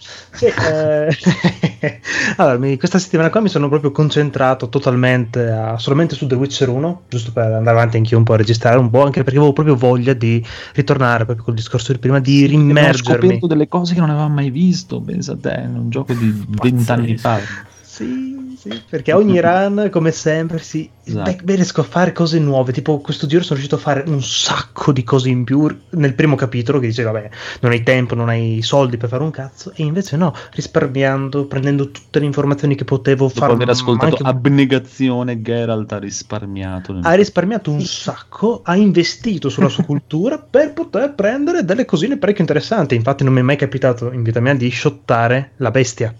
questa settimana qua mi sono proprio concentrato totalmente solamente su The Witcher 1, giusto per andare avanti anch'io un po' a registrare un po', anche perché avevo proprio voglia di ritornare proprio col discorso di prima, di rimmergermi. Ho scoperto delle cose che non avevamo mai visto, pensa a te, in un gioco di 20 anni fa. Sì, perché ogni run, come sempre, riesco a fare cose nuove. Tipo, questo giro sono riuscito a fare un sacco di cose in più nel primo capitolo, che dice, vabbè, non hai tempo, non hai soldi per fare un cazzo, e invece no, risparmiando, prendendo tutte le informazioni che potevo fare. Dopo aver ascoltato Abnegazione, Geralt ha risparmiato. Ha risparmiato un sacco, ha investito sulla sua cultura per poter prendere delle cosine parecchio interessanti. Infatti non mi è mai capitato in vita mia di shottare la bestia.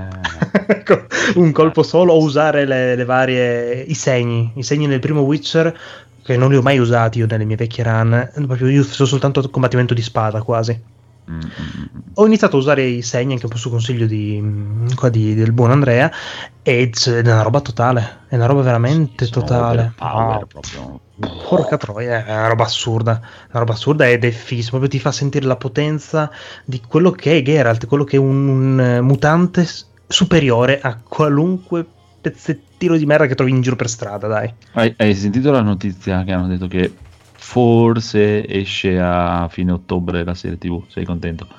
Un colpo solo, o usare le varie i segni nel primo Witcher, che non li ho mai usati io nelle mie vecchie run, proprio io faccio soltanto combattimento di spada quasi. Ho iniziato a usare i segni anche un po' su consiglio del buon Andrea, ed è una roba totale, è una roba veramente totale. Proprio. Porca troia, è una roba assurda ed è fisso, proprio ti fa sentire la potenza di quello che è Geralt, quello che è un mutante superiore a qualunque pezzettino di merda che trovi in giro per strada, dai. Hai sentito la notizia che hanno detto che forse esce a fine ottobre la serie TV? Sei contento?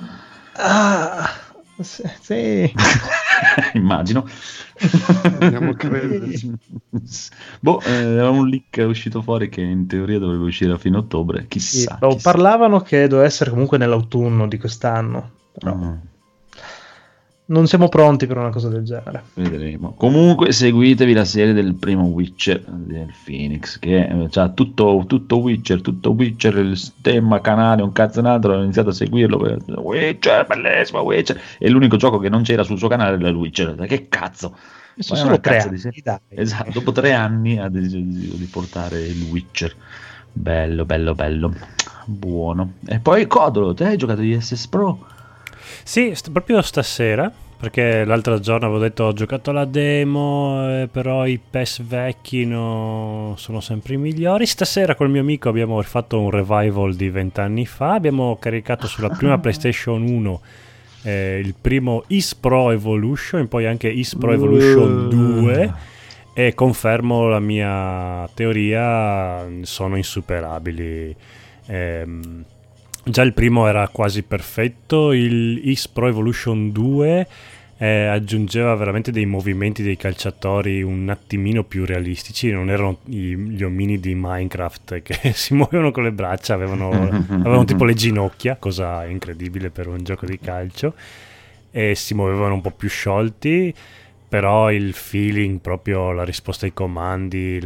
Sì. Immagino. Andiamo a credere. Era un leak uscito fuori che in teoria dovrebbe uscire a fine ottobre. Chissà. Parlavano che doveva essere comunque nell'autunno di quest'anno. Però. non siamo pronti per una cosa del genere. Vedremo. Comunque seguitevi la serie del primo Witcher del Phoenix, che c'ha tutto Witcher, il stemma, canale, un cazzo un altro. Ho iniziato a seguirlo. Witcher, bellissimo Witcher. E l'unico gioco che non c'era sul suo canale era il Witcher. Che cazzo? Sono solo 3 anni, dai. Esatto, dopo 3 anni ha deciso di portare il Witcher. Bello. Buono. E poi Codolo, te hai giocato di SS Pro? Sì, proprio stasera, perché l'altro giorno avevo detto ho giocato la demo, però i PES vecchi sono sempre i migliori. Stasera col mio amico abbiamo fatto un revival di 20 anni fa, abbiamo caricato sulla prima PlayStation 1 il primo Is Pro Evolution e poi anche Is Pro Evolution 2 e confermo la mia teoria, sono insuperabili. Già il primo era quasi perfetto, il Is Pro Evolution 2 aggiungeva veramente dei movimenti dei calciatori un attimino più realistici, non erano gli omini di Minecraft che si muovevano con le braccia, avevano tipo le ginocchia, cosa incredibile per un gioco di calcio, e si muovevano un po' più sciolti, però il feeling, proprio la risposta ai comandi,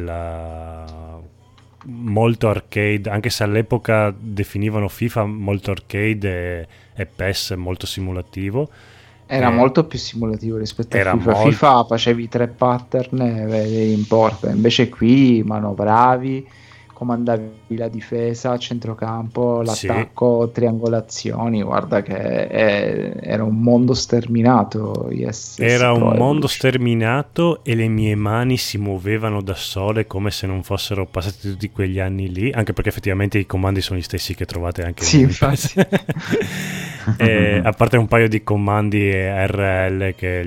molto arcade, anche se all'epoca definivano FIFA molto arcade e PES molto simulativo. Era molto più simulativo rispetto a FIFA. FIFA facevi 3 pattern e vedevi in porta, invece qui manovravi, comandavi la difesa, centrocampo, l'attacco, triangolazioni. Guarda che era un mondo sterminato. Era un mondo sterminato e le mie mani si muovevano da sole come se non fossero passati tutti quegli anni lì, anche perché effettivamente i comandi sono gli stessi che trovate anche infatti. A parte un paio di comandi RL che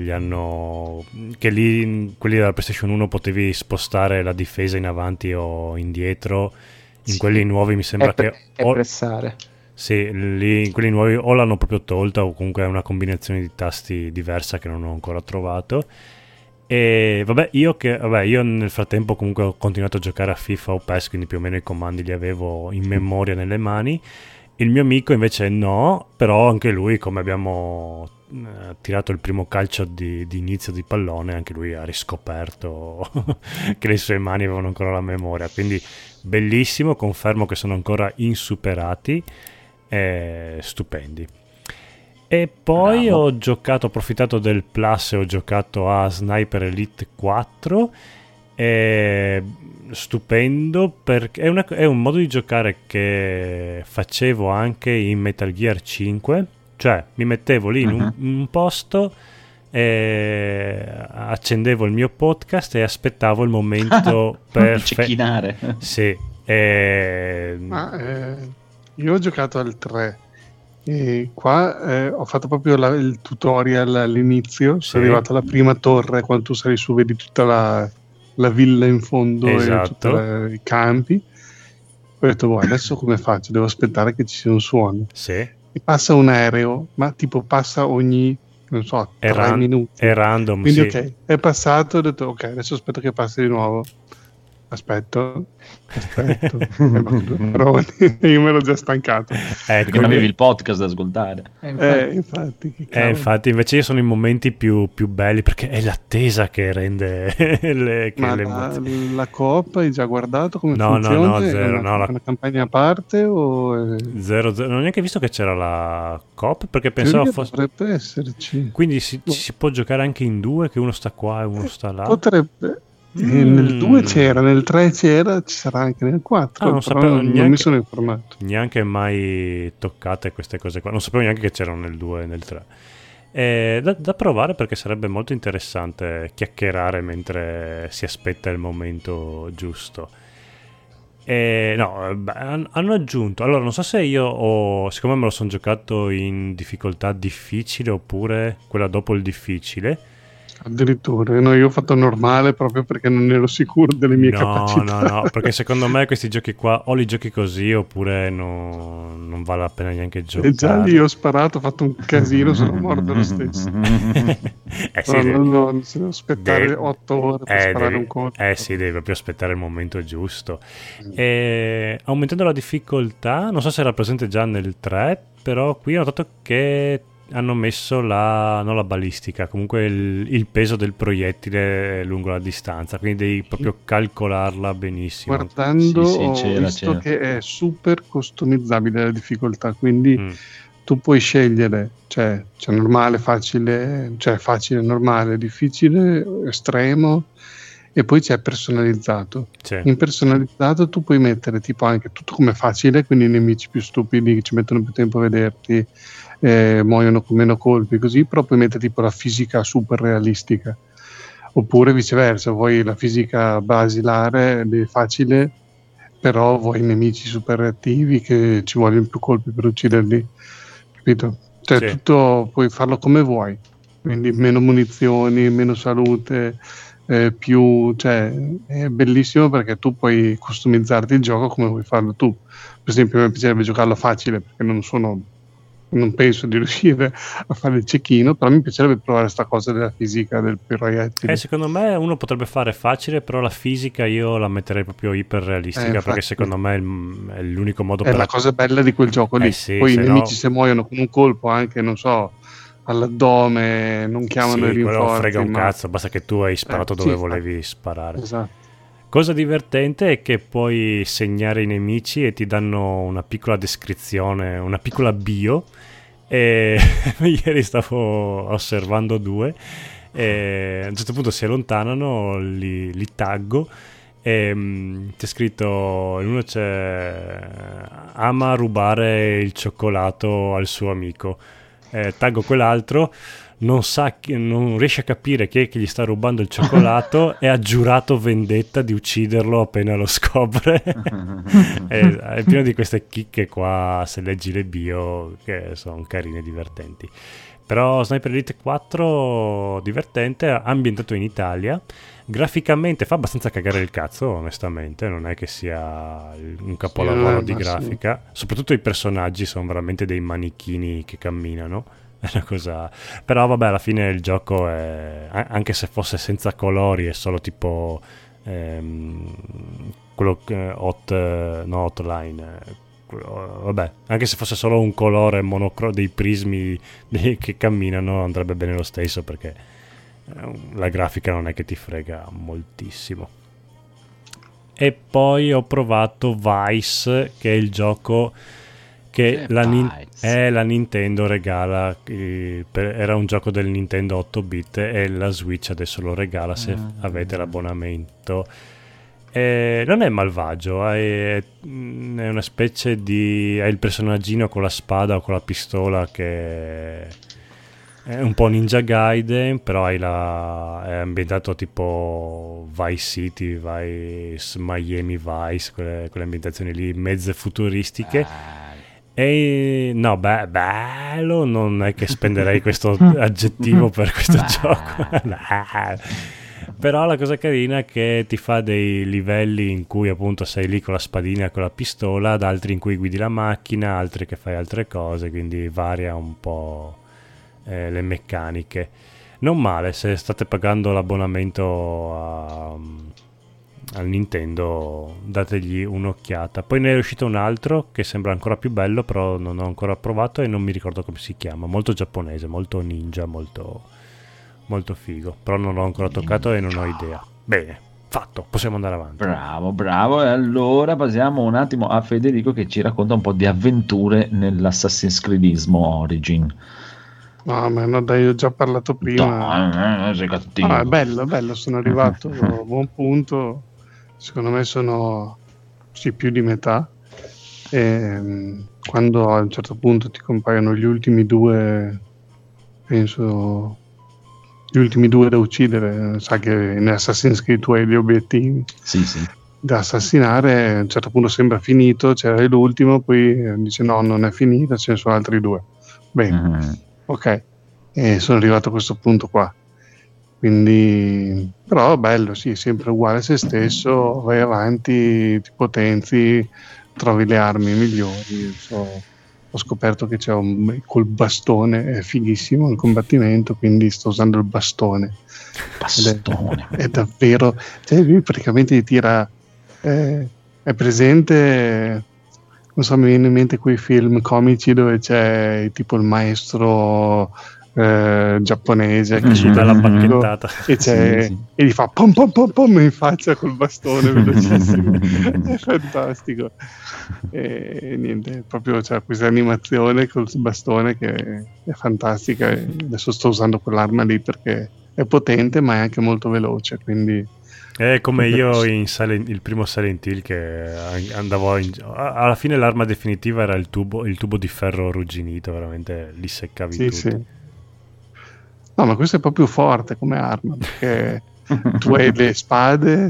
lì quelli della PlayStation 1 potevi spostare la difesa in avanti o indietro, quelli nuovi mi sembra che pressare. Sì, lì in quelli nuovi o l'hanno proprio tolta o comunque è una combinazione di tasti diversa che non ho ancora trovato. E io nel frattempo comunque ho continuato a giocare a FIFA o PES, quindi più o meno i comandi li avevo in memoria nelle mani. Il mio amico invece no, però anche lui, come abbiamo tirato il primo calcio di inizio di pallone, anche lui ha riscoperto che le sue mani avevano ancora la memoria, quindi bellissimo, confermo che sono ancora insuperati, stupendi. E poi ho approfittato del Plus e ho giocato a Sniper Elite 4, stupendo, perché è un modo di giocare che facevo anche in Metal Gear 5, cioè mi mettevo lì in un posto, accendevo il mio podcast e aspettavo il momento per cecchinare. Sì. Io ho giocato al 3 e qua ho fatto proprio il tutorial all'inizio, sono arrivato alla prima torre, quando tu sali su vedi tutta la villa in fondo, esatto, e tutti i campi. Ho detto adesso come faccio? Devo aspettare che ci sia un suono. Sì. E passa un aereo, ma tipo passa ogni, non so, 3 minuti. È random. Quindi ok, è passato, ho detto ok, adesso aspetto che passi di nuovo. Aspetto. Però io me l'ho già stancato. Perché non avevi il podcast da ascoltare. Infatti invece io sono i momenti più belli, perché è l'attesa che rende la coop hai già guardato come funziona? No, zero. Una campagna a parte o zero? Non ho neanche visto che c'era la coop, perché pensavo fosse... Potrebbe esserci. Quindi si può giocare anche in 2, che uno sta qua e uno sta là? Potrebbe. Nel 2 c'era, nel 3 c'era, ci sarà anche nel 4. Non mi sono informato. Neanche mai toccate queste cose qua. Non sapevo neanche che c'erano nel 2 e nel 3. Da provare, perché sarebbe molto interessante chiacchierare mentre si aspetta il momento giusto. Hanno aggiunto. Allora, non so se siccome me lo sono giocato in difficoltà difficile oppure quella dopo il difficile. Addirittura, no, io ho fatto normale proprio perché non ero sicuro delle mie capacità. No, perché secondo me questi giochi qua o li giochi così oppure non vale la pena neanche giocare. E già lì ho sparato, ho fatto un casino, sono morto lo stesso. Non si deve aspettare 8 ore per sparare un colpo. Sì, devi proprio aspettare il momento giusto. Aumentando la difficoltà, non so se era presente già nel 3, però qui ho notato che hanno messo non la balistica, comunque il peso del proiettile lungo la distanza, quindi devi proprio calcolarla benissimo. Guardando ho visto che è super customizzabile la difficoltà, quindi tu puoi scegliere, cioè normale, facile, cioè facile, normale, difficile, estremo, e poi c'è personalizzato. In personalizzato tu puoi mettere tipo anche tutto come facile, quindi i nemici più stupidi che ci mettono più tempo a vederti, muoiono con meno colpi, così, però puoi mettere tipo la fisica super realistica, oppure viceversa, vuoi la fisica basilare, facile, però vuoi nemici super reattivi che ci vogliono più colpi per ucciderli, capito? Cioè tutto puoi farlo come vuoi, quindi meno munizioni, meno salute, più, cioè è bellissimo perché tu puoi customizzarti il gioco come vuoi farlo tu. Per esempio a me piacerebbe giocarlo facile perché non penso di riuscire a fare il cecchino, però mi piacerebbe provare sta cosa della fisica del proiettile. Secondo me uno potrebbe fare facile, però la fisica io la metterei proprio iperrealistica, perché secondo me è l'unico modo per... È la cosa bella di quel gioco lì. Poi i nemici se muoiono con un colpo anche, non so, all'addome, non chiamano i rinforzi. Quello frega un cazzo, basta che tu hai sparato dove volevi sparare. Esatto. Cosa divertente è che puoi segnare i nemici e ti danno una piccola descrizione, una piccola bio, e ieri stavo osservando due e a un certo punto si allontanano, li taggo e c'è scritto, in uno c'è ama rubare il cioccolato al suo amico, taggo quell'altro, non riesce a capire chi è che gli sta rubando il cioccolato e ha giurato vendetta di ucciderlo appena lo scopre. È pieno di queste chicche qua, se leggi le bio, che sono carine e divertenti. Però Sniper Elite 4 divertente, ambientato in Italia, graficamente fa abbastanza cagare il cazzo, onestamente, non è che sia un capolavoro di grafica, soprattutto i personaggi sono veramente dei manichini che camminano. È una cosa, però vabbè, alla fine il gioco è, anche se fosse senza colori, è solo tipo quello hotline, vabbè, anche se fosse solo un colore dei prismi che camminano, andrebbe bene lo stesso, perché la grafica non è che ti frega moltissimo. E poi ho provato Vice, che è il gioco che la Nintendo regala, era un gioco del Nintendo 8-bit e la Switch adesso lo regala se avete l'abbonamento. Non è malvagio, è una specie di... è il personaggino con la spada o con la pistola che è un po' Ninja Gaiden, però è ambientato tipo Vice City, Miami Vice, quelle ambientazioni lì mezze futuristiche. E no, bello, non è che spenderei questo aggettivo per questo gioco. Però la cosa carina è che ti fa dei livelli in cui appunto sei lì con la spadina, con la pistola, ad altri in cui guidi la macchina, altri che fai altre cose, quindi varia un po' le meccaniche. Non male, se state pagando l'abbonamento al Nintendo, dategli un'occhiata. Poi ne è uscito un altro che sembra ancora più bello, però non ho ancora provato e non mi ricordo come si chiama, molto giapponese, molto ninja, molto figo, però non l'ho ancora toccato e non ho idea. Bene, fatto, possiamo andare avanti. Bravo. E allora passiamo un attimo a Federico che ci racconta un po' di avventure nell'Assassin's Creedismo Origin. No, ma no, dai, ho già parlato prima. Sei cattivo. È bello, sono arrivato a buon punto. Secondo me sono più di metà. E quando a un certo punto ti compaiono gli ultimi due, penso, gli ultimi due da uccidere, sa che in Assassin's Creed tu hai gli obiettivi da assassinare, a un certo punto sembra finito, c'era l'ultimo, poi dice no, non è finita, ce ne sono altri due. Bene, ok, e sono arrivato a questo punto qua. Quindi, però bello, sì, sempre uguale a se stesso, vai avanti, ti potenzi, trovi le armi migliori. Ho scoperto che c'è col bastone, è fighissimo il combattimento, quindi sto usando il bastone. È davvero, cioè lui praticamente ti tira, è presente non so, mi viene in mente quei film comici dove c'è tipo il maestro giapponese che dà la bacchettata e gli fa pom pom pom pom in faccia col bastone velocissimo. È fantastico. E niente, proprio c'è questa animazione col bastone che è fantastica. E adesso sto usando quell'arma lì perché è potente ma è anche molto veloce, quindi è come io in il primo Silent Hill, che andavo alla fine l'arma definitiva era il tubo di ferro arrugginito, veramente li seccavi tutti. Sì. No, ma questo è proprio forte come arma, perché tu hai le spade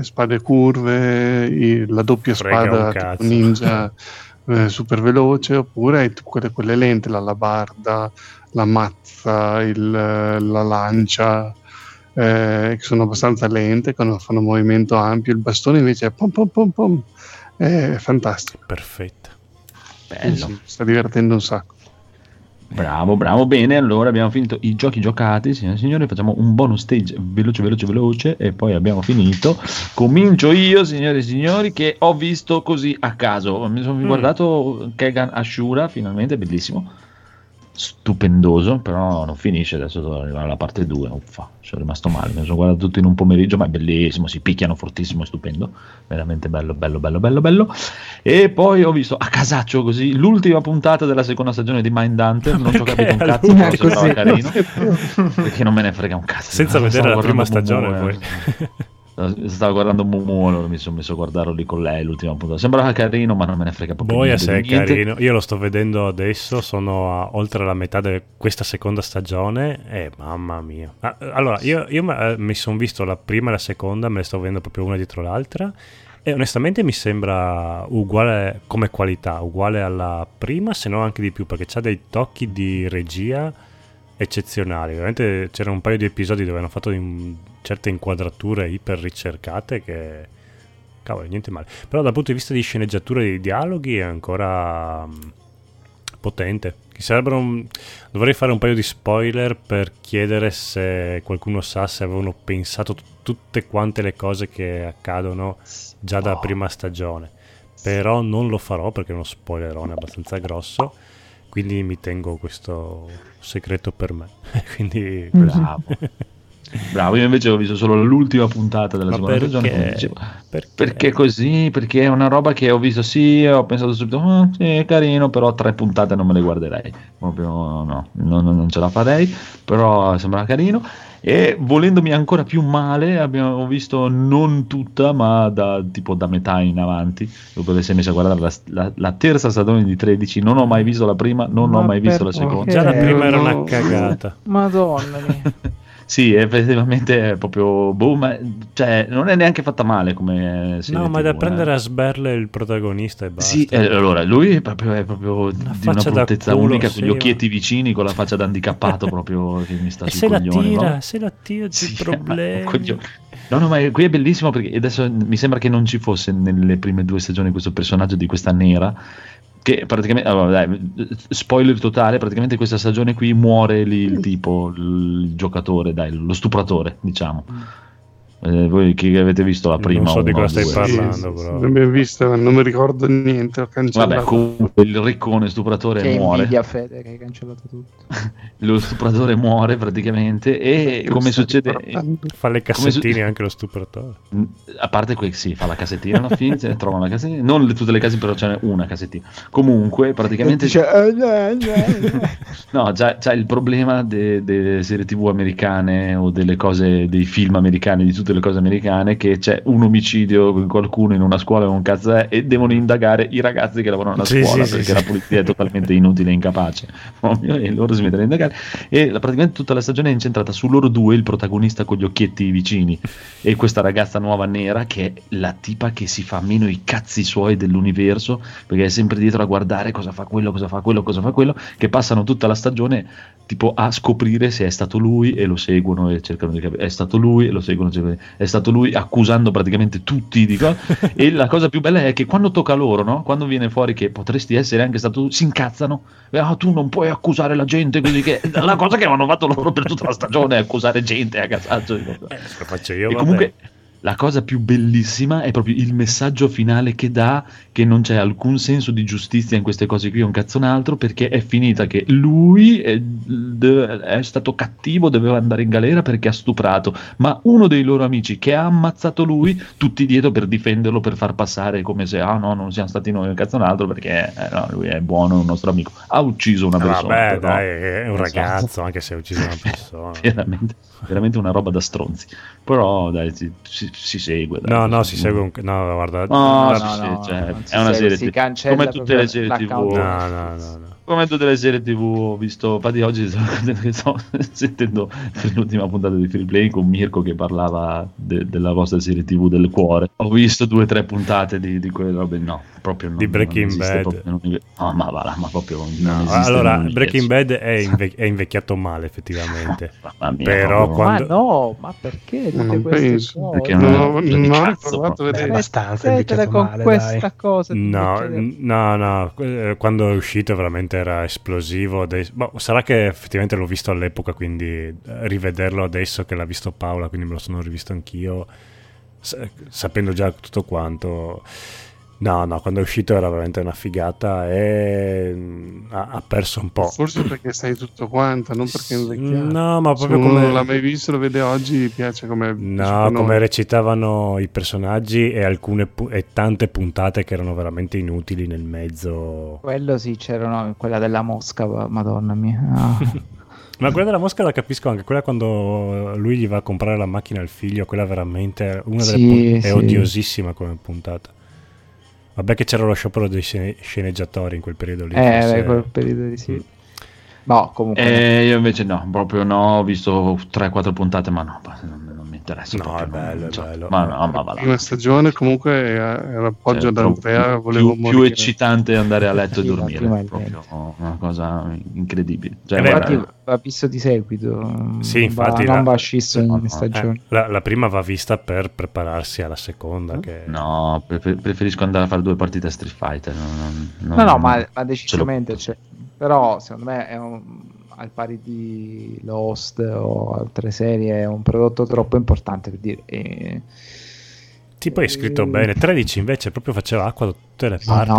curve, la doppia spada tipo ninja super veloce, oppure hai quelle lente, l'alabarda, la mazza, la lancia, che sono abbastanza lente, fanno movimento ampio. Il bastone invece è pom pom pom pom, è fantastico. Perfetto. Bello. Sì, sta divertendo un sacco. Bravo, bene, allora abbiamo finito i giochi giocati, signore e signori, facciamo un bonus stage veloce e poi abbiamo finito. Comincio io, signore e signori, che ho visto così a caso, mi sono guardato Kegan Ashura, finalmente, bellissimo, stupendoso, però non finisce, adesso devo arrivare alla parte 2, uffa, sono rimasto male, mi sono guardato tutto in un pomeriggio, ma è bellissimo, si picchiano fortissimo, è stupendo, veramente bello. E poi ho visto a casaccio così l'ultima puntata della seconda stagione di Mindhunter, non ci ho capito un cazzo, però sembrava carino, perché non me ne frega un cazzo, senza vedere la prima stagione poi. Stavo guardando Mumu, allora mi sono messo a guardarlo lì con lei l'ultima puntata. Sembrava carino, ma non me ne frega proprio niente. Se è carino, io lo sto vedendo adesso, sono oltre la metà di questa seconda stagione e mamma mia. Allora, io mi sono visto la prima e la seconda, me le sto vedendo proprio una dietro l'altra e onestamente mi sembra uguale come qualità, uguale alla prima, se non anche di più, perché c'ha dei tocchi di regia eccezionali. Veramente c'era un paio di episodi dove hanno fatto certe inquadrature iper ricercate che cavolo, niente male, però dal punto di vista di sceneggiatura e di dialoghi è ancora potente. Dovrei fare un paio di spoiler per chiedere se qualcuno sa se avevano pensato tutte quante le cose che accadono già dalla prima stagione, però non lo farò perché è uno spoilerone abbastanza grosso, quindi mi tengo questo segreto per me. Quindi bravo, io invece ho visto solo l'ultima puntata della seconda stagione. Perché così? Perché è una roba che ho visto, ho pensato subito sì, è carino, però 3 puntate non me le guarderei proprio, no, non ce la farei, però sembra carino. E volendomi ancora più male, abbiamo visto non tutta, ma da metà in avanti, dopo che si è messa a guardare la terza stagione di 13. Non ho mai visto la prima, non ho mai visto la seconda. Già la prima era una cagata. Madonna mia. Sì, effettivamente è proprio ma cioè non è neanche fatta male come serie no, ma è da prendere a sberle il protagonista e basta. Sì, allora lui è proprio di una bruttezza unica, con gli occhietti vicini, con la faccia da handicappato proprio che mi sta e sul coglione. Se la tira c'è problemi. No, ma qui è bellissimo perché adesso mi sembra che non ci fosse nelle prime 2 stagioni questo personaggio di questa nera che praticamente, allora, dai, spoiler totale, praticamente questa stagione qui muore lì il tipo, il giocatore, dai, lo stupratore, diciamo. Voi che avete visto la prima? Non so di cosa stai parlando, però. Non mi ho visto, non mi ricordo niente, ho cancellato. Vabbè, comunque il riccone stupratore che muore. Invidia, Fede, che hai cancellato tutto. Lo stupratore muore praticamente e come succede? Fa le cassettine anche lo stupratore. A parte sì, fa la cassettina alla fine, trova la cassettina, non tutte le case, però c'è una cassettina. Comunque praticamente no, c'è il problema delle serie TV americane o delle cose, dei film americani, di tutte le cose americane, che c'è un omicidio con qualcuno in una scuola o un cazzo è, e devono indagare i ragazzi che lavorano alla scuola perché la polizia è totalmente inutile e incapace, e loro si mettono a indagare e praticamente tutta la stagione è incentrata su loro due, il protagonista con gli occhietti vicini e questa ragazza nuova nera che è la tipa che si fa meno i cazzi suoi dell'universo perché è sempre dietro a guardare cosa fa quello, che passano tutta la stagione tipo a scoprire se è stato lui e lo seguono e cercano di capire, è stato lui e lo seguono, è stato lui, accusando praticamente tutti di e la cosa più bella è che quando tocca a loro, no? Quando viene fuori che potresti essere anche stato tu, si incazzano, tu non puoi accusare la gente così, che la cosa che hanno fatto loro per tutta la stagione è accusare gente a casaccio. Lo faccio io, e comunque la cosa più bellissima è proprio il messaggio finale che dà, che non c'è alcun senso di giustizia in queste cose qui, un cazzo un altro, perché è finita che lui è stato cattivo, doveva andare in galera perché ha stuprato, ma uno dei loro amici che ha ammazzato lui, tutti dietro per difenderlo, per far passare come se no, non siamo stati noi un cazzo un altro, perché no, lui è buono, è un nostro amico, ha ucciso una persona. Vabbè, dai, è un ragazzo, anche se ha ucciso una persona. veramente una roba da stronzi, però dai, si segue, dai, no, si segue no, guarda, è una serie come tutte le serie TV. No. Come tutte le serie TV ho visto, infatti oggi sto sentendo l'ultima puntata di Free Play con Mirko che parlava della vostra serie TV del cuore. Ho visto 2 o 3 puntate di quelle robe, no, proprio no. Di Breaking Bad. Proprio, no, ma proprio no. Allora, Breaking Bad è invecchiato male effettivamente. Però quando... ma perché tutte queste cose? Perché non ho provato a vedere abbastanza invecchiato con male, questa dai. cosa. No, quando è uscito veramente era esplosivo. Sarà che effettivamente l'ho visto all'epoca, quindi rivederlo adesso che l'ha visto Paola, quindi me lo sono rivisto anch'io, sapendo già tutto quanto. No, quando è uscito era veramente una figata e ha perso un po'. Forse perché sai tutto quanto, non perché è invecchiato. No, ma proprio se come... non l'ha mai visto, lo vede oggi, gli piace come... No, come recitavano i personaggi e tante puntate che erano veramente inutili nel mezzo. Quello sì, c'erano quella della mosca, madonna mia. Ma quella della mosca la capisco anche, quella quando lui gli va a comprare la macchina al figlio, quella veramente una delle è odiosissima come puntata. Vabbè che c'era lo sciopero dei sceneggiatori in quel periodo lì. Quel periodo lì sì. No, comunque. Io invece no, proprio no, ho visto 3-4 puntate, ma no, non mi interessa. No, è bello. Ma no, ma va là. La prima stagione comunque era appoggio ad Andrea, volevo più eccitante andare a letto e dormire, proprio una cosa incredibile. Infatti va visto di seguito. Sì, infatti non va scisso in stagione. La prima va vista per prepararsi alla seconda. Che... No, preferisco andare a fare 2 partite a Street Fighter. Ma decisamente però secondo me è al pari di Lost o altre serie, è un prodotto troppo importante per dire. Tipo hai scritto bene. 13 invece proprio faceva acqua da tutte le parti.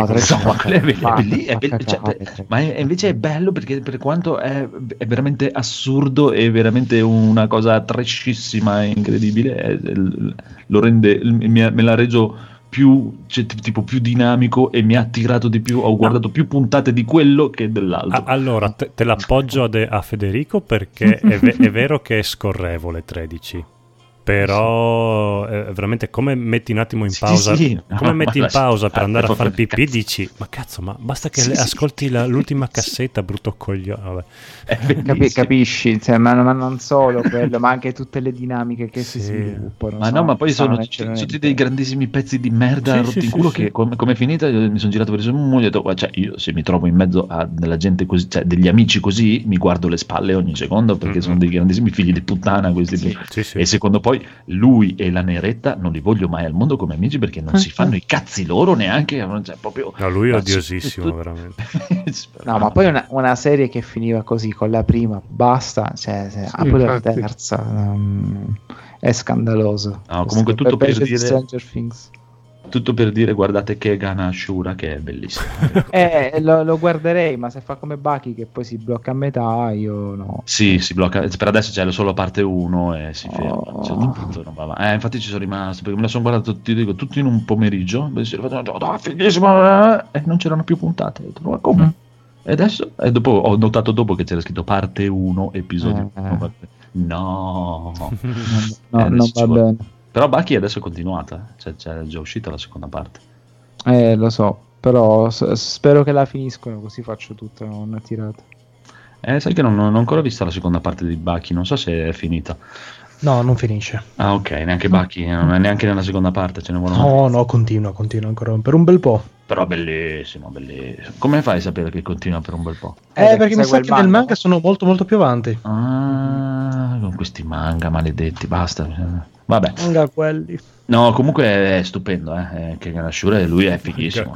Ma invece è bello perché per quanto è veramente assurdo e veramente una cosa trashissima e incredibile, lo rende, me l'ha reso più dinamico e mi ha attirato di più. Ho guardato più puntate di quello che dell'altro. Allora te l'appoggio a Federico perché è vero che è scorrevole 13, però veramente come metti un attimo in pausa come metti in pausa per andare a fare pipì, dici ma cazzo, ma basta che ascolti l'ultima cassetta, brutto coglione. Capisci, ma non solo quello, ma anche tutte le dinamiche che si sviluppano. Ma poi sono tutti dei grandissimi pezzi di merda rotti in culo che come è finita mi sono girato per il suo e ho detto io se mi trovo in mezzo a della gente così, cioè degli amici così, mi guardo le spalle ogni secondo perché sono dei grandissimi figli di puttana questi. E secondo poi lui e la Neretta non li voglio mai al mondo come amici perché non si fanno i cazzi loro neanche, cioè, proprio. No, lui è odiosissimo veramente. No, ma poi una serie che finiva così con la prima basta, pure la terza è scandaloso. No, comunque tutto per dire Stranger Things. Tutto per dire, guardate Kegan Ashura che è bellissimo. Lo guarderei, ma se fa come Bucky che poi si blocca a metà, io no. Sì, si blocca. Per adesso c'è solo parte 1 e si ferma. A un certo punto non va avanti. Infatti ci sono rimasto perché me la sono guardato, ti dico, tutto in un pomeriggio. Fighissimo, e non c'erano più puntate. Ho detto, ma come? E adesso? E dopo ho notato che c'era scritto parte 1 episodio 1. No, non va bene. Però Bucky adesso è continuata, cioè è già uscita la seconda parte. Lo so, però spero che la finiscono, così faccio tutta una tirata. Sai che non ho ancora vista la seconda parte di Bucky, non so se è finita. No, non finisce. Ah, ok, neanche Bucky, non è neanche nella seconda parte, ce ne vuole. No, continua ancora per un bel po'. Però bellissimo. Come fai a sapere che continua per un bel po'? Perché mi sa che nel manga sono molto molto più avanti. Con questi manga maledetti, basta. Vabbè. Manga quelli. No, comunque è stupendo, che Ashura, lui è fighissimo.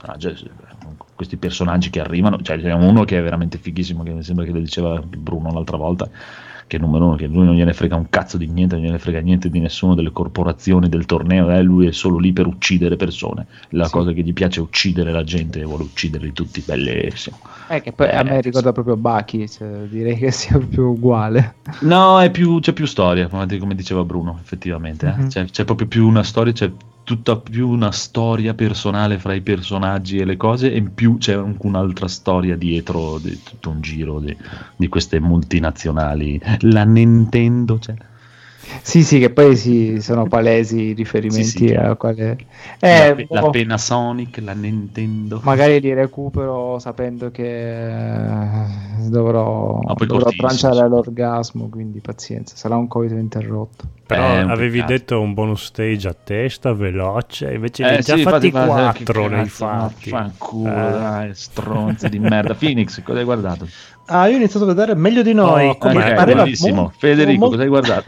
Questi personaggi che arrivano, cioè c'è uno che è veramente fighissimo, che mi sembra che lo diceva Bruno l'altra volta, che numero uno, che lui non gliene frega un cazzo di niente, non gliene frega niente di nessuno delle corporazioni, del torneo, lui è solo lì per uccidere persone, la cosa che gli piace è uccidere la gente e vuole ucciderli tutti, bellissimo. Che poi a me ricorda proprio Bucky, cioè, direi che sia più uguale. No, c'è più storia, come diceva Bruno, effettivamente, c'è proprio più una storia, c'è tutta più una storia personale fra i personaggi e le cose, e in più c'è anche un'altra storia dietro, di tutto un giro di queste multinazionali, la Nintendo, cioè. Sì, che poi sono palesi riferimenti a quale la Panasonic, la Nintendo. Magari li recupero sapendo che dovrò tranciare l'orgasmo, quindi pazienza, sarà un coito interrotto. Però avevi detto un bonus stage a testa veloce, invece ne hai già fatti 4 nei fatti. Fanculo, dai, stronzi di merda. Phoenix, cosa hai guardato? Io ho iniziato a vedere Meglio di noi. Bellissimo. Federico, cosa hai guardato?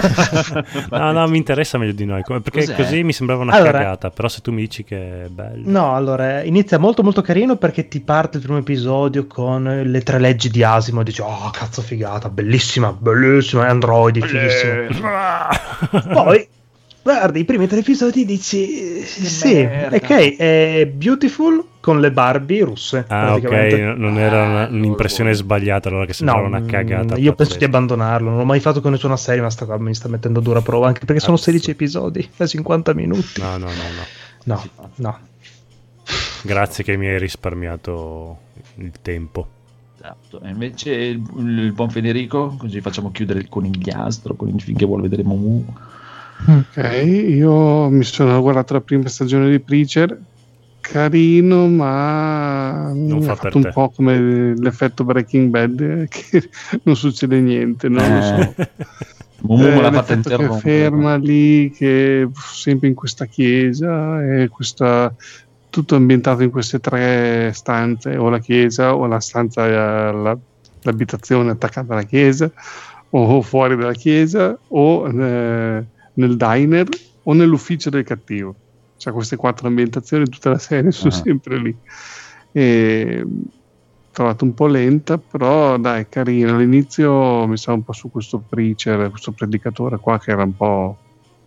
No, mi interessa Meglio di noi, perché così mi sembrava una cagata, però se tu mi dici che è bello. No, allora, inizia molto molto carino perché ti parte il primo episodio con le 3 leggi di Asimo e dici, oh, cazzo figata, bellissima, androidi, fighissimo. Poi guardi i primi 3 episodi e dici sì, ok, è Beautiful con le Barbie russe. Ok, non era un'impressione sbagliata, allora, che sembrava una cagata. Io penso di abbandonarlo, non l'ho mai fatto con nessuna serie, ma sta qua mi sta mettendo dura prova, anche perché sono 16 episodi da 50 minuti. No. Grazie che mi hai risparmiato il tempo. Esatto. E invece il buon Federico, così facciamo chiudere il conigliastro finché vuole vedere Momu. Ok, io mi sono guardato la prima stagione di Preacher, carino, ma non mi ha fatto un po' come l'effetto Breaking Bad, che non succede niente, non lo so. Momu l'ha fatta interrompere. Che ferma lì, che sempre in questa chiesa, e tutto ambientato in queste 3 stanze, o la chiesa, o la stanza, l'abitazione attaccata alla chiesa, o fuori dalla chiesa, o nel diner, o nell'ufficio del cattivo. Cioè queste 4 ambientazioni, tutta la serie sono sempre lì. E trovato un po' lenta, però dai, carino. All'inizio mi stava un po' su questo preacher, questo predicatore qua, che era un po'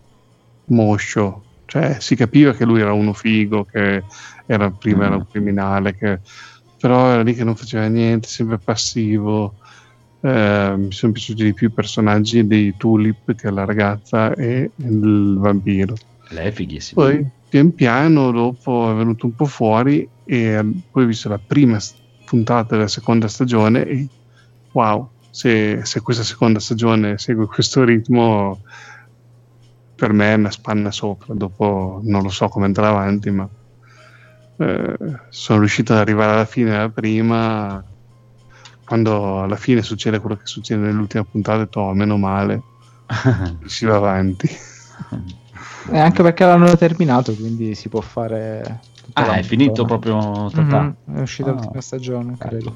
moscio, cioè si capiva che lui era uno figo, che prima era un criminale, però era lì che non faceva niente, sempre passivo. Mi sono piaciuti di più i personaggi dei Tulip, che è la ragazza, e il vampiro. Lei è fighissima. Poi pian piano dopo è venuto un po' fuori, e poi ho visto la prima puntata della seconda stagione e wow, se questa seconda stagione segue questo ritmo, per me è una spanna sopra. Dopo non lo so come andrà avanti, ma sono riuscito ad arrivare alla fine della prima. Quando alla fine succede quello che succede nell'ultima puntata, ho detto, meno male, si va avanti. Anche perché l'hanno terminato, quindi si può fare. È finito proprio totale. È uscita l'ultima stagione, credo.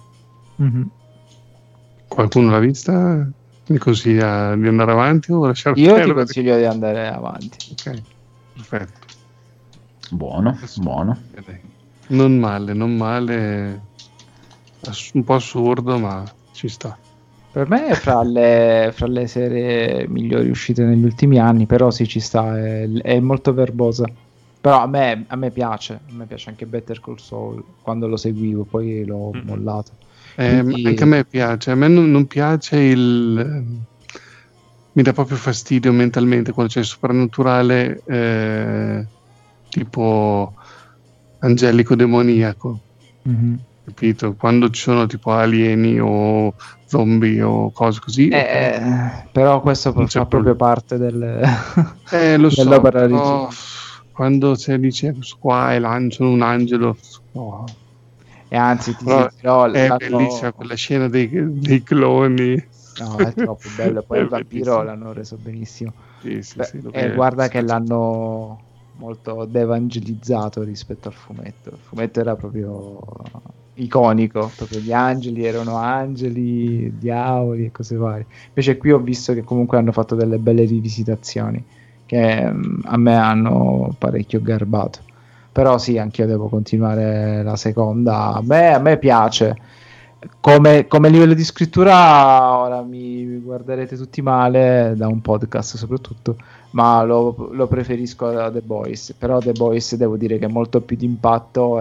Qualcuno l'ha vista? Mi consiglia di andare avanti o lasciare Io ti consiglio di andare avanti. Ok, perfetto. Buono. Non male. Un po' assurdo, ma ci sta. Per me è fra le serie migliori uscite negli ultimi anni, però sì, ci sta, è molto verbosa. Però a me piace anche Better Call Saul, quando lo seguivo, poi l'ho mollato. Quindi... Anche a me piace, a me non piace mi dà proprio fastidio mentalmente quando c'è il soprannaturale, tipo angelico demoniaco. Capito? Quando ci sono tipo alieni o zombie o cose così, però questo fa proprio parte lo so, dell'opera però quando si dice qua sono un angelo, e anzi ti dirò, è bellissima quella scena dei cloni. No, è troppo bello. Poi il vampiro l'hanno reso benissimo. Sì, e guarda che l'hanno molto devangelizzato rispetto al fumetto. Il fumetto era proprio iconico, proprio gli angeli erano angeli, diavoli e cose varie. Invece qui ho visto che comunque hanno fatto delle belle rivisitazioni che a me hanno parecchio garbato. Però sì, anch'io devo continuare la seconda. A me piace. come livello di scrittura ora mi guarderete tutti male da un podcast soprattutto, ma lo preferisco a The Boys. Però The Boys devo dire che è molto più d'impatto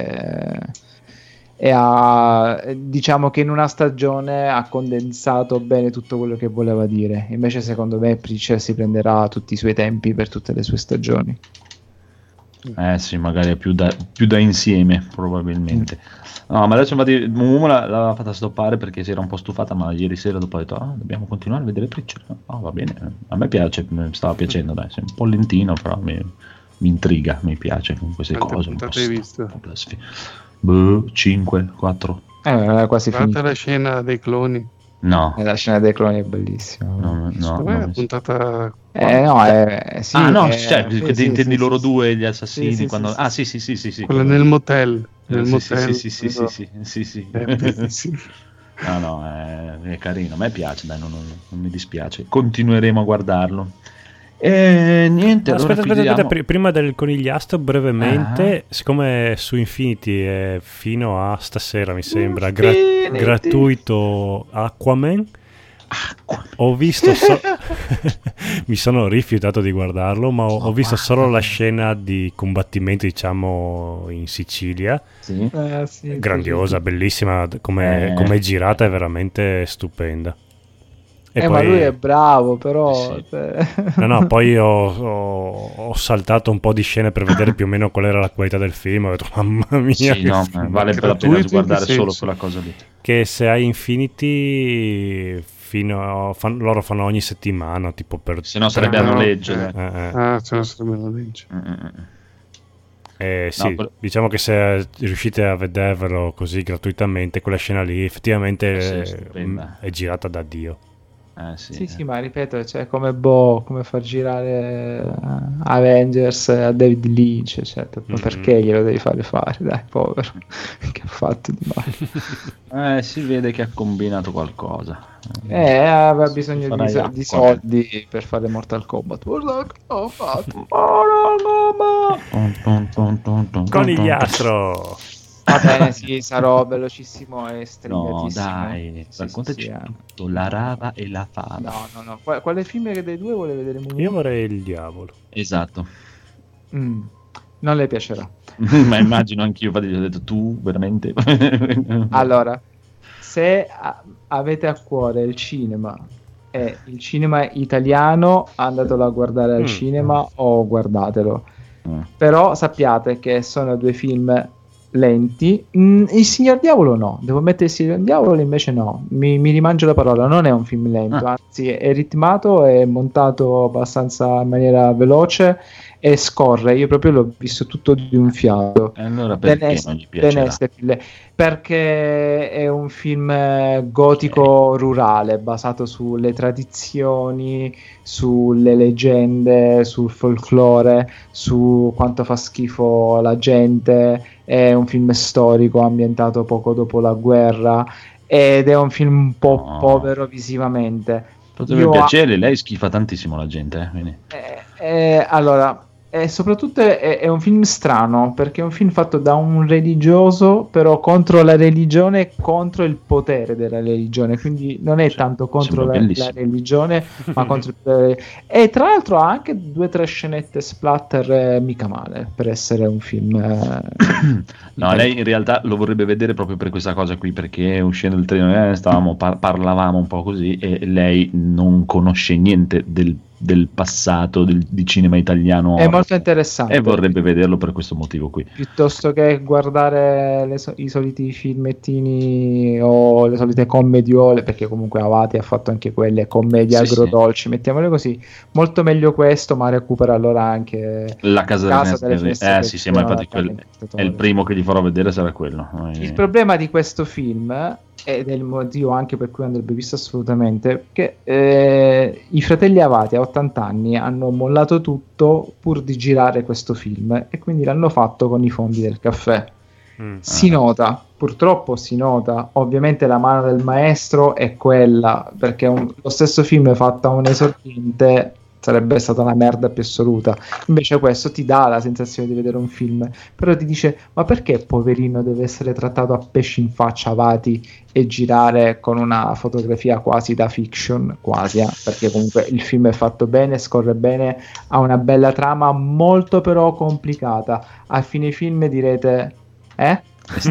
diciamo che in una stagione ha condensato bene tutto quello che voleva dire. Invece secondo me Preacher si prenderà tutti i suoi tempi per tutte le sue stagioni. Sì, magari è più da insieme probabilmente. No, ma adesso infatti Mumu l'aveva fatta stoppare perché si era un po' stufata, ma ieri sera dopo ha detto dobbiamo continuare a vedere Preacher. Va bene, a me piace, mi stava piacendo, dai, sei un po' lentino, però mi intriga, mi piace con queste cose. Quante hai visto? 5, 4. Quasi finita. La scena dei cloni. No, la scena dei cloni è bellissima. No, è puntata. Sì, cioè, che intendi loro due gli assassini sì, quando sì. Quella nel motel. Sì. No, è carino, a me piace, dai, non mi dispiace. Continueremo a guardarlo. E niente, aspetta, prima del conigliastro brevemente, siccome su Infinity è fino a stasera mi sembra gratuito Aquaman, ho visto mi sono rifiutato di guardarlo, ma ho visto solo la scena di combattimento, diciamo, in Sicilia. Grandiosa, bellissima, come è girata, è veramente stupenda. Poi... ma lui è bravo, però no, poi ho saltato un po' di scene per vedere più o meno qual era la qualità del film. Ho detto, mamma mia, vale per la pena guardare solo quella cosa lì. Che se hai Infinity loro fanno ogni settimana, tipo se no sarebbe a noleggio. Se no sarebbe a noleggio. Diciamo che se riuscite a vedervelo così gratuitamente, quella scena lì effettivamente è girata da Dio. Sì, ma ripeto, cioè, come far girare Avengers a David Lynch, eccetera. Ma perché glielo devi fare? Dai, povero, che ha fatto di male? Si vede che ha combinato qualcosa. Aveva bisogno di soldi per fare Mortal Kombat. Guarda che ho fatto Conigliastro. Va bene, sì, sarò velocissimo e strigatissimo. No, dai, raccontaci tutto, la rava e la fava. No. Quale film dei due vuole vedere? Io vorrei Il Diavolo. Esatto. Non le piacerà. Ma immagino anch'io, infatti gli ho detto, tu veramente? Allora, se avete a cuore il cinema e il cinema italiano, andatelo a guardare al cinema o guardatelo. Però sappiate che sono due film lenti. Il Signor Diavolo no, devo mettere il Signor Diavolo, invece no, mi rimangio la parola, non è un film lento, anzi è ritmato, è montato abbastanza in maniera veloce e scorre. Io proprio l'ho visto tutto di un fiato. Allora perché non gli piacerà? Perché è un film gotico rurale, basato sulle tradizioni, sulle leggende, sul folklore, su quanto fa schifo la gente. È un film storico ambientato poco dopo la guerra ed è un film un po' povero visivamente. Potrebbe piacere, lei schifa tantissimo la gente. Allora, soprattutto è un film strano, perché è un film fatto da un religioso, però contro la religione e contro il potere della religione, quindi non è tanto contro la religione, ma contro il potere. E tra l'altro ha anche 2 o 3 scenette splatter mica male per essere un film. No, lei in realtà lo vorrebbe vedere proprio per questa cosa qui, perché uscendo il treno parlavamo un po' così e lei non conosce niente del passato di cinema italiano, è molto interessante e vorrebbe vederlo per questo motivo qui, piuttosto che guardare i soliti filmettini o le solite commediole, perché comunque Avati ha fatto anche quelle commedie agrodolci, mettiamole così. Molto meglio questo, ma recupera allora anche La Casa delle Finestre. Sì, ma infatti è il primo che gli farò vedere, sarà quello. Il problema di questo film, ed è il motivo anche per cui andrebbe visto assolutamente, che i fratelli Avati a 80 anni hanno mollato tutto pur di girare questo film, e quindi l'hanno fatto con i fondi del caffè. Si nota, purtroppo si nota. Ovviamente la mano del maestro è quella, perché lo stesso film fatto a un esordiente sarebbe stata una merda più assoluta. Invece questo ti dà la sensazione di vedere un film, però ti dice: ma perché poverino deve essere trattato a pesci in faccia, avati, e girare con una fotografia quasi da fiction, quasi, perché comunque il film è fatto bene, scorre bene, ha una bella trama, molto però complicata. A fine film direte è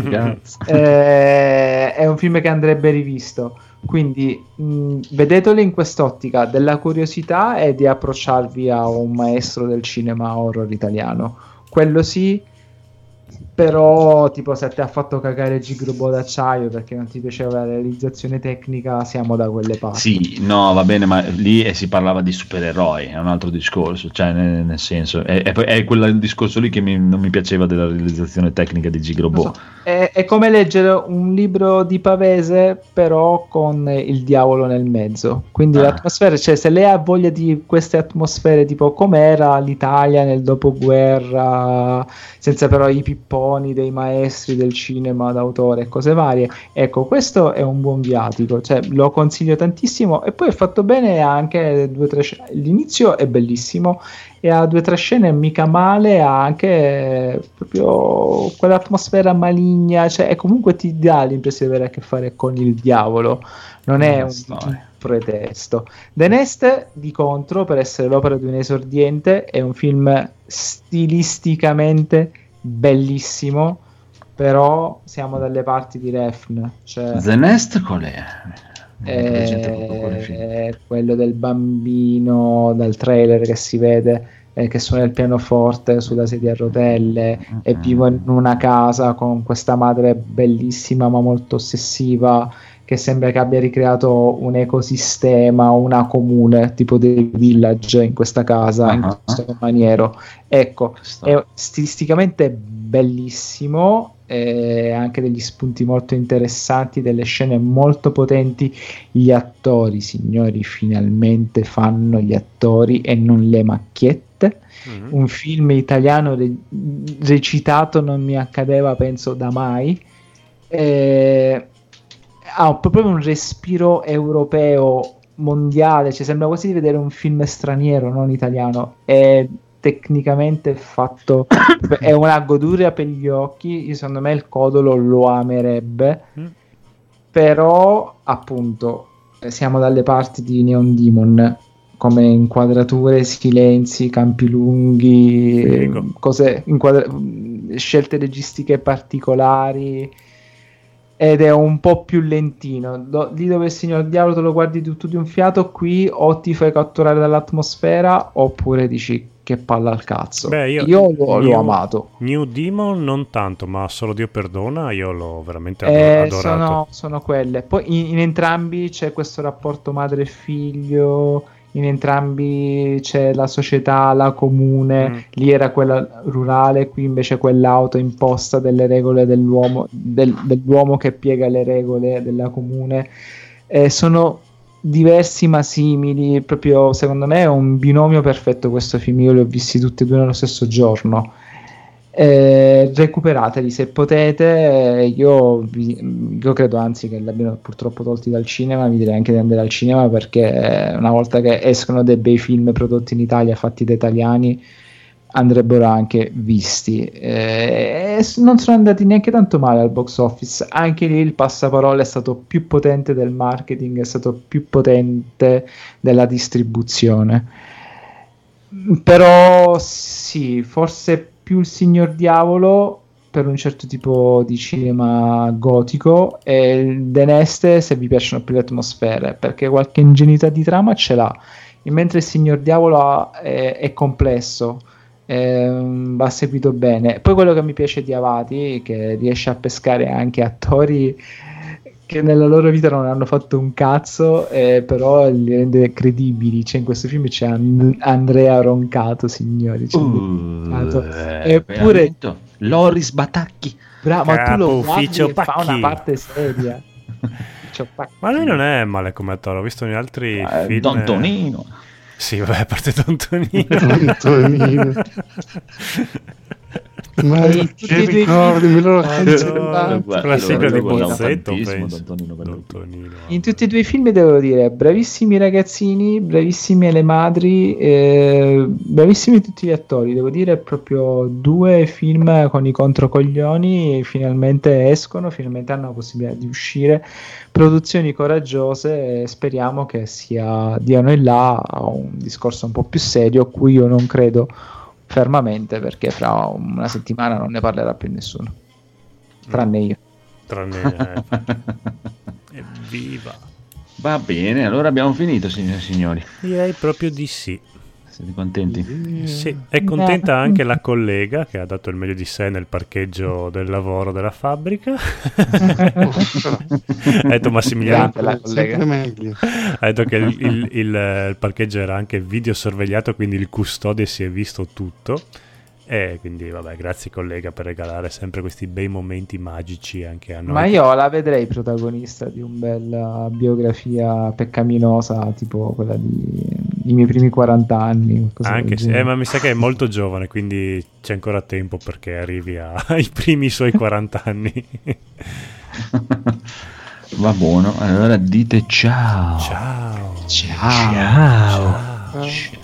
un film che andrebbe rivisto, quindi vedetelo in quest'ottica della curiosità e di approcciarvi a un maestro del cinema horror italiano, quello sì. Però tipo se ti ha fatto cagare Gigrobo d'acciaio perché non ti piaceva la realizzazione tecnica, siamo da quelle parti. Sì, no, va bene, ma lì si parlava di supereroi, è un altro discorso, cioè nel senso è quel discorso lì che non mi piaceva della realizzazione tecnica di Gigrobo. So, è come leggere un libro di Pavese però con il diavolo nel mezzo, quindi l'atmosfera, cioè se lei ha voglia di queste atmosfere tipo com'era l'Italia nel dopoguerra, senza però i pipponi dei maestri del cinema d'autore e cose varie, ecco, questo è un buon viatico, cioè lo consiglio tantissimo. E poi è fatto bene anche 2-3 l'inizio è bellissimo e ha 2-3 scene mica male, ha anche proprio quell'atmosfera maligna, cioè, e comunque ti dà l'impressione di avere a che fare con il diavolo, non è un pretesto. The Nest, di contro, per essere l'opera di un esordiente, è un film stilisticamente bellissimo, però siamo dalle parti di Refn, cioè The Nest qual è? Quello del bambino dal trailer che si vede che suona il pianoforte sulla sedia a rotelle e vivo in una casa con questa madre bellissima ma molto ossessiva che sembra che abbia ricreato un ecosistema, una comune tipo dei village in questa casa in questo maniero. Ecco, è stilisticamente bellissimo, anche degli spunti molto interessanti, delle scene molto potenti. Gli attori, signori, finalmente fanno gli attori e non le macchiette. Un film italiano recitato non mi accadeva penso da mai. Ha proprio un respiro europeo mondiale, cioè sembra quasi di vedere un film straniero, non italiano. È tecnicamente fatto, è una goduria per gli occhi. Secondo me il Codolo lo amerebbe, però appunto siamo dalle parti di Neon Demon come inquadrature, silenzi, campi lunghi, cose, scelte registiche particolari, ed è un po' più lentino. Lì dove il Signor Diavolo te lo guardi tutto di un fiato, qui o ti fai catturare dall'atmosfera oppure dici che palla al cazzo. Beh, io l'ho amato. New Demon non tanto, ma Solo Dio perdona io l'ho veramente adorato. Sono quelle. Poi in entrambi c'è questo rapporto madre e figlio, in entrambi c'è la società, la comune. Lì era quella rurale, qui invece quella autoimposta delle regole dell'uomo, dell'uomo che piega le regole della comune. Sono diversi ma simili, proprio secondo me è un binomio perfetto questo film. Io li ho visti tutti e due nello stesso giorno. Recuperateli se potete. Io credo anzi che l'abbiano purtroppo tolti dal cinema. Vi direi anche di andare al cinema, perché una volta che escono dei bei film prodotti in Italia fatti da italiani andrebbero anche visti. Non sono andati neanche tanto male al box office. Anche lì il passaparola è stato più potente del marketing, è stato più potente della distribuzione. Però sì, forse più il Signor Diavolo per un certo tipo di cinema gotico, e il The Nest se vi piacciono più le atmosfere, perché qualche ingenuità di trama ce l'ha, mentre il Signor Diavolo è complesso, va seguito bene. Poi quello che mi piace di Avati, che riesce a pescare anche attori che nella loro vita non hanno fatto un cazzo, però li rende credibili. Cioè in questo film c'è Andrea Roncato, signori, eppure Loris Batacchi, bravo, ma tu lo guardi e fa una parte seria. Ma lui non è male come attore, ho visto in altri film. Don Tonino. Sì, vabbè, a parte Don Tonino. Ma che ricordi, me lo racconto. La sigla di Pozzetto, in tutti e due i film devo dire bravissimi ragazzini, bravissime le madri, bravissimi tutti gli attori, devo dire proprio due film con i controcoglioni, finalmente escono, finalmente hanno la possibilità di uscire, produzioni coraggiose, e speriamo che diano in là a un discorso un po' più serio, a cui io non credo fermamente, perché fra una settimana non ne parlerà più nessuno, tranne io. Evviva. Va bene, allora abbiamo finito, signore e signori. Direi proprio di sì. Siete contenti? Sì, è contenta anche la collega che ha dato il meglio di sé nel parcheggio del lavoro della fabbrica. Ha detto Massimiliano, la collega. ha detto che il parcheggio era anche videosorvegliato, quindi il custode si è visto tutto. E quindi vabbè, grazie collega per regalare sempre questi bei momenti magici anche a noi. Ma io la vedrei protagonista di un bella biografia peccaminosa, tipo quella di I miei primi 40 anni. Anche se, ma mi sa che è molto giovane, quindi c'è ancora tempo perché arrivi ai primi suoi 40 anni. Va buono, allora dite ciao. Ciao. Ciao. Ciao.